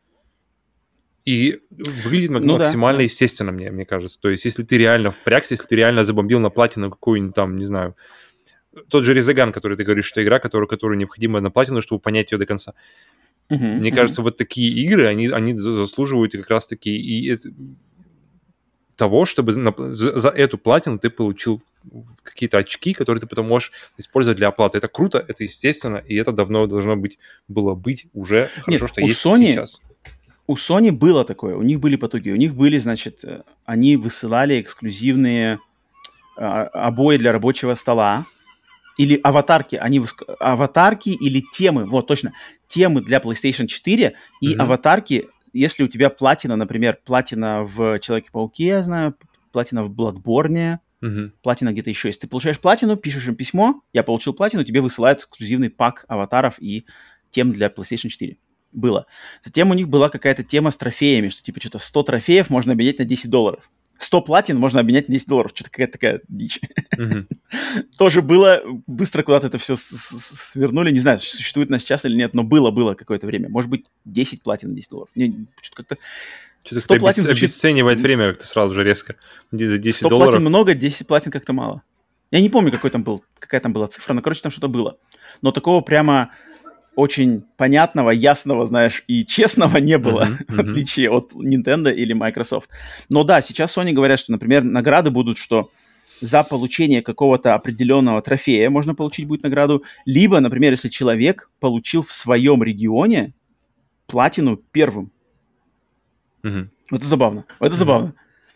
и выглядит максимально естественно, мне кажется. То есть, если ты реально впрягся, если ты реально забомбил на платину какую-нибудь там, не знаю, тот же Резаган, который ты говоришь, что игра, которую необходимо на платину, чтобы понять ее до конца. Мне кажется, вот такие игры, они заслуживают как раз-таки и того, чтобы за эту платину ты получил какие-то очки, которые ты потом можешь использовать для оплаты. Это круто, это естественно, и это давно должно было быть уже. Хорошо, что есть сейчас. У Sony было такое, у них были потуги, у них были, значит, они высылали эксклюзивные обои для рабочего стола или аватарки, аватарки или темы, вот точно, темы для PlayStation 4 и аватарки. Если у тебя платина, например, платина в Человеке-пауке, я знаю, платина в Bloodborne, платина где-то еще есть. Ты получаешь платину, пишешь им письмо, я получил платину, тебе высылают эксклюзивный пак аватаров и тем для PlayStation 4. Было. Затем у них была какая-то тема с трофеями, что типа что-то 100 трофеев можно обменять на $10. 100 платин можно обменять на $10. Что-то какая-то такая дичь. Тоже было, быстро куда-то это все свернули. Не знаю, существует на сейчас или нет, но было какое-то время. Может быть, 10 платин на $10. Что-то как-то... Что-то обесценивает время как-то сразу же резко. За $10. 100 платин много, 10 платин как-то мало. Я не помню, какая там была цифра, но, короче, там что-то было. Но такого прямо очень понятного, ясного, знаешь, и честного не было, в отличие от Nintendo или Microsoft. Но да, сейчас Sony говорят, что, например, награды будут, что за получение какого-то определенного трофея можно получить будет награду, либо, например, если человек получил в своем регионе платину первым. Это забавно.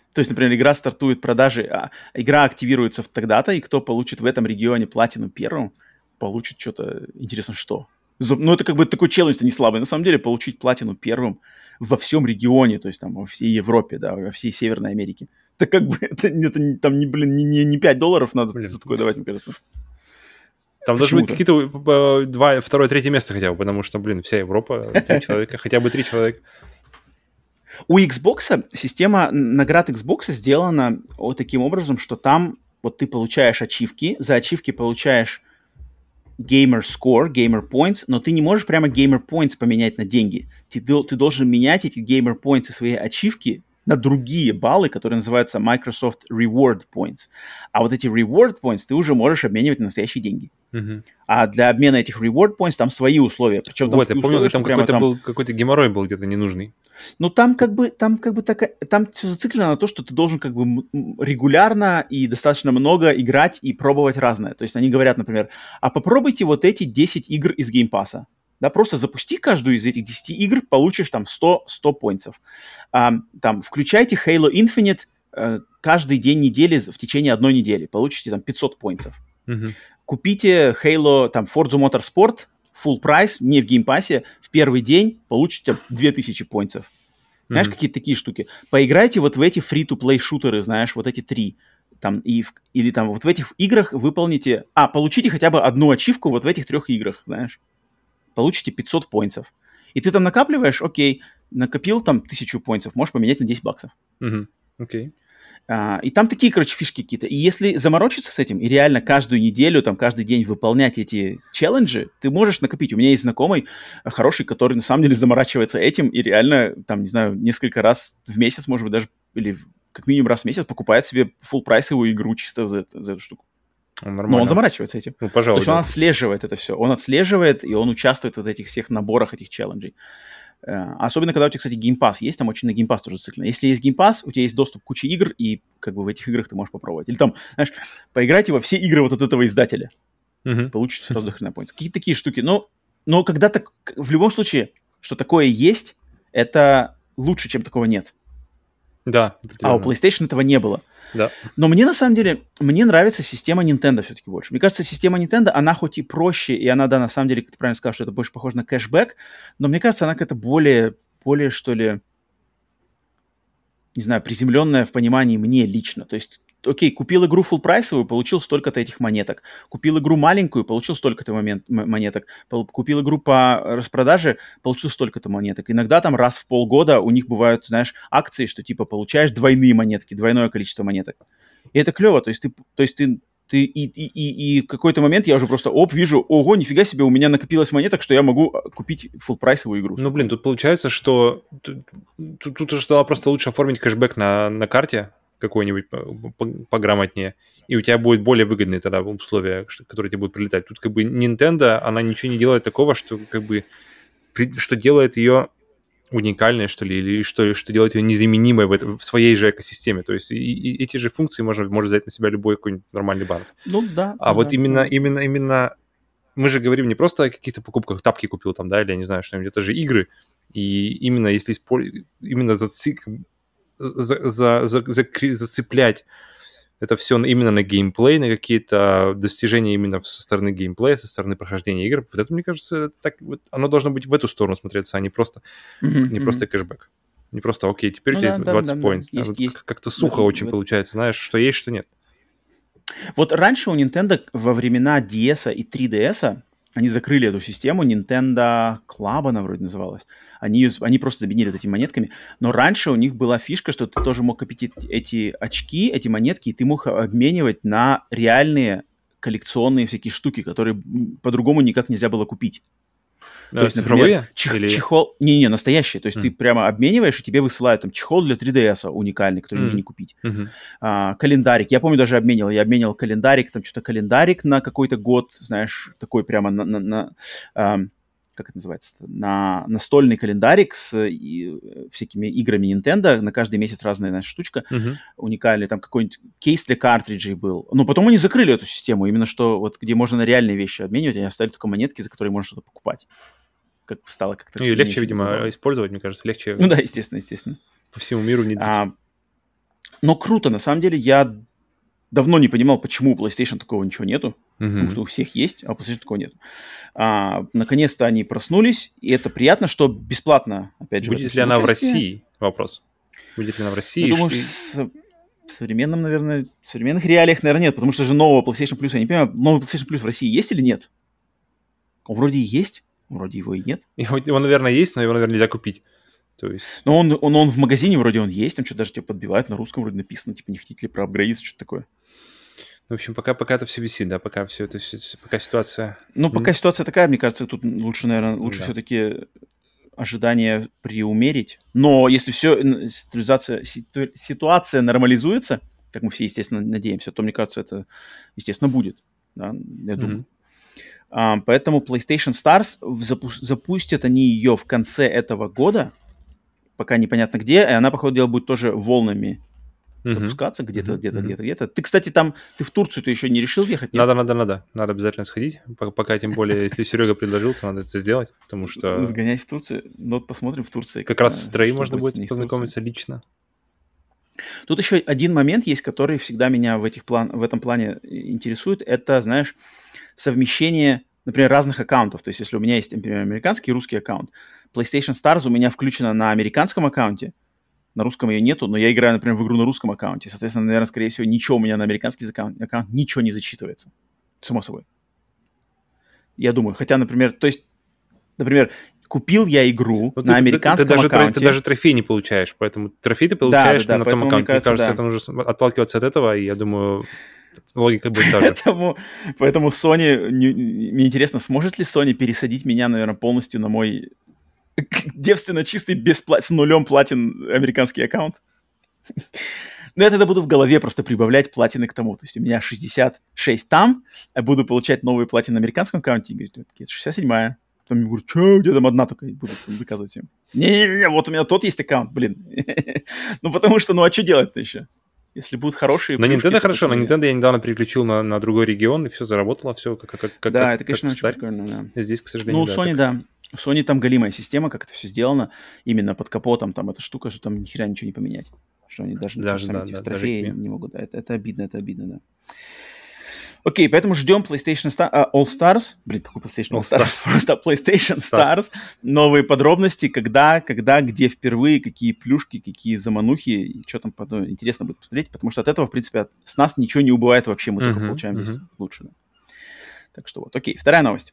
То есть, например, игра стартует продажи, игра активируется тогда-то, и кто получит в этом регионе платину первым, получит что-то, интересно, что. Ну, это как бы такой челлендж-то не слабый. На самом деле, получить платину первым во всем регионе, то есть там во всей Европе, да, во всей Северной Америке. Это как бы, это там, не $5 надо за такое давать, мне кажется. Там должны быть какие-то второе, третье место хотя бы, потому что, вся Европа, 3 человека, хотя бы 3 человека. У Xbox система наград Xbox сделана вот таким образом, что там вот ты получаешь ачивки, за ачивки получаешь gamer score, gamer points, но ты не можешь прямо gamer points поменять на деньги. Ты должен менять эти gamer points и свои ачивки на другие баллы, которые называются Microsoft Reward Points. А вот эти Reward Points ты уже можешь обменивать на настоящие деньги. А для обмена этих Reward Points там свои условия. Причем вот, я помню, там какой-то геморрой был где-то ненужный. Ну, там все зациклено на то, что ты должен как бы регулярно и достаточно много играть и пробовать разное. То есть они говорят, например, а попробуйте вот эти 10 игр из геймпасса. Да, просто запусти каждую из этих 10 игр, получишь там 100 поинтов. Там, включайте Halo Infinite каждый день недели в течение одной недели. Получите там 500 поинтов. Купите Halo, там, Forza Motorsport, full price, не в геймпассе, в первый день получите 2000 поинтов. Знаешь, какие-то такие штуки. Поиграйте вот в эти free-to-play шутеры, знаешь, вот эти 3. Там, или там вот в этих играх выполните... получите хотя бы одну ачивку вот в этих 3 играх, знаешь. Получите 500 поинтов. И ты там накапливаешь, окей, накопил там 1000 поинтов, можешь поменять на $10. Окей. И там такие, короче, фишки какие-то. И если заморочиться с этим и реально каждую неделю, там, каждый день выполнять эти челленджи, ты можешь накопить. У меня есть знакомый хороший, который на самом деле заморачивается этим и реально, там, не знаю, несколько раз в месяц, может быть, даже, или как минимум раз в месяц покупает себе фулл-прайсовую игру чисто за эту штуку. Но он заморачивается этим. Ну, пожалуй, то есть он отслеживает это все. Он отслеживает, и он участвует в этих всех наборах этих челленджей. Особенно, когда у тебя, кстати, Game Pass есть, там очень на Game Pass тоже зациклено. Если есть Game Pass, у тебя есть доступ к куче игр, и как бы в этих играх ты можешь попробовать. Или там, знаешь, поиграйте во все игры вот от этого издателя. Получите сразу дохрена поинтов. Какие-то такие штуки. Но когда-то, в любом случае, что такое есть, это лучше, чем такого нет. Да. А у PlayStation этого не было. Да. Но мне, на самом деле, нравится система Nintendo все-таки больше. Мне кажется, система Nintendo, она хоть и проще, и она, да, на самом деле, как ты правильно сказал, что это больше похоже на кэшбэк, но мне кажется, она какая-то более, что ли, не знаю, приземленная в понимании мне лично. То есть, окей, купил игру фулл-прайсовую, получил столько-то этих монеток. Купил игру маленькую, получил столько-то монеток. Купил игру по распродаже, получил столько-то монеток. Иногда там раз в полгода у них бывают, знаешь, акции, что типа получаешь двойные монетки, двойное количество монеток. И это клево. То есть ты и в какой-то момент я уже просто вижу, ого, нифига себе, у меня накопилось монеток, что я могу купить фулл-прайсовую игру. Ну, тут получается, что тут уже стало просто лучше оформить кэшбэк на карте какой-нибудь пограмотнее, и у тебя будет более выгодные тогда условия, которые тебе будут прилетать. Тут как бы Nintendo, она ничего не делает такого, что как бы что делает ее уникальной, что ли, или что делает ее незаменимой в своей же экосистеме. То есть и эти же функции может взять на себя любой какой-нибудь нормальный банк. Ну да. Вот именно мы же говорим не просто о каких-то покупках, тапки купил там, да, или я не знаю, что-нибудь, это же игры. И именно если именно зацеплять это все именно на геймплей, на какие-то достижения именно со стороны геймплея, со стороны прохождения игр. Вот это, мне кажется, так вот, оно должно быть в эту сторону смотреться, а не просто, просто кэшбэк. Не просто, окей, теперь у тебя есть 20 поинтов. Как-то сухо очень получается, знаешь, что есть, что нет. Вот раньше у Nintendo во времена DS и 3DS они закрыли эту систему, Nintendo Club она вроде называлась. Они просто заменили этими монетками. Но раньше у них была фишка, что ты тоже мог копить эти очки, эти монетки, и ты мог обменивать на реальные коллекционные всякие штуки, которые по-другому никак нельзя было купить. То есть, например, чехол... Не, настоящий. То есть ты прямо обмениваешь, и тебе высылают там чехол для 3DS уникальный, который мне не купить. Календарик. Я помню, даже обменивал. Я обменивал календарик, там что-то календарик на какой-то год, знаешь, такой прямо как это называется? На настольный календарик с всякими играми Nintendo. На каждый месяц разная, знаешь, штучка уникальная. Там какой-нибудь кейс для картриджей был. Но потом они закрыли эту систему. Именно что вот где можно на реальные вещи обменивать, они оставили только монетки, за которые можно что-то покупать. Как стало как-то... И легче, видимо, использовать, мне кажется, легче. Ну да, естественно. По всему миру не двигать. Но круто, на самом деле, я давно не понимал, почему у PlayStation такого ничего нету, потому что у всех есть, а у PlayStation такого нет. Наконец-то они проснулись, и это приятно, что бесплатно, опять же. Будет ли она в России? Вопрос. Будет ли она в России? Я думаю, в современном, наверное, в современных реалиях, наверное, нет, потому что же нового PlayStation Plus, я не понимаю, новый PlayStation Plus в России есть или нет? Он вроде и есть, вроде его и нет. Его, наверное, есть, но его, наверное, нельзя купить. То есть... Но он в магазине вроде он есть, там что-то даже тебя подбивают, на русском вроде написано, типа, не хотите ли проапгрейдиться, что-то такое. В общем, пока это все висит, да, пока ситуация... Ну, пока ситуация такая, мне кажется, тут лучше, наверное, все-таки ожидания приумерить. Но если все, ситуация нормализуется, как мы все, естественно, надеемся, то, мне кажется, это, естественно, будет, да, я думаю. Поэтому PlayStation Stars запустят они ее в конце этого года, пока непонятно где, и она, походу дела, будет тоже волнами запускаться где-то. Ты, кстати, ты в Турцию-то еще не решил ехать? Нет? Надо. Надо обязательно сходить. Пока, тем более, если Серега предложил, то надо это сделать, потому что... Сгонять в Турцию? Ну, вот посмотрим в Турции. Как раз с Трей можно будет познакомиться лично. Тут еще один момент есть, который всегда меня в этом плане интересует. Это, знаешь, совмещение, например, разных аккаунтов. То есть, если у меня есть, например, американский и русский аккаунт, PlayStation Stars у меня включена на американском аккаунте, на русском ее нету, но я играю, например, в игру на русском аккаунте. Соответственно, наверное, скорее всего, ничего у меня на американский аккаунт ничего не зачитывается. Само собой. Я думаю. Хотя, например, купил я игру на американском аккаунте. Ты даже трофей не получаешь, поэтому трофей ты получаешь на том аккаунте. Мне кажется, это нужно отталкиваться от этого, и я думаю, логика будет та же. Поэтому Sony, мне интересно, сможет ли Sony пересадить меня, наверное, полностью на мой девственно чистый, с нулем платин американский аккаунт. Но я тогда буду в голове просто прибавлять платины к тому. То есть у меня 66 там, а буду получать новые платины на американском аккаунте. И говорю, это 67-я. Потом я говорю, что, у тебя там одна только? И буду доказывать всем. Не-не-не, вот у меня тот есть аккаунт, блин. Ну, потому что, а что делать-то еще? Если будут хорошие... На Nintendo хорошо, на Nintendo я недавно переключил на другой регион, и все заработало, все как да, это, конечно, очень прикольно, да. Здесь, к сожалению, у Sony, да. У Sony там галимая система, как это все сделано, именно под капотом, там эта штука, что там ни хера ничего не поменять. Что они даже в трофеи не могут. Да. Это обидно, да. Окей, поэтому ждем PlayStation All Stars. Блин, какой PlayStation All Stars? Просто PlayStation Stars. Новые подробности, когда, где впервые, какие плюшки, какие заманухи, и что там интересно будет посмотреть, потому что от этого, в принципе, с нас ничего не убывает вообще, мы только получаем здесь лучше. Да. Так что вот, окей, вторая новость.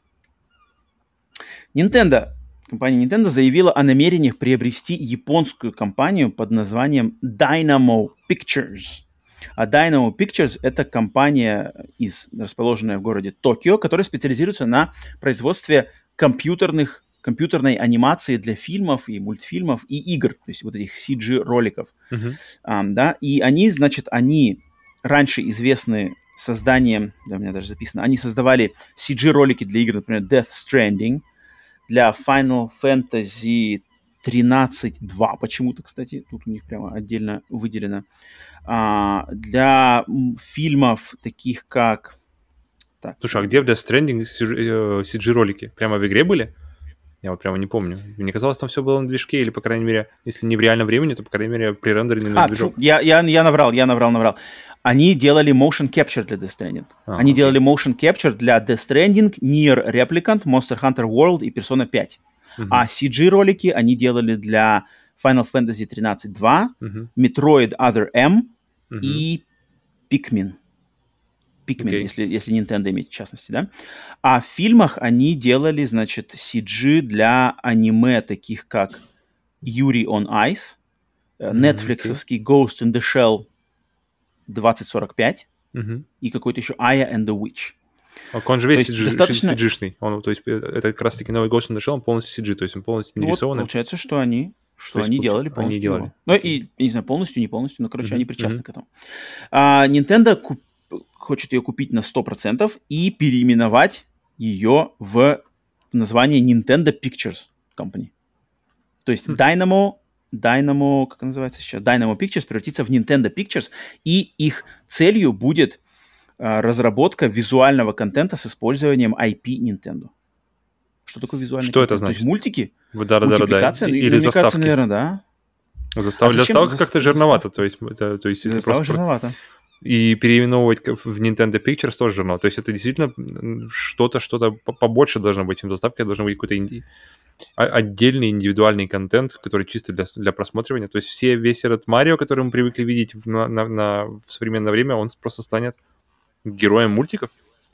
Компания Nintendo заявила о намерениях приобрести японскую компанию под названием Dynamo Pictures. А Dynamo Pictures – это компания, расположенная в городе Токио, которая специализируется на производстве компьютерной анимации для фильмов и мультфильмов и игр, то есть вот этих CG-роликов. Да? И они раньше известны созданием, да, у меня даже записано, они создавали CG-ролики для игр, например, Death Stranding, для Final Fantasy 13.2 почему-то, кстати, тут у них прямо отдельно выделено. Для фильмов таких как... Так. Слушай, а где в Death Stranding CG-ролики? Прямо в игре были? Я вот прямо не помню. Мне казалось, там все было на движке, или, по крайней мере, если не в реальном времени, то, по крайней мере, при рендеринге на движок. Я наврал. Они делали motion capture для Death Stranding. Они делали motion capture для Death Stranding, Nier Replicant, Monster Hunter World и Persona 5. А CG-ролики они делали для Final Fantasy 13.2, Metroid Other M и Pikmin. Если Nintendo иметь в частности, да. А в фильмах они делали, значит, CG для аниме, таких как Yuri on Ice, Netflix-овский Ghost in the Shell 2045 и какой-то еще Aya and the Witch. Он же весь CG-шный. То есть это как раз-таки новый Ghost in the Shell, он полностью CG, то есть он полностью не рисованный. Получается, что они делали полностью. Ну, и, не знаю, полностью, не полностью, но, короче, они причастны к этому. Nintendo хочет ее купить на 100% и переименовать ее в название Nintendo Pictures Company. То есть Dynamo, как называется сейчас, Dynamo Pictures превратится в Nintendo Pictures, и их целью будет разработка визуального контента с использованием IP Nintendo. Что такое визуальный контент? Что это значит? То есть мультики? Да. Мультипликация? Или мне заставки? Кажется, наверное, да. Заставка как-то жирновато, то есть если просто... жирновато. И переименовывать в Nintendo Pictures тоже жирно. То есть это действительно что-то побольше должно быть, чем заставка. Должен быть какой-то отдельный индивидуальный контент, который чисто для просматривания. То есть весь этот Марио, который мы привыкли видеть в современное время, он просто станет героем мультиков.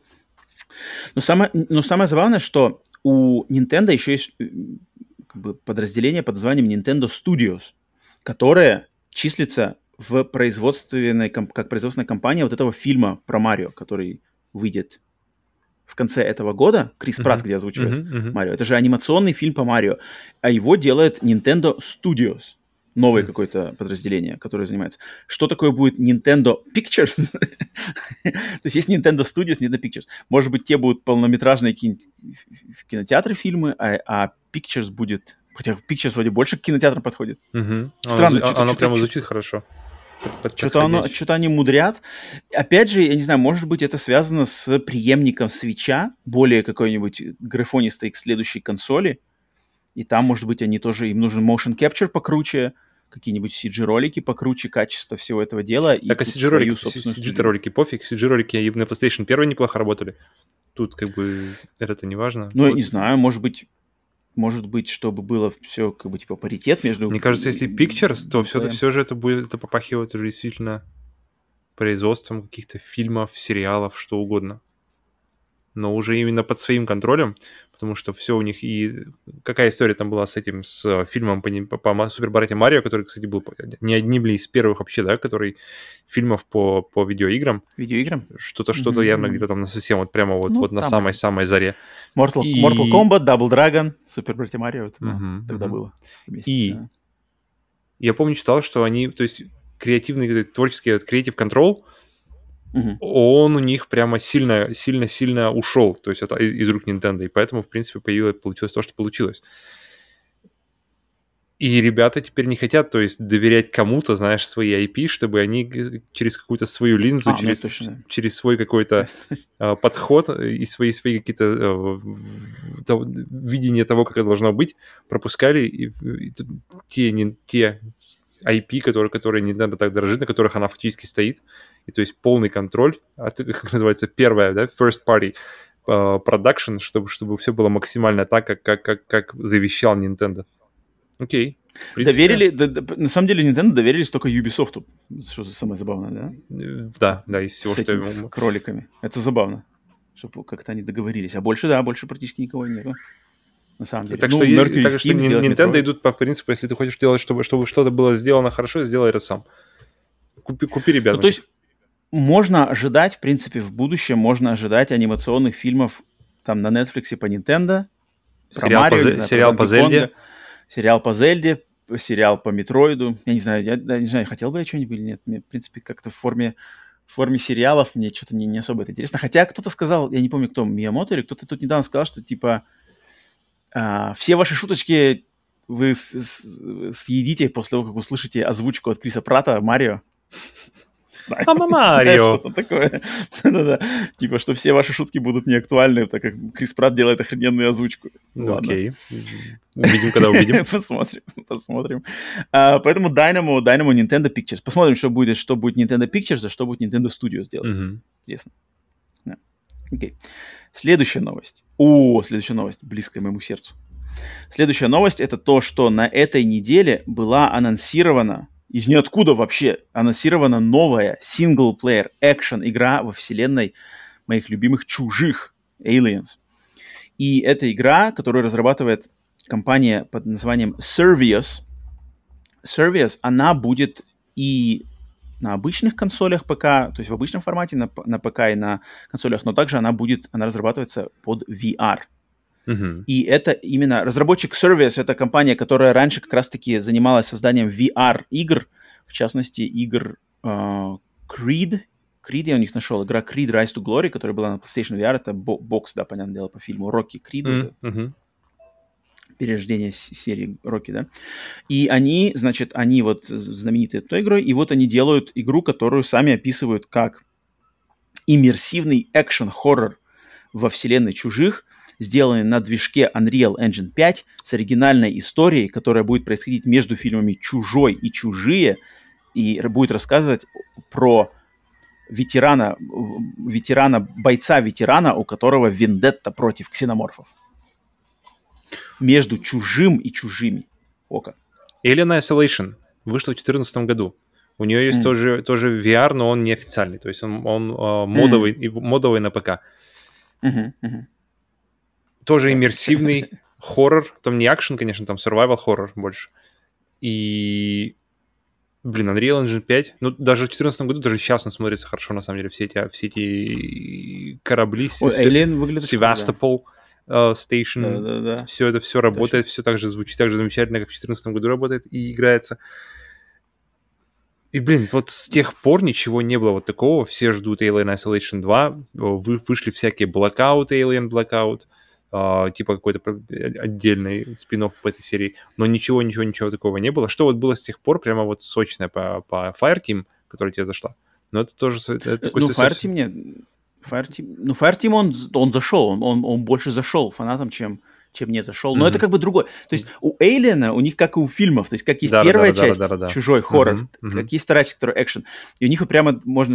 Но самое забавное, что у Nintendo еще есть как бы подразделение под названием Nintendo Studios, которое числится как производственная компания вот этого фильма про Марио, который выйдет в конце этого года. Крис Пратт, где озвучивает Марио. Это же анимационный фильм по Марио. А его делает Nintendo Studios. Новое какое-то подразделение, которое занимается. Что такое будет Nintendo Pictures? То есть Nintendo Studios, Nintendo Pictures. Может быть, те будут полнометражные в кинотеатры фильмы, а Pictures будет... Хотя Pictures вроде больше к кинотеатрам подходит. Странно. Оно прямо звучит хорошо. Что-то они мудрят. Опять же, я не знаю, может быть, это связано с преемником Свитча, более какой-нибудь графонистой к следующей консоли. И там, может быть, они тоже, им нужен motion capture покруче, какие-нибудь CG-ролики покруче, качество всего этого дела. Так, а CG-ролики пофиг. CG-ролики и на PlayStation 1 неплохо работали. Тут как бы это не важно. Ну, я не знаю, может быть, чтобы было все как бы типа паритет между... Мне кажется, если Pictures, то все же это попахивает уже действительно производством каких-то фильмов, сериалов, что угодно. Но уже именно под своим контролем, потому что все у них и... Какая история там была с фильмом по Супер-братьям Марио, который, кстати, был не одним ли из первых вообще, да, который фильмов по видеоиграм. Видеоиграм? Что-то явно где-то там совсем вот прямо вот на самой-самой заре. Mortal Kombat, Double Dragon, Супер-братья Марио, тогда было. И я помню, читал, что они, то есть креативный, творческий Creative Control, он у них прямо сильно ушел, то есть это из рук Nintendo, и поэтому, в принципе, получилось то, что получилось. И ребята теперь не хотят, то есть, доверять кому-то, знаешь, свои IP, чтобы они через какую-то свою линзу, через свой какой-то подход и свои какие-то видения того, как это должно быть, пропускали те IP, которые Nintendo так дорожит, на которых она фактически стоит. И то есть полный контроль, как называется, первая, да, first party production, чтобы все было максимально так, как завещал Nintendo. Окей. На самом деле Nintendo доверились только Ubisoft, что самое забавное, да? Да, из всего, что... С кроликами. Это забавно, чтобы как-то они договорились. А больше практически никого нету. На самом деле. Так что Nintendo идут по принципу, если ты хочешь делать, чтобы что-то было сделано хорошо, сделай это сам. Купи ребят. То есть можно ожидать, в принципе, в будущем можно ожидать анимационных фильмов там на Netflix по Nintendo. Сериал по Зельде. Сериал по Зельде, сериал по Метроиду. Я не знаю, хотел бы я что-нибудь или нет. Мне, в принципе, как-то в форме сериалов мне что-то не особо это интересно. Хотя кто-то сказал, я не помню, кто, Миямото или кто-то тут недавно сказал, что типа все ваши шуточки вы съедите после того, как услышите озвучку от Криса Пратта «Марио». Мама Марио. Что-то такое. Да-да-да. Типа, что все ваши шутки будут неактуальны, так как Крис Пратт делает охрененную озвучку. Окей. Увидим, когда увидим. Посмотрим. Поэтому Dynamo Nintendo Pictures. Посмотрим, что будет Nintendo Pictures, а что будет Nintendo Studios делать. Интересно. Окей. Следующая новость. Следующая новость, близкая моему сердцу. Следующая новость — это то, что на этой неделе была анонсирована, из ниоткуда вообще, анонсирована новая синглплеер экшен-игра во вселенной моих любимых «Чужих» Aliens. И эта игра, которую разрабатывает компания под названием Survios, она будет и на обычных консолях ПК, то есть в обычном формате на ПК и на консолях, но также она разрабатывается под VR. И это именно разработчик Survios, это компания, которая раньше как раз-таки занималась созданием VR-игр, в частности, игр Creed я у них нашел, игра Creed Rise to Glory, которая была на PlayStation VR, это бокс, да, понятное дело, по фильму Рокки Creed, перерождение серии Рокки, да. И они вот знамениты этой игрой, и вот они делают игру, которую сами описывают как иммерсивный экшен-хоррор во вселенной «Чужих». сделанный на движке Unreal Engine 5 с оригинальной историей, которая будет происходить между фильмами «Чужой» и «Чужие», и будет рассказывать про бойца-ветерана, у которого вендетта против ксеноморфов. Между «Чужим» и «Чужими». Ока. Alien Isolation вышла в 2014 году. У нее есть тоже VR, но он не официальный. То есть он модовый на ПК. Тоже иммерсивный хоррор. Там не акшен, конечно, там survival хоррор больше. И... Unreal Engine 5. Ну, даже в 2014 году, даже сейчас он смотрится хорошо, на самом деле. Все эти корабли, Севастополь, Station, все это все работает, все так же звучит, так же замечательно, как в 2014 году работает и играется. И, вот с тех пор ничего не было вот такого. Все ждут Alien Isolation 2. Вышли всякие Blackout, Alien Blackout, типа какой-то отдельный спин-офф по этой серии. Но ничего такого не было. Что вот было с тех пор, прямо вот сочное по Fireteam, которая тебе зашла. Но это тоже... Fireteam нет. Fireteam, он зашел. Он больше зашел фанатам, чем не зашел. Но это как бы другое. То есть у Alien, у них как и у фильмов, то есть как есть первая часть, чужой хоррор, как есть вторая часть, которая экшен. И у них прямо можно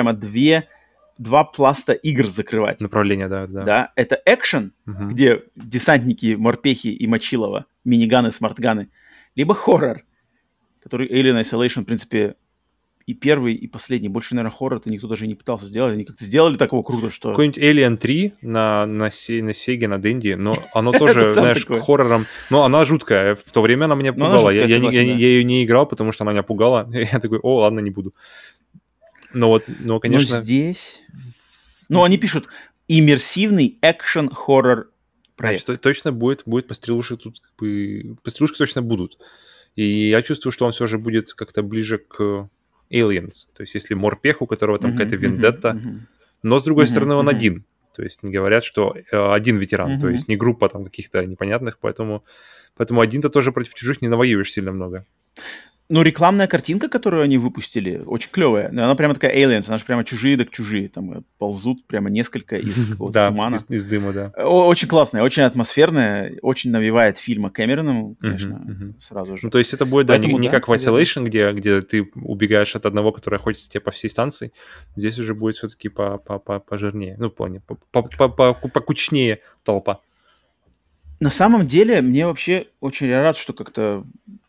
два пласта игр закрывать. Направление, да. Да, это экшен, где десантники, морпехи и мочилово, миниганы, смартганы. Либо хоррор, который Alien Isolation, в принципе, и первый, и последний. Больше, наверное, хоррор-то никто даже не пытался сделать. Они как-то сделали такого круто, что... Какой-нибудь Alien 3 на Sega, на Денди, но оно тоже, знаешь, хоррором... Но она жуткая. В то время она меня пугала. Я ее не играл, потому что она меня пугала. Я такой, ладно, не буду. Но, конечно... Но здесь... они пишут иммерсивный экшен-хоррор проект. Значит, точно будет пострелушек тут, пострелушки точно будут. И я чувствую, что он все же будет как-то ближе к Aliens. То есть если морпех, у которого там какая-то вендетта, но, с другой стороны, он один. То есть не говорят, что один ветеран, то есть не группа там каких-то непонятных, поэтому один-то тоже против чужих не навоюешь сильно много. Рекламная картинка, которую они выпустили, очень клевая. Она прямо такая Aliens, она же прямо чужие так чужие. Там ползут прямо несколько из какого-то тумана. Из дыма, да. Очень классная, очень атмосферная, очень навевает фильма Кэмероном, конечно, сразу же. То есть это будет, не как в Isolation, где ты убегаешь от одного, который охотится тебе по всей станции. Здесь уже будет все-таки пожирнее, в плане, покучнее толпа. На самом деле, мне вообще очень рад, что как-то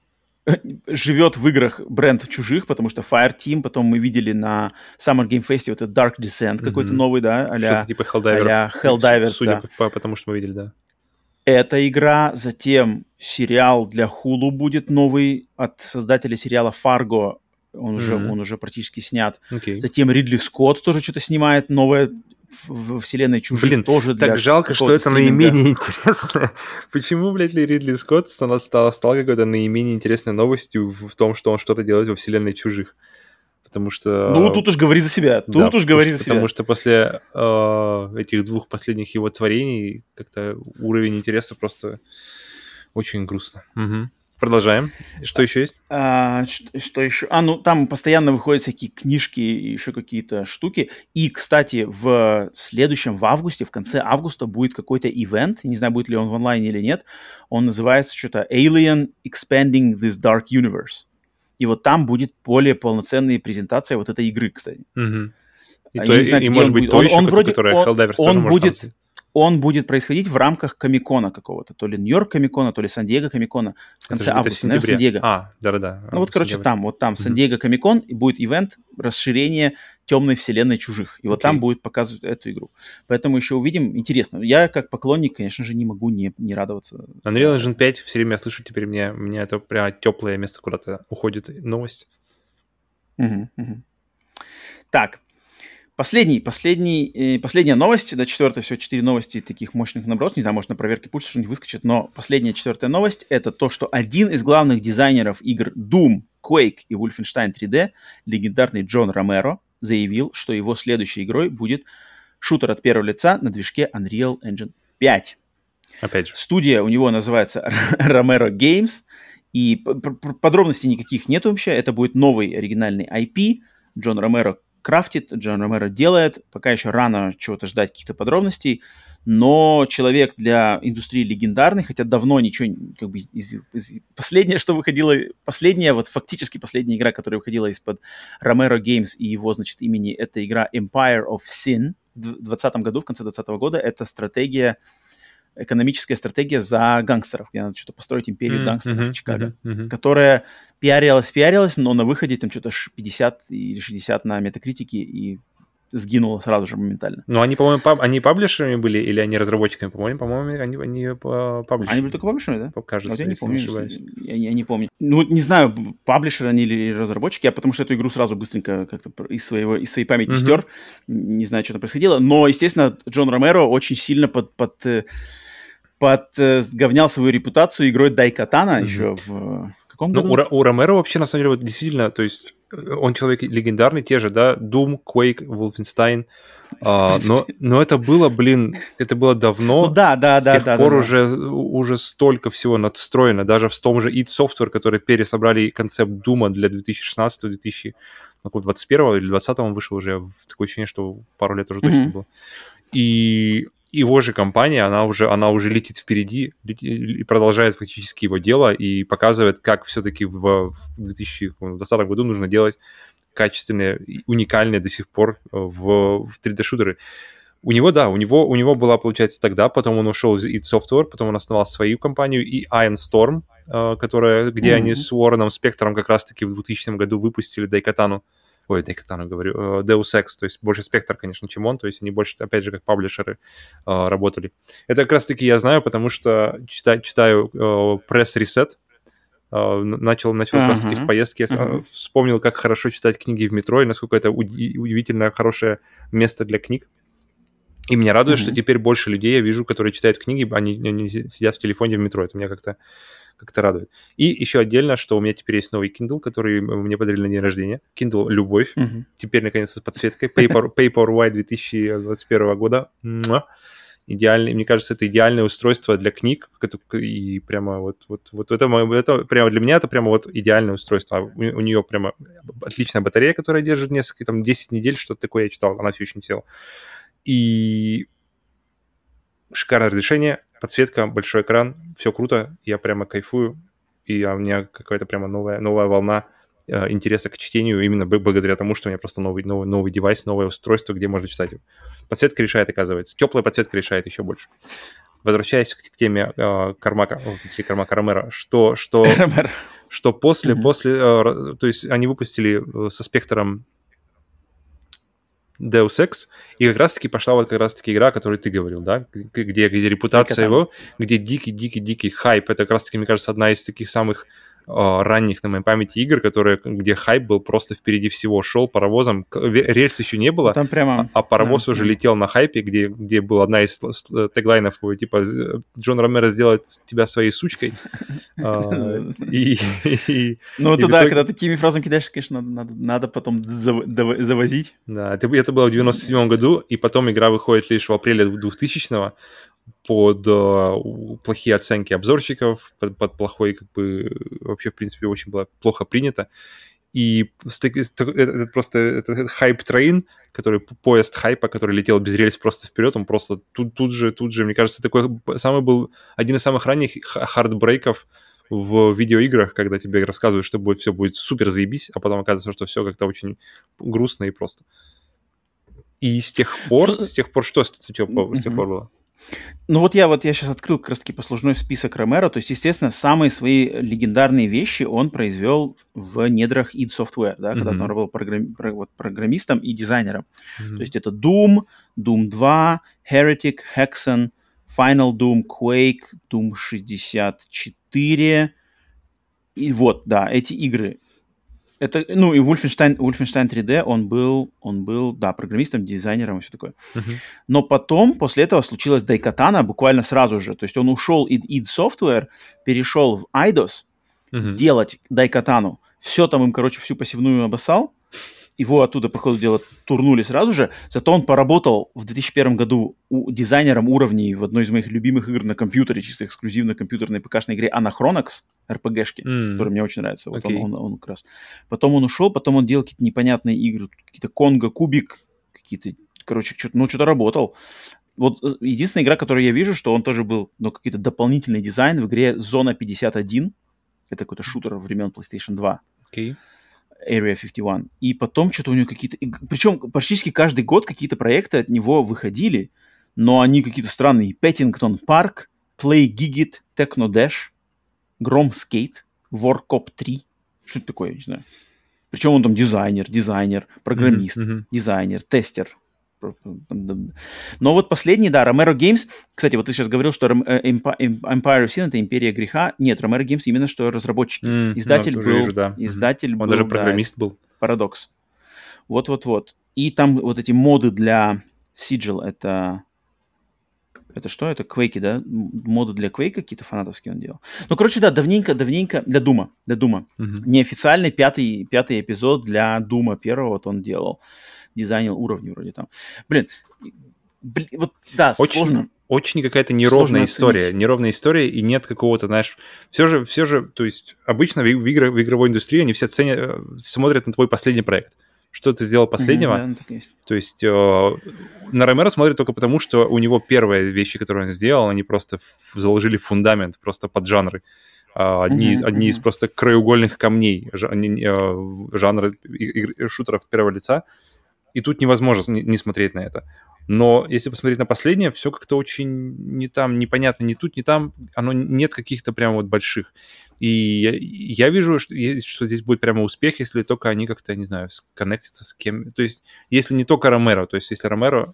живет в играх бренд чужих, потому что Fireteam, потом мы видели на Summer Game Fest вот этот Dark Descent какой-то новый, да, что-то типа Helldivers, судя по тому, что мы видели, да. Эта игра, затем сериал для Hulu будет новый от создателя сериала Fargo, он уже практически снят. Затем Ридли Скотт тоже что-то снимает новое в вселенной чужих. Тоже так жалко, что это наименее интересное. Почему, Ридли Скотт стал какой-то наименее интересной новостью в том, что он что-то делает во вселенной чужих? Потому что... тут уж говори за себя. Потому что после этих двух последних его творений как-то уровень интереса просто очень грустно. Продолжаем. Что еще есть? Что еще? Там постоянно выходят всякие книжки и еще какие-то штуки. И, кстати, в августе, в конце августа будет какой-то ивент. Не знаю, будет ли он в онлайне или нет. Он называется что-то Alien Expanding this Dark Universe. И вот там будет более полноценная презентация вот этой игры, кстати. И может быть, то еще, которое Helldivers тоже может он будет происходить в рамках Комикона какого-то. То ли Нью-Йорк Комикона, то ли Сан-Диего Комикона в конце августа. Наверное, Сан-Диего. Да. Там Сан-Диего Комикон, и будет ивент расширения темной вселенной чужих. И вот там будет показывать эту игру. Поэтому еще увидим. Интересно. Я, как поклонник, конечно же, не могу не радоваться. Unreal Engine 5 все время я слышу, теперь мне это прям теплое место куда-то уходит новость. Так. Последняя новость, да, четвертая, всего 4 новости таких мощных набросов, не знаю, может на проверке пусть что-нибудь выскочит, но последняя, четвертая новость — это то, что один из главных дизайнеров игр Doom, Quake и Wolfenstein 3D, легендарный Джон Ромеро, заявил, что его следующей игрой будет шутер от первого лица на движке Unreal Engine 5. Опять же. Студия у него называется Romero Games, и подробностей никаких нет вообще, это будет новый оригинальный IP, Джон Ромеро крафтит, Джон Ромеро делает. Пока еще рано чего-то ждать, каких-то подробностей. Но человек для индустрии легендарный, хотя давно ничего, как бы, последнее, что выходило, фактически последняя игра, которая выходила из-под Romero Games и его, значит, имени, это игра Empire of Sin в 2020 году, в конце 2020 года. Это экономическая стратегия за гангстеров, где надо что-то построить империю гангстеров в Чикаго, которая пиарилась, но на выходе там что-то 50 или 60 на метакритике и сгинуло сразу же моментально. Ну, они, по-моему, они паблишерами были или они разработчиками? По-моему, они паблишерами. Они были только паблишерами, да? Кажется, я не помню. Я не помню. Ну, не знаю, паблишеры они или разработчики, потому что эту игру сразу быстренько как-то из своей памяти стер. Не знаю, что там происходило. Но, естественно, Джон Ромеро очень сильно подговнял свою репутацию игрой Дайкатана еще в каком году? У Ромеро вообще, на самом деле, вот действительно, то есть он человек легендарный, те же, да, Doom, Quake, Wolfenstein, но это было, это было давно. Ну, да. С тех пор уже столько всего надстроено, даже в том же id Software, который пересобрали концепт Doom для 2016-2021 или 2020 он вышел уже, такое ощущение, что пару лет уже точно было. И его же компания, она уже летит впереди и продолжает фактически его дело и показывает, как все-таки в 2020 году нужно делать качественные, уникальные до сих пор в 3D-шутеры. У него была, получается, тогда, потом он ушел из id Software, потом он основал свою компанию и Iron Storm, где они с Уорреном Спектором как раз-таки в 2000 году выпустили Дайкатану говорю, Deus Ex, то есть больше Spectre, конечно, чем он, то есть они больше, опять же, как паблишеры работали. Это как раз-таки я знаю, потому что читаю Press Reset, начал как раз-таки в поездке, вспомнил, как хорошо читать книги в метро, и насколько это удивительно хорошее место для книг. И меня радует, что теперь больше людей я вижу, которые читают книги, они сидят в телефоне в метро, это меня как-то радует. И еще отдельно, что у меня теперь есть новый Kindle, который мне подарили на день рождения. Kindle «Любовь». Теперь, наконец, с подсветкой. Paperwhite 2021 года. Идеальный, мне кажется, это идеальное устройство для книг. И прямо вот это прямо для меня это прямо вот идеальное устройство. У нее прямо отличная батарея, которая держит несколько, там, 10 недель, что-то такое я читал, она все еще не села. И шикарное разрешение, подсветка, большой экран, все круто, я прямо кайфую, и у меня какая-то прямо новая волна интереса к чтению именно благодаря тому, что у меня просто новый девайс, новое устройство, где можно читать. Подсветка решает, оказывается. Теплая подсветка решает еще больше. Возвращаясь к теме Ромеро, что после, то есть они выпустили со Спектром Deus Ex, и как раз-таки пошла вот как раз-таки игра, о которой ты говорил, да, где репутация его, где дикий хайп. Это как раз-таки, мне кажется, одна из таких самых ранних на моей памяти игр, где хайп был просто впереди всего, шел паровозом, рельс еще не было, там прямо, а паровоз уже летел на хайпе, где была одна из теглайнов, типа «Джон Ромеро сделает тебя своей сучкой». Ну, это да, когда такими фразами кидаешься, конечно, надо потом завозить. Да, это было в 97 году, и потом игра выходит лишь в апреле 2000-го, под плохие оценки обзорщиков, под плохой, как бы, вообще, в принципе, очень было плохо принято. И это просто этот хайп-трейн, поезд хайпа, который летел без рельс просто вперед, он просто тут же, мне кажется, такой был один из самых ранних хардбрейков в видеоиграх, когда тебе рассказывают, что все будет супер заебись, а потом оказывается, что все как-то очень грустно и просто. И с тех пор что с тех пор было? Ну вот я сейчас открыл как раз-таки послужной список Ромеро, то есть, естественно, самые свои легендарные вещи он произвел в недрах id Software, да, когда он работал программистом и дизайнером. То есть это Doom 2, Heretic, Hexen, Final Doom, Quake, Doom 64, и вот, да, эти игры. Это, и Wolfenstein 3D, он был, да, программистом, дизайнером и все такое. Но потом, после этого, случилась Дайкатана буквально сразу же. То есть он ушел из id Software, перешел в Eidos делать Дайкатану. Все там им, всю пассивную обоссал. Его оттуда, по ходу дела, турнули сразу же. Зато он поработал в 2001 году дизайнером уровней в одной из моих любимых игр на компьютере, чисто эксклюзивно компьютерной ПК-шной игре Anachronox. РПГшки, которые мне очень нравятся. Вот он как раз. Потом он ушел, потом он делал какие-то непонятные игры, какие-то Конго, Кубик, какие-то, короче, что-то работал. Вот единственная игра, которую я вижу, что он тоже был, какой-то дополнительный дизайн в игре Зона 51. Это какой-то шутер времен PlayStation 2. Okay. Area 51. И потом что-то у него какие-то... Причем практически каждый год какие-то проекты от него выходили, но они какие-то странные. Петтингтон Парк, Play Gigit, Techno Dash, Grom Skate, War Cop 3. Что это такое, я не знаю. Причем он там дизайнер, программист, дизайнер, тестер. Но вот последний, да, Romero Games. Кстати, вот ты сейчас говорил, что Empire of Sin — это Империя греха. Нет, Romero Games именно что разработчики. Издатель был... Вижу, да. Издатель он даже программист был. Парадокс. Вот. И там вот эти моды для Sigil, это что? Это Quake, да? Моды для Quake какие-то фанатовские он делал. Ну, короче, да, давненько для Дума. Неофициальный пятый эпизод для Дума первого вот он делал. Дизайнил уровни вроде там. Блин, вот, да, сложно. Очень какая-то неровная история, и нет какого-то, знаешь... Все же, то есть, обычно в игровой индустрии они все смотрят на твой последний проект. Что ты сделал последнего? Да, так есть. То есть на Ромеро смотрят только потому, что у него первые вещи, которые он сделал, они просто заложили фундамент просто под жанры. Одни из просто краеугольных камней жанра шутеров первого лица. И тут невозможно не смотреть на это. Но если посмотреть на последнее, все как-то очень не там, непонятно, ни тут, ни там. Оно нет каких-то прям вот больших. И я вижу, что здесь будет прямо успех, если только они как-то, не знаю, сконнектятся с кем. То есть, если не только Ромеро, то есть, если Ромеро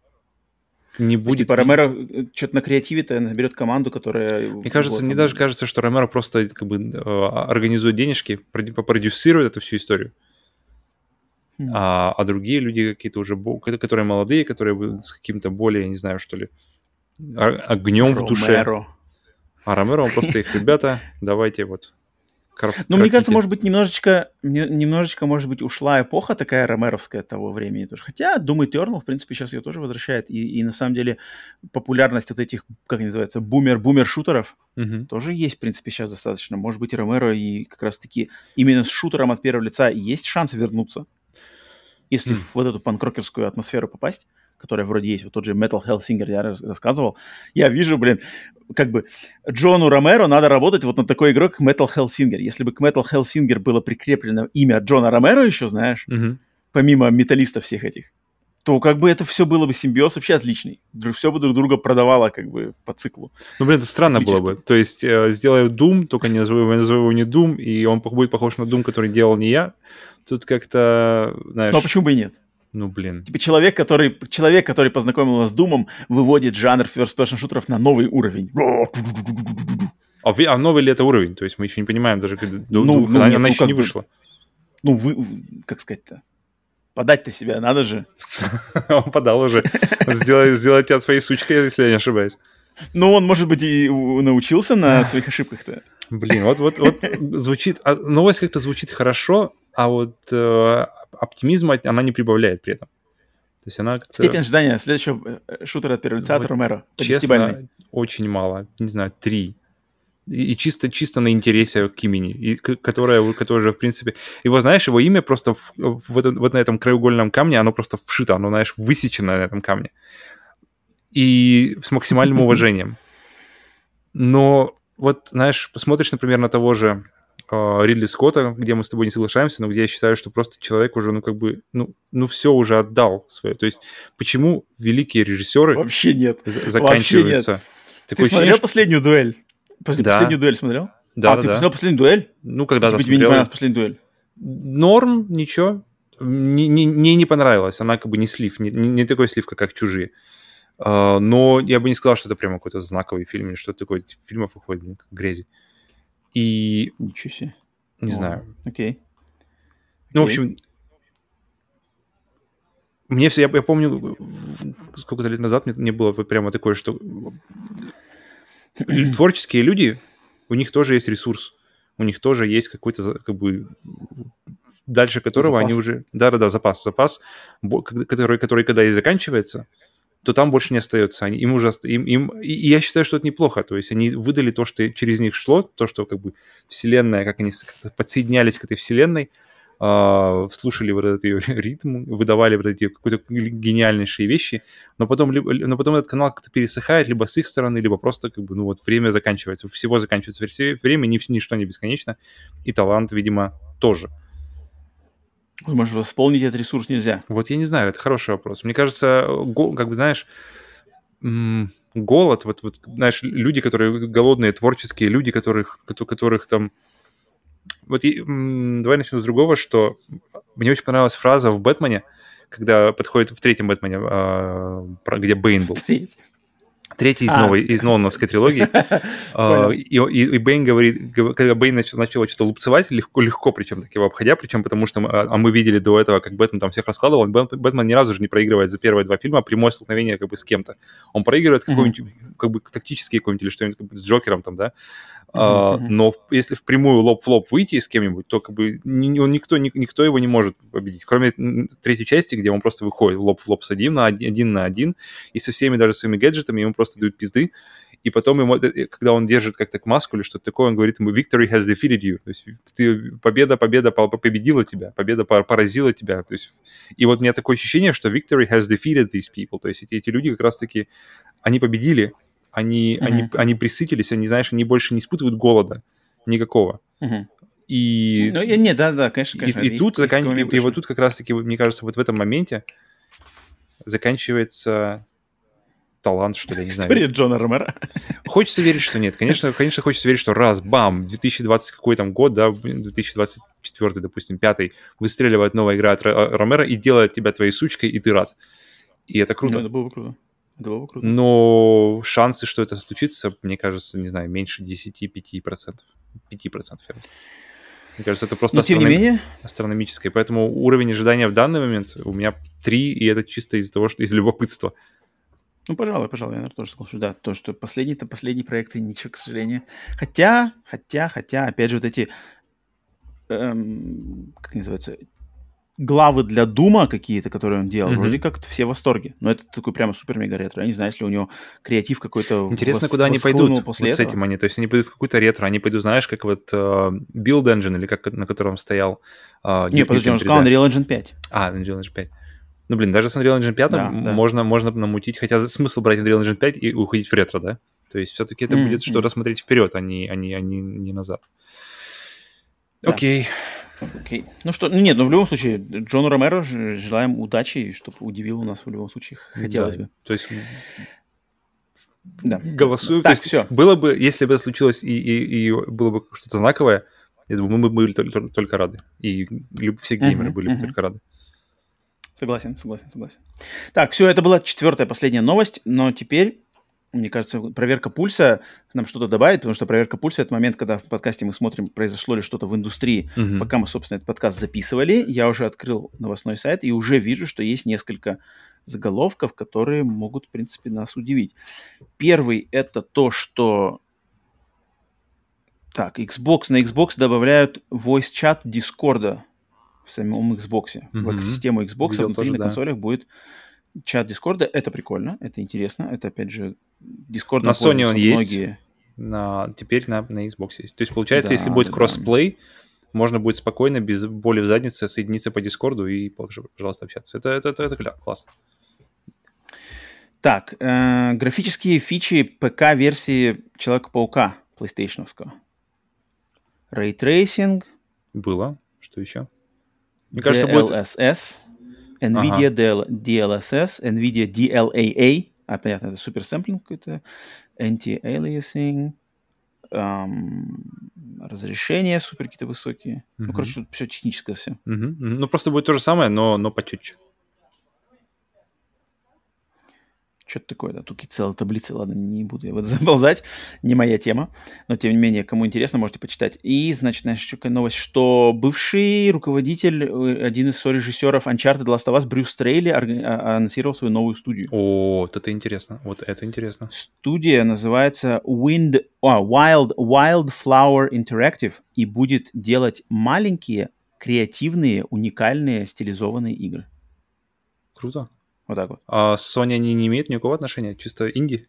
не будет... Типа Ромеро что-то на креативе-то наберет команду, которая... Мне даже кажется, что Ромеро просто как бы организует денежки, попродюсирует эту всю историю. А другие люди какие-то уже, которые молодые, которые с каким-то более, не знаю, что ли, огнем в душе. А Ромеро, он просто их, ребята, давайте вот. Ну, мне кажется, может быть, немножечко, может быть, ушла эпоха такая ромеровская того времени тоже. Хотя Doom Eternal, в принципе, сейчас ее тоже возвращает. И на самом деле популярность вот этих, как они называются, бумер-шутеров тоже есть, в принципе, сейчас достаточно. Может быть, Ромеро и как раз-таки именно с шутером от первого лица есть шанс вернуться. Если в вот эту панкрокерскую атмосферу попасть, которая вроде есть, вот тот же Metal Hellsinger я рассказывал, я вижу, как бы Джону Ромеро надо работать вот над такой игрой, как Metal Hellsinger. Если бы к Metal Hellsinger было прикреплено имя Джона Ромеро еще, знаешь, помимо металлистов всех этих, то как бы это все было бы симбиоз вообще отличный. Все бы друг друга продавало как бы по циклу. Ну, это странно было бы. То есть сделаю Doom, только назову его не Doom, и он будет похож на Doom, который делал не я. Тут как-то, знаешь... Ну, а почему бы и нет? Ну, блин. Типа человек, который познакомил нас с Думом, выводит жанр first-person шутеров на новый уровень. А новый ли это уровень? То есть мы еще не понимаем, даже когда она еще не вышла. Ну, как сказать-то? Подать-то себя надо же. Он подал уже. Сделать тебя своей сучкой, если я не ошибаюсь. Ну, он, может быть, и научился на своих ошибках-то. Блин, вот звучит... Новость как-то звучит хорошо, а вот оптимизма она не прибавляет при этом. То есть она степень ожидания следующего шутера от первого лица от Ромеро. Честно, очень мало. Не знаю, 3. И чисто на интересе к имени, которое же, в принципе... Его, знаешь, его имя просто вот на этом краеугольном камне, оно просто вшито, оно, знаешь, высечено на этом камне. И с максимальным уважением. Но вот, знаешь, посмотришь, например, на того же Ридли Скотта, где мы с тобой не соглашаемся, но где я считаю, что просто человек уже, все уже отдал свое. То есть почему великие режиссеры вообще нет заканчиваются? Вообще нет. Ты смотрел «Последнюю дуэль»? Последнюю дуэль смотрел? Да, ты посмотрел «Последнюю дуэль»? Ну, когда-то смотрел. Тебе не понравилась «Последняя дуэль»? Норм, ничего. Мне не понравилась. Она как бы не слив, не такой сливка, как «Чужие». Но я бы не сказал, что это прямо какой-то знаковый фильм или что-то такое. Фильмов выходит, как грязи. И... Ничего себе. Не знаю. Окей. Ну, в общем... Я помню, сколько-то лет назад мне было прямо такое, что творческие люди, у них тоже есть ресурс. У них тоже есть какой-то, как бы, дальше которого запас. Они уже... Да-да-да, запас. Который когда и заканчивается, то там больше не остается. И я считаю, что это неплохо. То есть они выдали то, что через них шло, то, что как бы вселенная, как они как-то подсоединялись к этой вселенной, слушали вот этот ее ритм, выдавали вот эти какие-то гениальнейшие вещи, но потом этот канал как-то пересыхает либо с их стороны, либо просто как бы, ну вот время заканчивается, у всего заканчивается время, ничто не бесконечно, и талант, видимо, тоже. Может, восполнить этот ресурс нельзя? Вот я не знаю, это хороший вопрос. Мне кажется, как бы, знаешь, голод, вот, знаешь, люди, которые голодные, творческие люди, которых там... Вот давай начнем с другого, что мне очень понравилась фраза в «Бэтмене», когда подходит в третьем «Бэтмене», где Бэйн был. Третий из Нолановской трилогии. И Бэйн говорит, когда Бэйн начал что-то лупцевать, легко причем так его обходя, причем потому что мы видели до этого, как Бэтмен там всех раскладывал, Бэтмен ни разу же не проигрывает за первые 2 фильма прямое столкновение как бы с кем-то. Он проигрывает какой-нибудь, как бы тактический какой-нибудь или что-нибудь как бы, с Джокером там, да, но если впрямую лоб в лоб выйти с кем-нибудь, то как бы никто его не может победить. Кроме третьей части, где он просто выходит лоб в лоб с один на один, и со всеми даже своими гаджетами ему просто дают пизды. И потом ему, когда он держит как-то маску или что-то такое, он говорит ему «Victory has defeated you». То есть победа победила тебя, победа поразила тебя. То есть, и вот у меня такое ощущение, что «Victory has defeated these people». То есть эти люди как раз-таки, они победили, они присытились, они, знаешь, они больше не испытывают голода никакого. И... Ну, нет, да, конечно. И вот тут как раз-таки, мне кажется, вот в этом моменте заканчивается талант, что ли, я не знаю. История Джона Ромеро. Хочется верить, что нет. Конечно, хочется верить, что раз, бам, 2020 какой там год, да, 2024, допустим, 5-й, выстреливает новая игра от Ромеро и делает тебя твоей сучкой, и ты рад. И это круто. Ну, это было бы круто. Но шансы, что это случится, мне кажется, не знаю, меньше 10-5%. 5%. Мне кажется, это просто астрономическое. Поэтому уровень ожидания в данный момент у меня 3, и это чисто из-за того, что из любопытства. Ну, пожалуй, я, наверное, тоже соглашусь. Да, то, что последние проекты, ничего, к сожалению. Хотя, опять же, вот эти, как называется, главы для Дума какие-то, которые он делал, вроде как все в восторге. Но это такой прямо супер-мега-ретро. Я не знаю, если у него креатив какой-то интересно, куда они пойдут после с этим. То есть они пойдут в какую-то ретро, они пойдут, знаешь, как вот Build Engine, или как на котором стоял... Не, подожди, он сказал Unreal Engine 5. Unreal Engine 5. Ну, блин, даже с Unreal Engine 5 можно намутить, хотя смысл брать Unreal Engine 5 и уходить в ретро, да? То есть все-таки это будет что-то смотреть вперед, а не назад. Да. Окей. Ну что, нет, но в любом случае, Джону Ромеро желаем удачи, чтобы удивил у нас в любом случае, хотелось бы. То есть... Да. Голосуем. Так, то есть все. Было бы, если бы это случилось и было бы что-то знаковое, я думаю, мы были только рады. И все геймеры были бы только рады. Согласен. Так, все, это была 4-я последняя новость, но теперь, мне кажется, проверка пульса нам что-то добавит, потому что проверка пульса — это момент, когда в подкасте мы смотрим, произошло ли что-то в индустрии. Пока мы, собственно, этот подкаст записывали, я уже открыл новостной сайт и уже вижу, что есть несколько заголовков, которые могут, в принципе, нас удивить. Первый — это то, что... Так, на Xbox добавляют voice-чат Discord в самом Xbox. В экосистему Xbox внутри на консолях будет чат Discord. Это прикольно, это интересно. Это, опять же, Discord на Sony он есть, теперь на Xbox есть. То есть, получается, если будет кроссплей, можно будет спокойно, без боли в заднице, соединиться по Discord и, пожалуйста, общаться. Это классно. Так, графические фичи ПК-версии Человека-паука PlayStation-овского. Рейтрейсинг. Было. Что еще? Мне кажется, DLSS, NVIDIA DLSS, NVIDIA DLAA, понятно, это суперсэмплинг какой-то, anti-aliasing, разрешения супер какие-то высокие. Ну, короче, все техническое все. Ну, просто будет то же самое, но почуть-чуть. Что-то такое, да, тут какие-то целые таблицы, ладно, не буду я в это заползать, не моя тема, но, тем не менее, кому интересно, можете почитать. И, значит, еще какая новость, что бывший руководитель, один из сорежиссеров Uncharted The Last of Us, Брюс Стрейли, анонсировал свою новую студию. О, это интересно, Студия называется Wildflower Interactive и будет делать маленькие, креативные, уникальные, стилизованные игры. Круто. Вот так вот. А Sony не имеет никакого отношения? Чисто инди?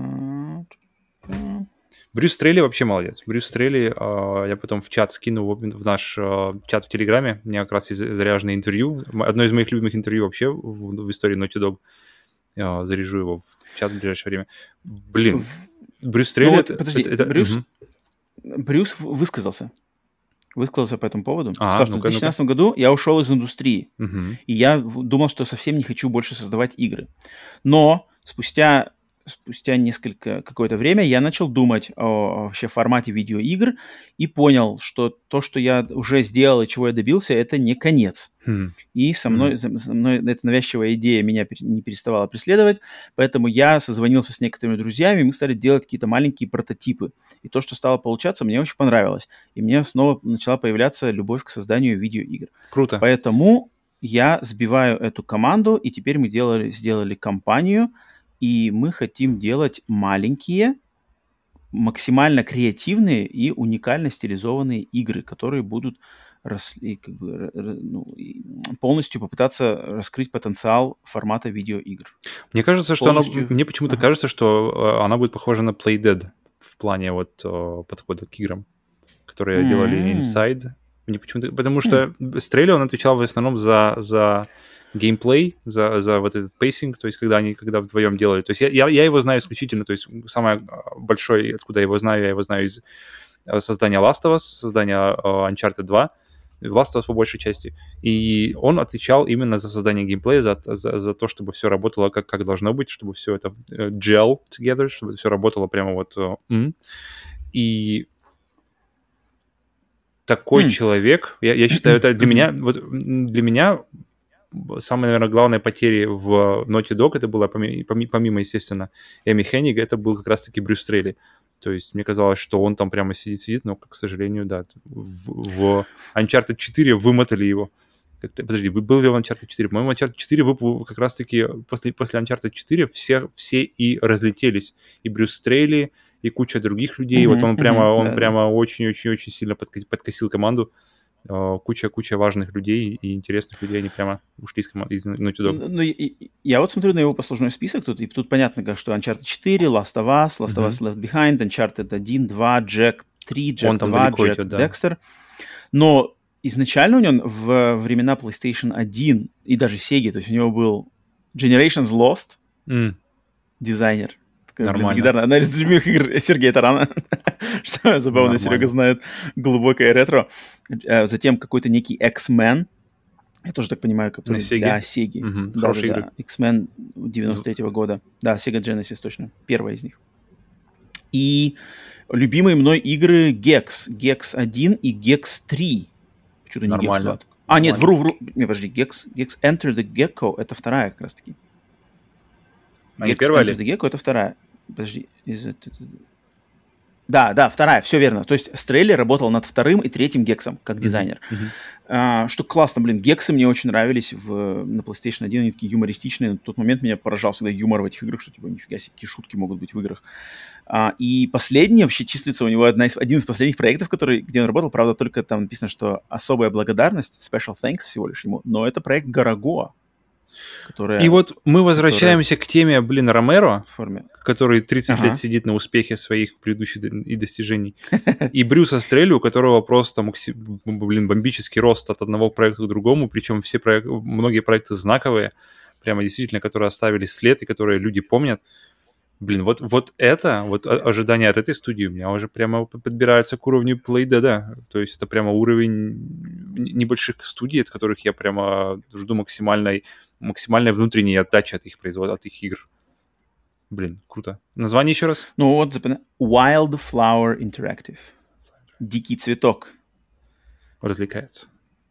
Брюс Стрелли вообще молодец. Брюс Стрелли, я потом в чат скину, в наш чат в Телеграме. У меня как раз есть заряженное интервью. Одно из моих любимых интервью вообще в истории Naughty Dog. Заряжу его в чат в ближайшее время. Блин, Брюс Стрелли... Вот, подожди, Брюс высказался по этому поводу. Сказал, что в 2017 году я ушел из индустрии. И я думал, что совсем не хочу больше создавать игры. Но спустя какое-то время я начал думать о вообще формате видеоигр и понял, что то, что я уже сделал и чего я добился, это не конец. И со мной эта навязчивая идея меня не переставала преследовать, поэтому я созвонился с некоторыми друзьями, и мы стали делать какие-то маленькие прототипы. И то, что стало получаться, мне очень понравилось. И мне снова начала появляться любовь к созданию видеоигр. Круто. Поэтому я сбиваю эту команду, и теперь мы сделали компанию, и мы хотим делать маленькие, максимально креативные и уникально стилизованные игры, которые будут полностью попытаться раскрыть потенциал формата видеоигр. Мне кажется, что мне почему-то кажется, что она будет похожа на Playdead в плане вот подхода к играм, которые делали Inside. Мне почему-то, потому что Стрелли, он отвечал в основном за геймплей, за вот этот пейсинг, то есть когда вдвоем делали. То есть я его знаю исключительно, то есть самое большое, откуда я его знаю из создания Last of Us, создания Uncharted 2, Last of Us по большей части. И он отвечал именно за создание геймплея, за то, чтобы все работало как должно быть, чтобы все это gel together, чтобы все работало прямо вот... И такой человек, я считаю, это для меня самая, наверное, главная потеря в Naughty Dog, это было, помимо, естественно, Эми Хеннига, это был как раз-таки Брюс Стрелли. То есть мне казалось, что он там прямо сидит, но, к сожалению, да, в Uncharted 4 вымотали его. Подожди, был ли в Uncharted 4? По-моему, Uncharted 4 как раз-таки после Uncharted 4 все и разлетелись. И Брюс Стрелли, и куча других людей. Вот он прямо очень-очень-очень сильно подкосил команду. Куча важных людей и интересных людей, они прямо ушли из Naughty Dog. Ну, я вот смотрю на его послужной список, тут понятно, что Uncharted 4, Last of Us Left Behind, Uncharted 1, 2, Jack 3, Jack 2, Jack Dexter. Но изначально у него во времена PlayStation 1 и даже Sega, то есть у него был Generations Lost дизайнер. Нормально. Одна из любимых игр Сергея Тарана. Что забавно, Серега знает глубокое ретро. Затем какой-то некий X-Men. Я тоже так понимаю, который для Sega. Хорошая игра. X-Men 93-го года. Да, Sega Genesis точно. Первая из них. И любимые мной игры Gex. Gex 1 и Gex 3. Что-то не Gex 2. Нет, вру. Не, подожди. Gex Enter the Gecko. Это вторая как раз-таки. Gex Enter the Gecko это вторая. Подожди. Да, вторая, все верно. То есть Стрелли работал над вторым и третьим Гексом, как дизайнер. Что классно, Гексы мне очень нравились на PlayStation 1, они такие юмористичные. На тот момент меня поражал всегда юмор в этих играх, что типа нифига себе, какие шутки могут быть в играх. И последний вообще числится у него один из последних проектов, где он работал, правда, только там написано, что особая благодарность, special thanks всего лишь ему, но это проект Garagoa. И вот мы возвращаемся к теме, Ромеро, который 30 лет сидит на успехе своих предыдущих и достижений. И Брюса Стрелли, у которого просто, бомбический рост от одного проекта к другому, причем многие проекты знаковые, прямо действительно, которые оставили след и которые люди помнят. Вот ожидания от этой студии у меня уже прямо подбираются к уровню Playdead. То есть это прямо уровень небольших студий, от которых я прямо жду максимальной внутренней отдачи от их производства, от их игр. Круто. Название еще раз? Wildflower Interactive. Дикий цветок. Развлекается.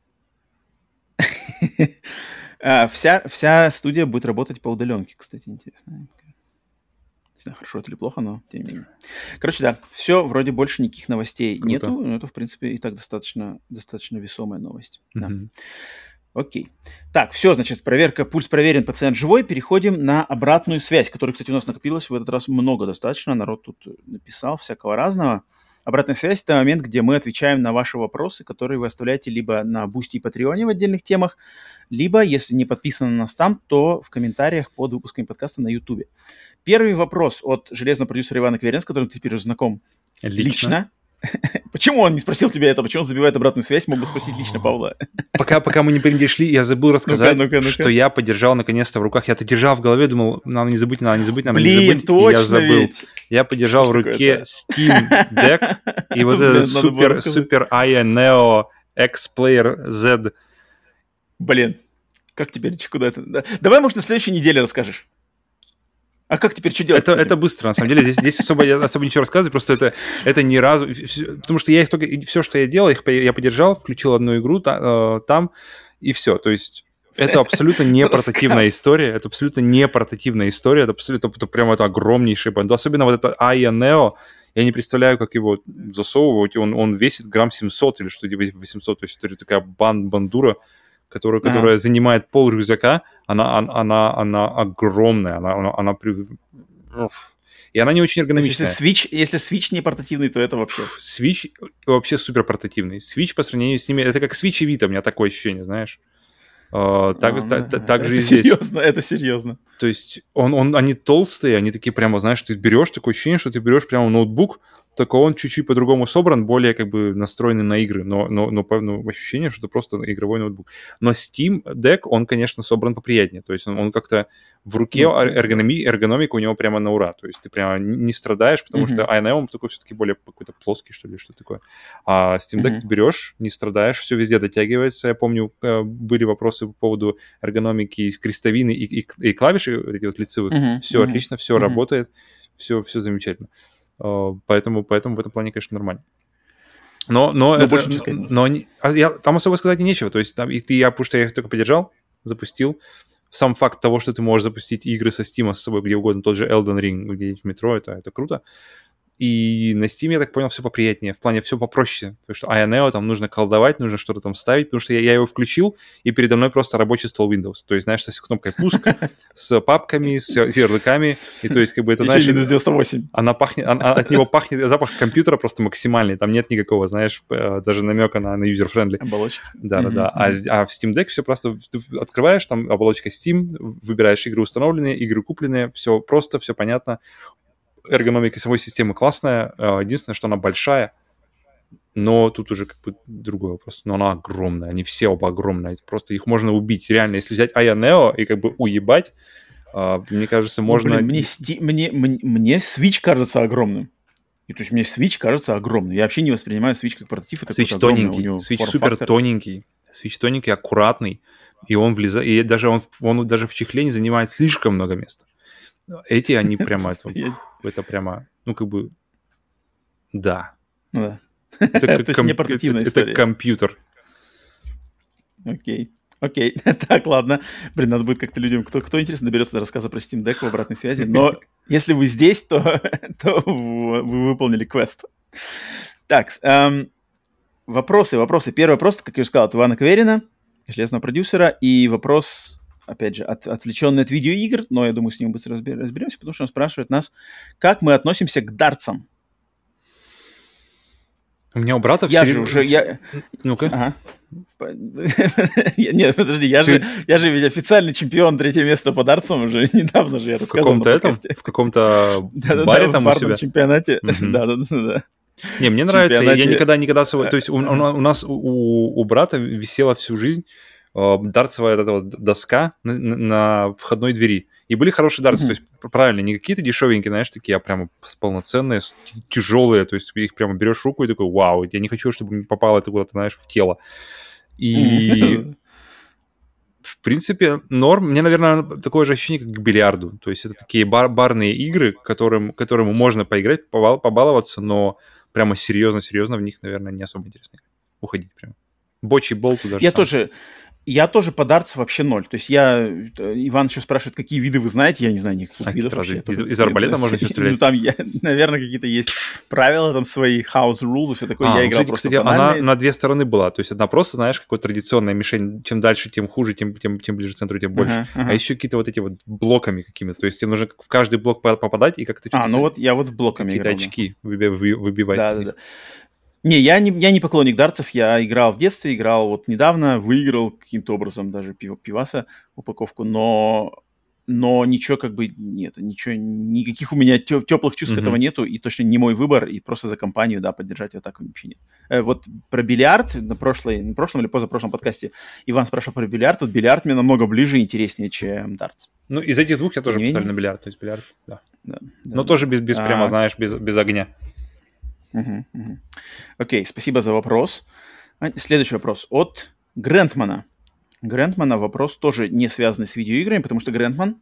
Вся студия будет работать по удаленке, кстати, интересно. Не знаю, хорошо это или плохо, но тем не менее. Короче, да, все, вроде больше никаких новостей нету, но это, в принципе, и так достаточно весомая новость. Да. Окей. Так, все, значит, пульс проверен, пациент живой. Переходим на обратную связь, которой, кстати, у нас накопилось в этот раз много достаточно. Народ тут написал всякого разного. Обратная связь – это момент, где мы отвечаем на ваши вопросы, которые вы оставляете либо на Boosty и Patreon в отдельных темах, либо, если не подписаны на нас там, то в комментариях под выпусками подкаста на YouTube. Первый вопрос от железного продюсера Ивана Кверина, с которым ты теперь уже знаком лично. Почему он не спросил тебя это? Почему он забивает обратную связь? Мог бы спросить лично Павла. Пока мы не перешли, я забыл рассказать, что я подержал наконец-то в руках. Я-то держал в голове, думал, надо не забыть. Блин, точно, я забыл. Ведь. Я подержал в руке Steam Deck и вот этот Super Aya Neo X-Player Z. Блин, как теперь, куда это? Давай, может, на следующей неделе расскажешь. А как теперь, что делать? Это быстро, на самом деле. Здесь особо ничего рассказывать, просто это ни разу... Потому что я их только... Все, что я делал, я подержал, включил одну игру там, и все. То есть это абсолютно не портативная история. Это абсолютно не портативная история. Это абсолютно прямо это огромнейший банд. Особенно вот это Aya Neo. Я не представляю, как его засовывать. Он весит грамм 700 или что-то 800. То есть это такая бандура, которая занимает пол рюкзака, она огромная, и она не очень эргономичная. Если Switch не портативный, то это вообще... Switch вообще супер портативный. Switch по сравнению с ними, это как Switch и Vita, у меня такое ощущение, знаешь. Так же и здесь. Это серьезно. То есть они толстые, они такие прямо, знаешь, ты берешь, такое ощущение, что ты берешь прямо ноутбук, только он чуть-чуть по-другому собран, более как бы настроенный на игры, но ощущение, что это просто игровой ноутбук. Но Steam Deck, он, конечно, собран поприятнее, то есть он как-то в руке эргономика у него прямо на ура, то есть ты прямо не страдаешь, потому что Aya Neo такой все-таки более какой-то плоский, что ли, что такое. А Steam Deck ты берешь, не страдаешь, все везде дотягивается. Я помню, были вопросы по поводу эргономики крестовины и клавиши вот эти вот лицевых. Все отлично, все работает, все замечательно. Поэтому в этом плане, конечно, нормально. Но там особо сказать нечего. То есть потому что я их только подержал, запустил. Сам факт того, что ты можешь запустить игры со Steam с собой где угодно, тот же Elden Ring, где-нибудь в метро, это круто. И на Steam, я так понял, все поприятнее, в плане все попроще. Потому что Aya Neo там нужно колдовать, нужно что-то там ставить, потому что я его включил, и передо мной просто рабочий стол Windows. То есть, знаешь, с кнопкой пуск, с папками, с ярлыками. И то есть, как бы это, знаешь... Windows 98. От него пахнет запах компьютера просто максимальный. Там нет никакого, знаешь, даже намека на user-friendly. Оболочка. Да. А в Steam Deck все просто... Ты открываешь, там оболочка Steam, выбираешь игры установленные, игры купленные, все просто, все понятно. Эргономика самой системы классная. Единственное, что она большая, но тут уже как бы другой вопрос. Но она огромная. Они все оба огромные. Просто их можно убить. Реально, если взять Aya Neo и как бы уебать, мне кажется, можно... Мне Switch кажется огромным. И то есть мне Switch кажется огромным. Я вообще не воспринимаю Switch как портатив. Switch тоненький. Switch супер тоненький. Switch тоненький, аккуратный. И он влезает... И даже он даже в чехле не занимает слишком много места. Эти, они прямо... Это прямо, как бы, да. Ну да. Это не портативная история. Это компьютер. Окей. Так, ладно. Блин, надо будет как-то людям... Кто интересно, доберется до рассказа про Steam Deck в обратной связи. Но если вы здесь, то вы выполнили квест. Так, вопросы. Первый вопрос, как я уже сказал, от Ивана Кверина, железного продюсера. И вопрос... Опять же, отвлеченный от видеоигр, но я думаю, с ним быстро разберемся, потому что он спрашивает нас, как мы относимся к дартсам. У меня у брата... Ну-ка. Ага. Нет, подожди, я же ведь официальный чемпион, 3 место по дартсам уже недавно же я рассказывал на подкасте. В каком-то баре там у себя? В чемпионате. Да. Не, мне нравится, я никогда... То есть у нас, у брата висела всю жизнь дартсовая эта вот доска на входной двери. И были хорошие дартсы, то есть правильно, не какие-то дешевенькие, знаешь, такие, а прямо полноценные, тяжелые, то есть их прямо берешь руку и такой, вау, я не хочу, чтобы попало это куда-то, знаешь, в тело. И в принципе норм. Мне, наверное, такое же ощущение, как к бильярду. То есть это такие барные игры, которым можно поиграть, побаловаться, но прямо серьезно в них, наверное, не особо интересно уходить прямо. Бочий болт даже. Я тоже по дартсу вообще 0. То есть Иван еще спрашивает, какие виды вы знаете, я не знаю никаких видов вообще. Из арбалета можно еще стрелять? Ну, там, наверное, какие-то есть правила там свои, house rules и все такое. Я играл просто банальные. Она на две стороны была. То есть одна просто, знаешь, какая традиционная мишень. Чем дальше, тем хуже, тем ближе к центру, тем больше. А еще какие-то вот эти вот блоками какими-то. То есть тебе нужно в каждый блок попадать и как-то... ну вот я вот блоками играл. Какие-то очки выбивать. Да. Не, я не поклонник дартсов, я играл в детстве, играл вот недавно, выиграл каким-то образом даже пиваса, упаковку, но ничего как бы нет, никаких у меня теплых чувств к этому нету, и точно не мой выбор, и просто за компанию, да, поддержать атаку вообще нет. Вот про бильярд на прошлом или позапрошлом подкасте Иван спрашивал про бильярд, вот бильярд мне намного ближе и интереснее, чем дартс. Ну, из этих двух я тоже поставлю на бильярд, то есть бильярд, да. Но тоже без прямо, знаешь, без огня. Окей, спасибо за вопрос. Следующий вопрос от Грентмана. Грентмана вопрос тоже не связанный с видеоиграми, потому что Грентман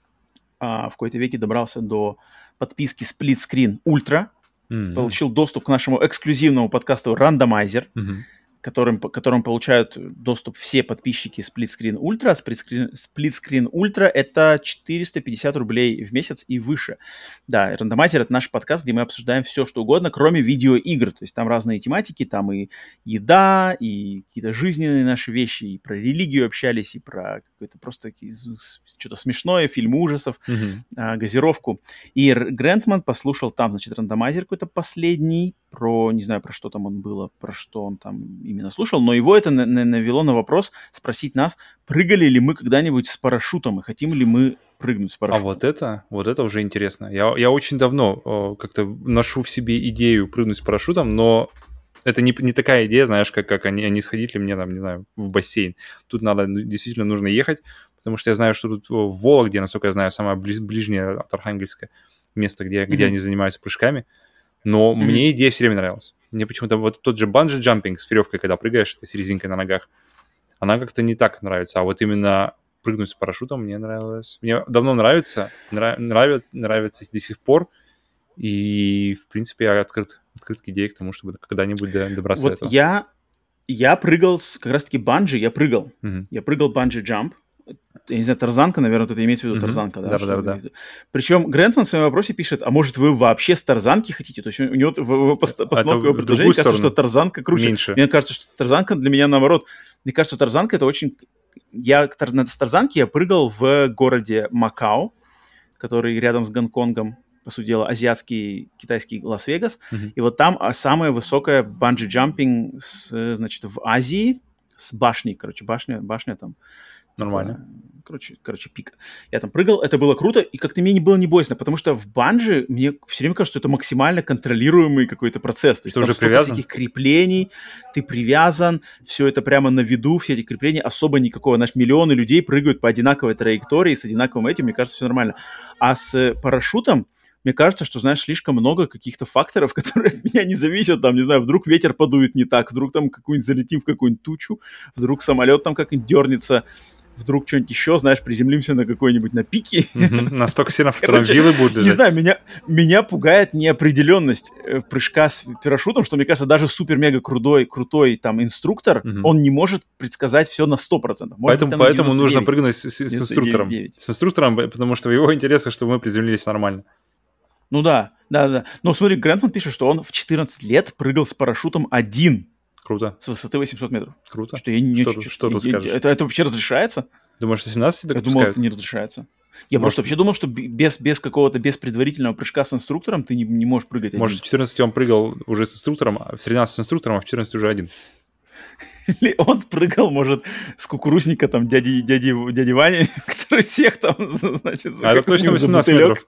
в какой-то веке добрался до подписки Split Screen Ultra, получил доступ к нашему эксклюзивному подкасту Randomizer, которым получают доступ все подписчики Split Screen Ultra. Split Screen Ultra — это 450 рублей в месяц и выше. Да, Randomizer — это наш подкаст, где мы обсуждаем все, что угодно, кроме видеоигр. То есть там разные тематики, там и еда, и какие-то жизненные наши вещи, и про религию общались, и про какое-то просто что-то смешное, фильмы ужасов, газировку. И Грентман послушал там, значит, Randomizer какой-то последний, не знаю, про что там он было, про что он там именно слушал, но его это навело на вопрос спросить нас, прыгали ли мы когда-нибудь с парашютом и хотим ли мы прыгнуть с парашютом. А вот это уже интересно. Я очень давно как-то ношу в себе идею прыгнуть с парашютом, но это не такая идея, знаешь, как они сходить ли мне там, не знаю, в бассейн. Тут действительно нужно ехать, потому что я знаю, что тут в Вологде, насколько я знаю, самое ближнее от Архангельска место, где они занимаются прыжками. Но мне идея все время нравилась. Мне почему-то вот тот же банджи-джампинг с веревкой, когда прыгаешь, это с резинкой на ногах, она как-то не так нравится. А вот именно прыгнуть с парашютом мне нравилось. Мне давно нравится до сих пор. И, в принципе, я открыт к идее к тому, чтобы когда-нибудь добраться до этого. Я прыгал как раз-таки банджи, я прыгал. Я прыгал банджи-джамп. Я не знаю, тарзанка, наверное, тут имеется в виду тарзанка, да? Да. Причем Грентман в своем вопросе пишет, а может вы вообще с тарзанки хотите? То есть у него в постановке предложения кажется, что тарзанка круче. Меньше. Мне кажется, что тарзанка для меня наоборот. Мне кажется, тарзанка это очень... С тарзанки я прыгал в городе Макао, который рядом с Гонконгом, по сути дела, азиатский, китайский Лас-Вегас. И вот там самая высокая банджи-джампинг, значит, в Азии с башней, короче, башня там. Нормально. Короче, пик. Я там прыгал, это было круто, и как-то мне не было не боязно, потому что в банджи мне все время кажется, что это максимально контролируемый какой-то процесс. То есть ты там уже привязан? Этих креплений, ты привязан, все это прямо на виду, все эти крепления, особо никакого. Знаешь, миллионы людей прыгают по одинаковой траектории, с одинаковым этим, мне кажется, все нормально. А с парашютом мне кажется, что, знаешь, слишком много каких-то факторов, которые от меня не зависят. Там, не знаю, вдруг ветер подует не так, вдруг там залетим в какую-нибудь тучу, вдруг самолет там как-нибудь дернется, вдруг что-нибудь еще, знаешь, приземлимся на какой-нибудь, на пике. Настолько сильно в котором вилы будут лежать. Не знаю, меня пугает неопределенность прыжка с парашютом, что, мне кажется, даже супер-мега крутой там инструктор, он не может предсказать все на 100%. Поэтому нужно прыгнуть с инструктором. С инструктором, потому что в его интересах, чтобы мы приземлились нормально. Ну да. Но смотри, Грентман пишет, что он в 14 лет прыгал с парашютом один. Круто. С высоты 800 метров. Круто. Что ты скажешь? Это вообще разрешается? Думаешь, с 17 Я думал, это не разрешается. Я просто вообще думал, что без предварительного прыжка с инструктором ты не можешь прыгать один. Может, в 14 он прыгал уже с инструктором, в 13 с инструктором, а в 14 уже один. Или он прыгал, может, с кукурузника там дяди Вани, который всех там, значит, а это точно 18 метров.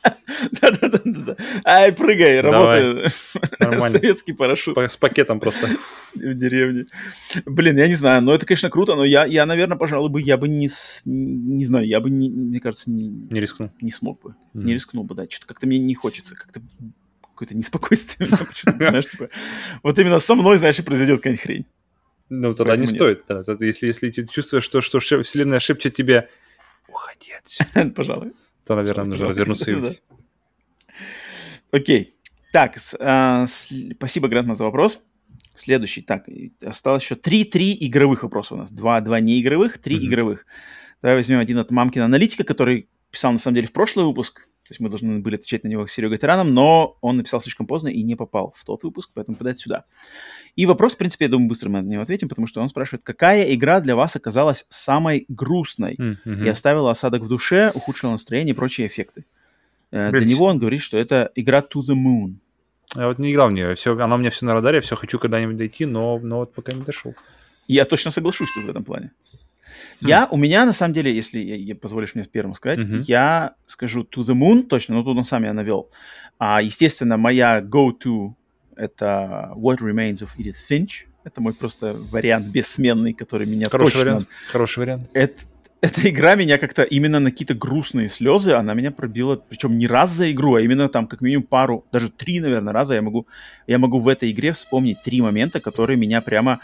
Да. Ай, прыгай, работай. Советский парашют. С пакетом просто. В деревне. Блин, я не знаю, но это, конечно, круто, но я наверное, пожалуй, я бы не знаю, я бы, мне кажется, не рискнул. Не смог бы. Не рискнул бы, да. Что-то как-то мне не хочется, как-то какое-то неспокойствие. Знаешь, вот именно со мной, знаешь, и произойдет какая-нибудь хрень. Ну, тогда не стоит. Если ты чувствуешь, что вселенная шепчет тебе «Уходи отсюда», пожалуй, то, наверное, нужно развернуться и уйти. Окей. Так, спасибо, Грантман, за вопрос. Следующий. Так, осталось еще 3 игровых вопроса у нас. 2 неигровых, 3 игровых. Давай возьмем один от Мамкина аналитика, который писал, на самом деле, в прошлый выпуск. То есть мы должны были отвечать на него с Серегой Тараном, но он написал слишком поздно и не попал в тот выпуск, поэтому подать сюда. И вопрос, в принципе, я думаю, быстро мы на него ответим, потому что он спрашивает, какая игра для вас оказалась самой грустной и оставила осадок в душе, ухудшила настроение и прочие эффекты. Для него он говорит, что это игра To the Moon. Я вот не играл в нее. Она у меня все на радаре, все хочу когда-нибудь дойти, но вот пока не дошел. Я точно соглашусь тут в этом плане. У меня, на самом деле, если позволишь мне первым сказать, я скажу To the Moon точно, но тут он сам я навел. Естественно, моя go-to — это What Remains of Edith Finch. Это мой просто вариант бессменный, который меня Хороший вариант. Эта игра меня как-то именно на какие-то грустные слезы, она меня пробила, причем не раз за игру, а именно там как минимум пару, даже 3, наверное, раза я могу в этой игре вспомнить 3 момента, которые меня прямо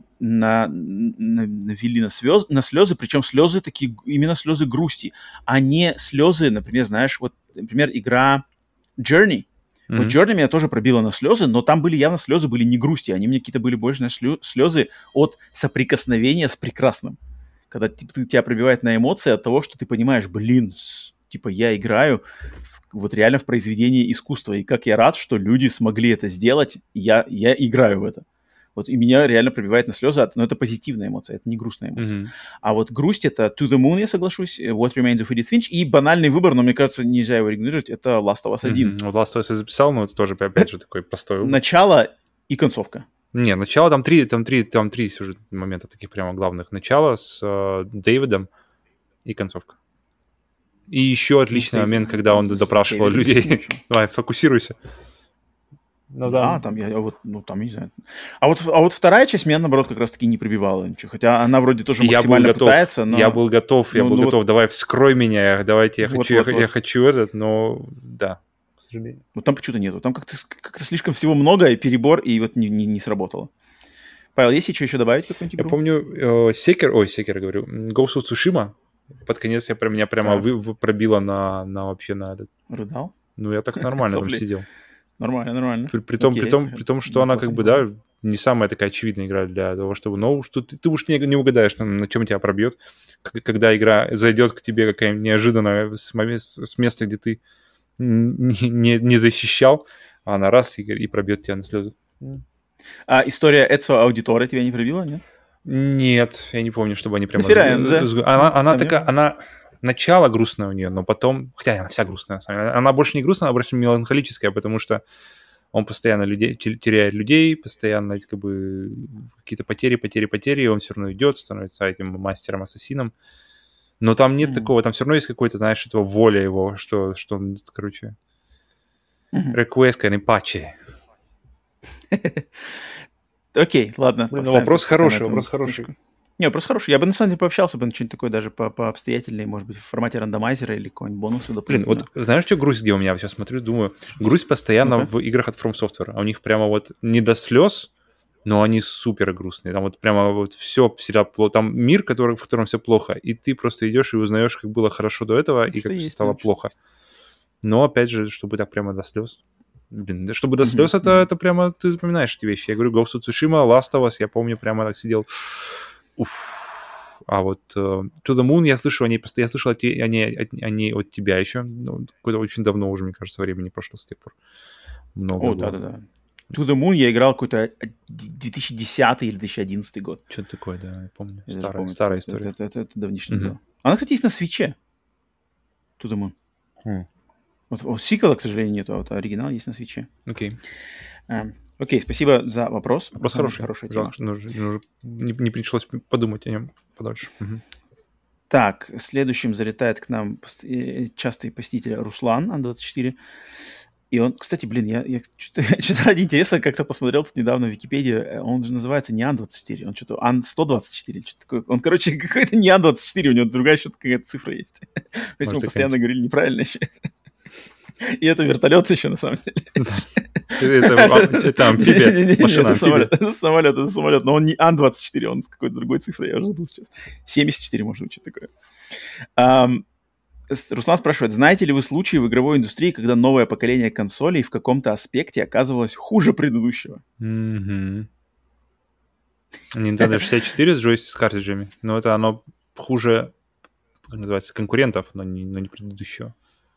навели на слезы, причем слезы такие, именно слезы грусти, а не слезы, например, знаешь, вот, например, игра Journey. Вот Journey меня тоже пробила на слезы, но там были явно слезы, были не грусти, они мне какие-то были больше слезы от соприкосновения с прекрасным. Когда тебя пробивает на эмоции от того, что ты понимаешь, я играю вот реально в произведение искусства, и как я рад, что люди смогли это сделать, я играю в это. Вот и меня реально пробивает на слезы, но это позитивная эмоция, это не грустная эмоция. А вот грусть — это To the Moon, я соглашусь, What Remains of Edith Finch, и банальный выбор, но мне кажется, нельзя его игнорировать, это Last of Us 1. Вот Last of Us я записал, но это тоже, опять же, такой простой выбор. Начало и концовка. Не, начало, там три сюжет момента таких прямо главных. Начало с Дэвидом и концовка. И еще отличный момент, когда он допрашивал людей. Давай, фокусируйся. Там не знаю. А вот вторая часть меня, наоборот, как раз-таки не прибивала ничего. Хотя она вроде тоже максимально пытается, но... Я был готов. Давай, вскрой меня, давайте, я хочу этот, но да. Вот там почему-то нету. Там как-то слишком всего много, и перебор, и вот не сработало. Павел, есть еще добавить какую-нибудь игру? Я помню, Секер говорю, Ghost of Tsushima. Под конец меня прямо пробило на вообще на этот... Рыдал? Ну, я так нормально там сидел. Нормально. При том, что она как бы, да, не самая такая очевидная игра для того, чтобы... Но что ты уж не угадаешь, на чем тебя пробьет. Когда игра зайдет к тебе какая-нибудь неожиданная с места, где ты не защищал, а она раз и пробьет тебя на слезы. А история Эцио Аудиторе тебя не пробила, нет? Нет, я не помню, чтобы они прямо... Она такая, она... Начало грустное у нее, но потом... Хотя она вся грустная, на самом деле. Она больше не грустная, она больше меланхолическая, потому что он постоянно теряет людей, постоянно как бы какие-то потери, и он все равно идет, становится этим мастером-ассасином. Но там нет такого, там все равно есть какой-то, знаешь, этого воля его, что он, короче... Request не паче. Окей, ладно. Вопрос хороший. Не, вопрос хороший. Я бы, на самом деле, пообщался бы на что-нибудь такое даже пообстоятельнее, может быть, в формате рандомайзера или какого-нибудь бонуса. Вот знаешь, что грусть, где у меня сейчас смотрю, думаю, грусть постоянно в играх от From Software. А у них прямо вот не до слез, но они супер грустные. Там вот прямо вот все всегда плохо. Там мир, в котором все плохо, и ты просто идешь и узнаешь, как было хорошо до этого, и как все стало плохо. Но, опять же, чтобы так прямо до слез... чтобы до слез, это прямо ты запоминаешь эти вещи. Я говорю, Ghost of Tsushima, Last of Us, я помню, прямо так сидел. А вот To the Moon я слышал они от тебя еще. Какое-то очень давно уже, мне кажется, времени прошло с тех пор. Много. Да. To the Moon я играл какой-то 2010 или 2011 год. Что-то такое, да, я помню. Старая история. Это давнишнее дело. Она, кстати, есть на Свитче. To the Moon. Вот сиквела, к сожалению, нету, а вот оригинал есть на Свитче. Окей, спасибо за вопрос. Вопрос хороший. Жалко, что не пришлось подумать о нем подольше. Так, следующим залетает к нам частый посетитель Руслан, Ан-24. И он, кстати, я что-то ради интереса как-то посмотрел тут недавно в Википедии. Он же называется не Ан-24, он что-то Ан-124. Что-то такое. Он, короче, какой-то не Ан-24, у него другая что-то какая-то цифра есть. То есть мы постоянно говорили неправильно еще. И это вертолет еще, на самом деле. Это амфибия, машина-амфибия. Это самолет, но он не Ан-24, он с какой-то другой цифрой, я уже забыл сейчас. 74, может быть, что-то такое. Руслан спрашивает, знаете ли вы случаи в игровой индустрии, когда новое поколение консолей в каком-то аспекте оказывалось хуже предыдущего? Nintendo 64 с картриджами, но это оно хуже, как называется, конкурентов, но не предыдущего.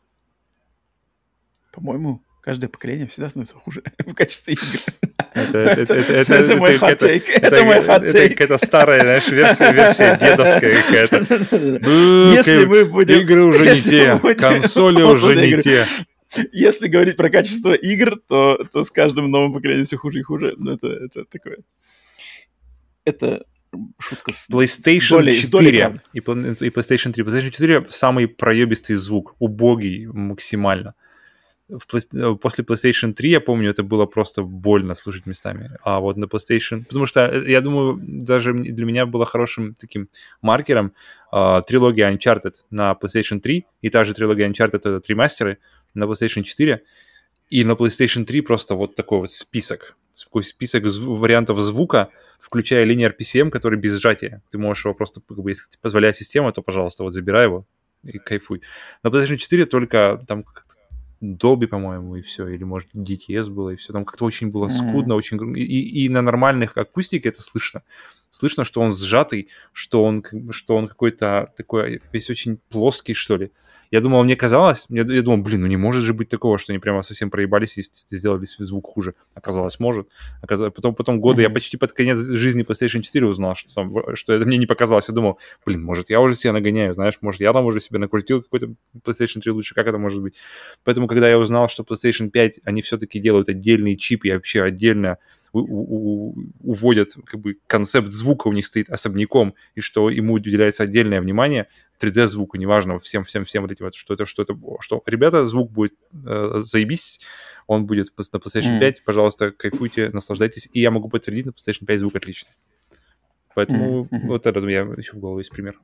По-моему, каждое поколение всегда становится хуже в качестве игр. Это мой хот-тейк. Это мой хот-тейк. Это какая-то старая, знаешь, версия дедовская какая-то. Если мы будем... Игры уже не те, консоли уже не те. Если говорить про качество игр, то с каждым новым поколением все хуже и хуже. Но это такое... Это шутка с PlayStation 4 и PlayStation 3. PlayStation 4 самый проебистый звук, убогий максимально. После PlayStation 3, я помню, это было просто больно слушать местами. А вот на PlayStation... Потому что, я думаю, даже для меня было хорошим таким маркером трилогия Uncharted на PlayStation 3 и та же трилогия Uncharted — это ремастеры на PlayStation 4. И на PlayStation 3 просто вот такой вот список. Такой список вариантов звука, включая Linear PCM, который без сжатия. Ты можешь его просто, как бы, если позволяет система, то, пожалуйста, вот забирай его и кайфуй. На PlayStation 4 только там Dolby, по-моему, и все, или, может, DTS было, и все. Там как-то очень было скудно, очень... И на нормальных акустике это слышно. Слышно, что он сжатый, что он какой-то такой весь очень плоский, что ли. Я думал, мне казалось, я думал, блин, ну не может же быть такого, что они прямо совсем проебались и сделали звук хуже. Оказалось, может. Потом годы, я почти под конец жизни PlayStation 4 узнал, что это мне не показалось. Я думал, блин, может, я уже себя нагоняю, знаешь, может, я там уже себе накрутил какой-то PlayStation 3 лучше, как это может быть? Поэтому, когда я узнал, что PlayStation 5, они все-таки делают отдельный чип и вообще отдельно уводят, как бы, концепт звука у них стоит особняком, и что ему уделяется отдельное внимание, 3D-звуку, неважно, всем вот этим, что, ребята, звук будет заебись, он будет на PlayStation 5, пожалуйста, кайфуйте, наслаждайтесь, и я могу подтвердить, на PlayStation 5 звук отличный. Поэтому вот это у меня еще в голову есть пример.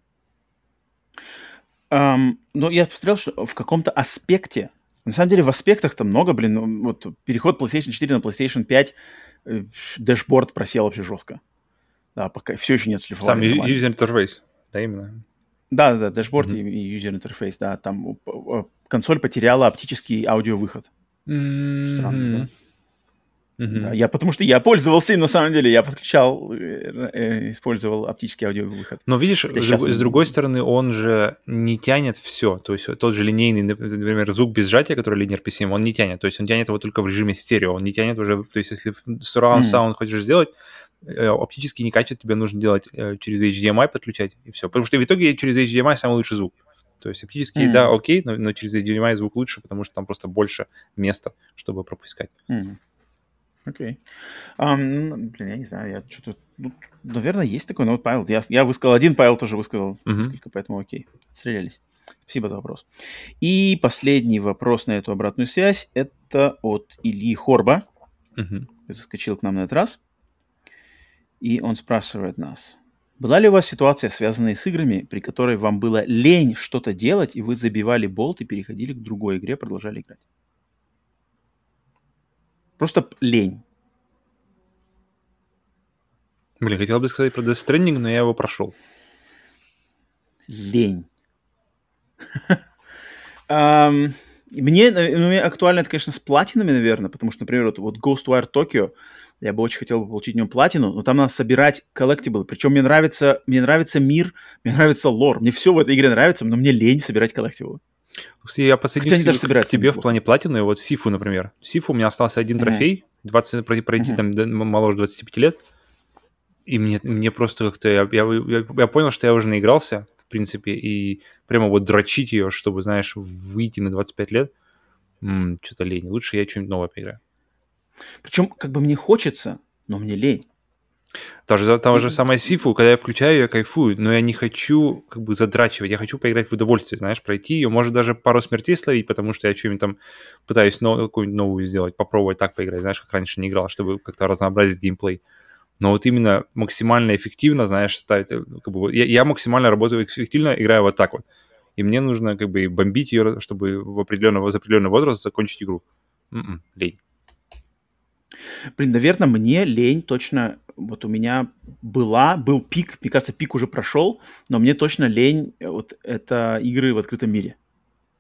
Ну, я посмотрел, что в каком-то аспекте, на самом деле в аспектах там много, блин, вот переход PlayStation 4 на PlayStation 5, дэшборд просел вообще жестко. Да, пока все еще нет шлифования. Сам юзер-интерфейс, да, именно. Да, дэшборд и юзер-интерфейс, да, там консоль потеряла оптический аудиовыход. Странно, да? Да, потому что я пользовался им, на самом деле, я подключал, использовал оптический аудиовыход. Но видишь, с другой стороны, он же не тянет все, то есть тот же линейный, например, звук без сжатия, который Linear PCM, он не тянет, то есть он тянет его только в режиме стерео, он не тянет уже, то есть если surround sound хочешь сделать, оптически не качает, тебе нужно делать через HDMI подключать, и все. Потому что в итоге через HDMI самый лучший звук. То есть оптически, да, окей, но через HDMI звук лучше, потому что там просто больше места, чтобы пропускать. Окей. Блин, я не знаю, я что-то... Ну, наверное, есть такой, но вот Павел, я высказал один, Павел тоже высказал несколько, поэтому окей, стрелялись. Спасибо за вопрос. И последний вопрос на эту обратную связь, это от Ильи Хорба. Заскочил к нам на этот раз. И он спрашивает нас. Была ли у вас ситуация, связанная с играми, при которой вам было лень что-то делать, и вы забивали болт и переходили к другой игре, продолжали играть? Просто лень. Блин, хотел бы сказать про Death Stranding, но я его прошел. Лень. Мне актуально это, конечно, с платинами, наверное, потому что, например, вот Ghostwire Tokyo, я бы очень хотел получить в нем платину, но там надо собирать коллектиблы. Причем мне нравится мир, мне нравится лор. Мне все в этой игре нравится, но мне лень собирать коллектиблы. Я подсоединюсь к тебе в плане платины. Вот Сифу, например. Сифу, у меня остался один трофей, пройти там моложе 25 лет. И мне просто как-то... Я понял, что я уже наигрался, в принципе, и прямо вот дрочить ее, чтобы, знаешь, выйти на 25 лет, что-то лень. Лучше я что-нибудь новое поиграю. Причем, как бы мне хочется, но мне лень. Та же самая Сифу, когда я включаю, я кайфую, но я не хочу как бы задрачивать, я хочу поиграть в удовольствие, знаешь, пройти ее, может даже пару смертей словить, потому что я что-нибудь там пытаюсь какую-нибудь новую сделать, попробовать так поиграть, знаешь, как раньше не играл, чтобы как-то разнообразить геймплей. Но вот именно максимально эффективно, знаешь, ставить, как бы, я максимально работаю эффективно, играю вот так вот. И мне нужно как бы бомбить ее, чтобы за определенный возраст закончить игру. Лень. Блин, наверное, мне лень точно... Вот у меня был пик, мне кажется, пик уже прошел, но мне точно лень вот это игры в открытом мире.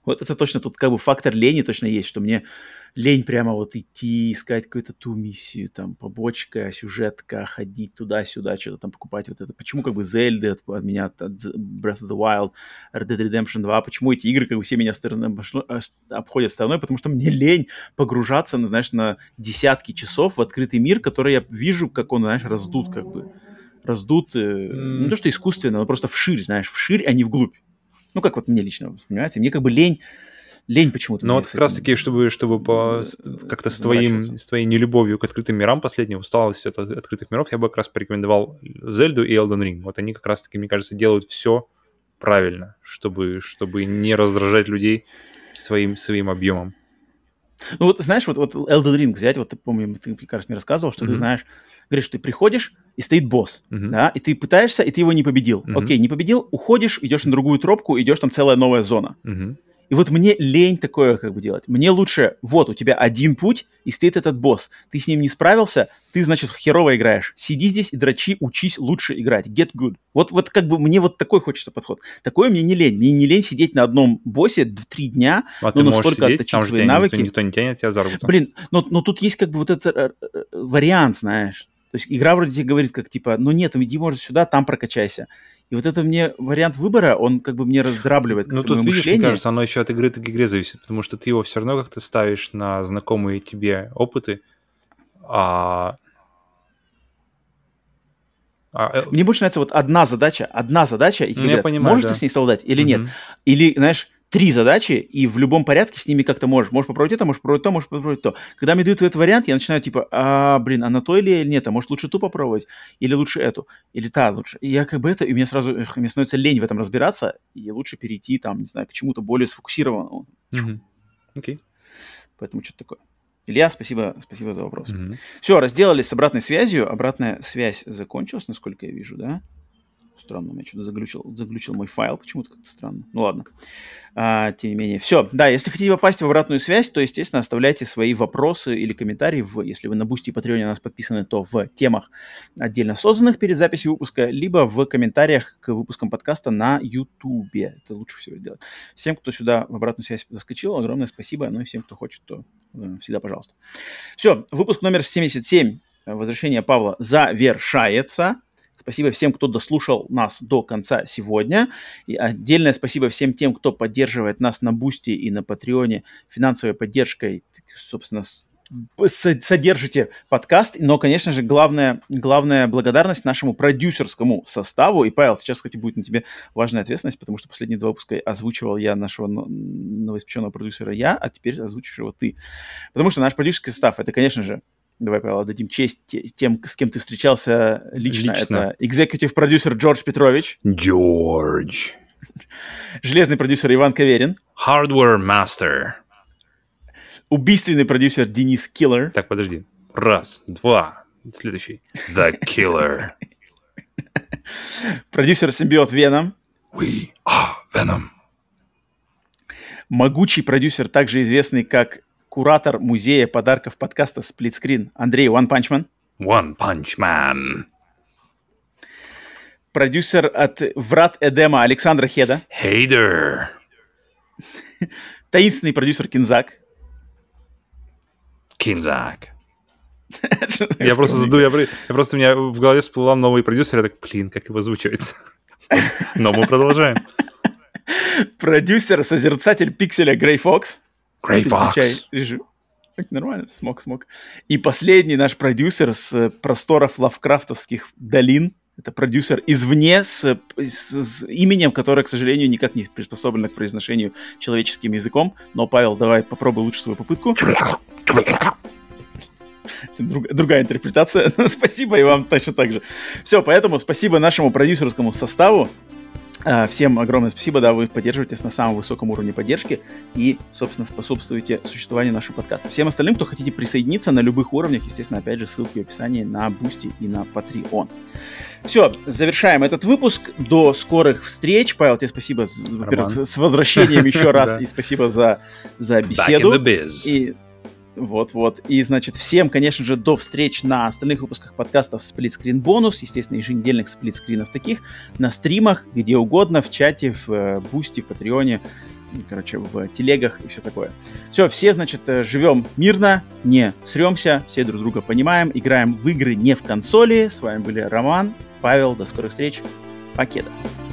Вот это точно тут как бы фактор лени точно есть, что мне лень прямо вот идти, искать какую-то ту миссию, там, побочка, сюжетка, ходить туда-сюда, что-то там покупать вот это. Почему как бы Zelda от меня, от Breath of the Wild, Red Dead Redemption 2, почему эти игры как бы все меня обходят стороной? Потому что мне лень погружаться, знаешь, на десятки часов в открытый мир, который я вижу, как он, знаешь, раздут как бы. Раздут, не то что искусственно, но просто вширь, знаешь, вширь, а не вглубь. Ну, как вот мне лично, понимаете? Мне как бы лень почему-то. Ну, вот как раз-таки, чтобы как-то с твоей нелюбовью к открытым мирам последней, усталость от открытых миров, я бы как раз порекомендовал Зельду и Elden Ring. Вот они как раз-таки, мне кажется, делают все правильно, чтобы не раздражать людей своим объемом. Ну, вот знаешь, вот Elden Ring взять, вот ты, помню, ты, кажется, мне рассказывал, что ты знаешь, говоришь, что ты приходишь, и стоит босс, да, и ты пытаешься, и ты его не победил. Окей, не победил, уходишь, идешь на другую тропку, идешь, там целая новая зона. И вот мне лень такое как бы делать. Мне лучше, вот, у тебя один путь, и стоит этот босс. Ты с ним не справился, ты, значит, херово играешь. Сиди здесь и дрочи, учись лучше играть. Get good. Вот как бы мне вот такой хочется подход. Такое мне не лень. Мне не лень сидеть на одном боссе 3 дня, ты настолько отточить свои навыки. Никто не тянет тебя за руку. Блин, но тут есть как бы вот этот вариант, знаешь. То есть игра вроде тебе говорит, как типа, ну нет, иди, может, сюда, там прокачайся. И вот это мне вариант выбора, он как бы мне раздравливает. Ну, тут, видишь, мне кажется, оно еще от игры к игре зависит, потому что ты его все равно как-то ставишь на знакомые тебе опыты. Мне больше нравится вот одна задача, и тебе говорят, понимаю, можешь ты с ней совладать или нет. Или, знаешь, 3 задачи, и в любом порядке с ними как-то можешь. Можешь попробовать это, можешь попробовать то, можешь попробовать то. Когда мне дают этот вариант, я начинаю типа, а на то или нет, а может лучше ту попробовать, или лучше эту, или та лучше. И я как бы это, и мне сразу, мне становится лень в этом разбираться, и лучше перейти там, не знаю, к чему-то более сфокусированному. Окей. Поэтому что-то такое. Илья, спасибо за вопрос. Все, разделались с обратной связью. Обратная связь закончилась, насколько я вижу, да? Странно, у меня что-то заглючил мой файл, почему-то как-то странно. Ну ладно. Тем не менее. Все, да, если хотите попасть в обратную связь, то, естественно, оставляйте свои вопросы или комментарии, если вы на Boosty и Patreon у нас подписаны, то в темах отдельно созданных перед записью выпуска, либо в комментариях к выпускам подкаста на YouTube. Это лучше всего делать. Всем, кто сюда в обратную связь заскочил, огромное спасибо. Ну и всем, кто хочет, то всегда пожалуйста. Все, выпуск номер 77. Возвращение Павла завершается. Спасибо всем, кто дослушал нас до конца сегодня. И отдельное спасибо всем тем, кто поддерживает нас на Boosty и на Патреоне финансовой поддержкой. Собственно, содержите подкаст. Но, конечно же, главная благодарность нашему продюсерскому составу. И, Павел, сейчас, кстати, будет на тебе важная ответственность, потому что последние 2 выпуска озвучивал я нашего новоиспеченного продюсера а теперь озвучишь его ты. Потому что наш продюсерский состав — это, конечно же, давай, Павел, дадим честь тем, с кем ты встречался лично. Это executive продюсер Джордж Петрович. Джордж. Железный продюсер Иван Каверин. Hardware Master. Убийственный продюсер Денис Киллер. Так, подожди. 1, 2. Следующий. The Killer. Продюсер-симбиот Веном. We are Venom. Могучий продюсер, также известный как куратор музея подарков подкаста «Сплитскрин» Андрей One Punch Man. One Punch Man. Продюсер от «Врат Эдема» Александра Хеда. Hater. Таинственный продюсер Кинзак. Кинзак. Я просто задумал, у меня в голове всплыл новый продюсер, я так, как его озвучивается. Но мы продолжаем. Продюсер, созерцатель пикселя Грей Фокс. Грей Фокс. Нормально, смог. И последний наш продюсер с просторов лавкрафтовских долин. Это продюсер извне с именем, которое, к сожалению, никак не приспособлено к произношению человеческим языком. Но, Павел, давай попробуй лучше свою попытку. Другая интерпретация. Спасибо и вам точно так же. Все, поэтому спасибо нашему продюсерскому составу. Всем огромное спасибо, да, вы поддерживаетесь на самом высоком уровне поддержки и, собственно, способствуете существованию нашего подкаста. Всем остальным, кто хотите присоединиться на любых уровнях, естественно, опять же, ссылки в описании на Boosty и на Patreon. Все, завершаем этот выпуск. До скорых встреч. Павел, тебе спасибо, во-первых, с возвращением еще раз, и спасибо за беседу. Вот. И, значит, всем, конечно же, до встреч на остальных выпусках подкастов Сплитскрин Бонус, естественно, еженедельных сплитскринов таких, на стримах, где угодно, в чате, в Boosty, в Патреоне, короче, в телегах и все такое. Все, все, значит, живем мирно, не сремся, все друг друга понимаем, играем в игры не в консоли. С вами были Роман, Павел, до скорых встреч, покеда.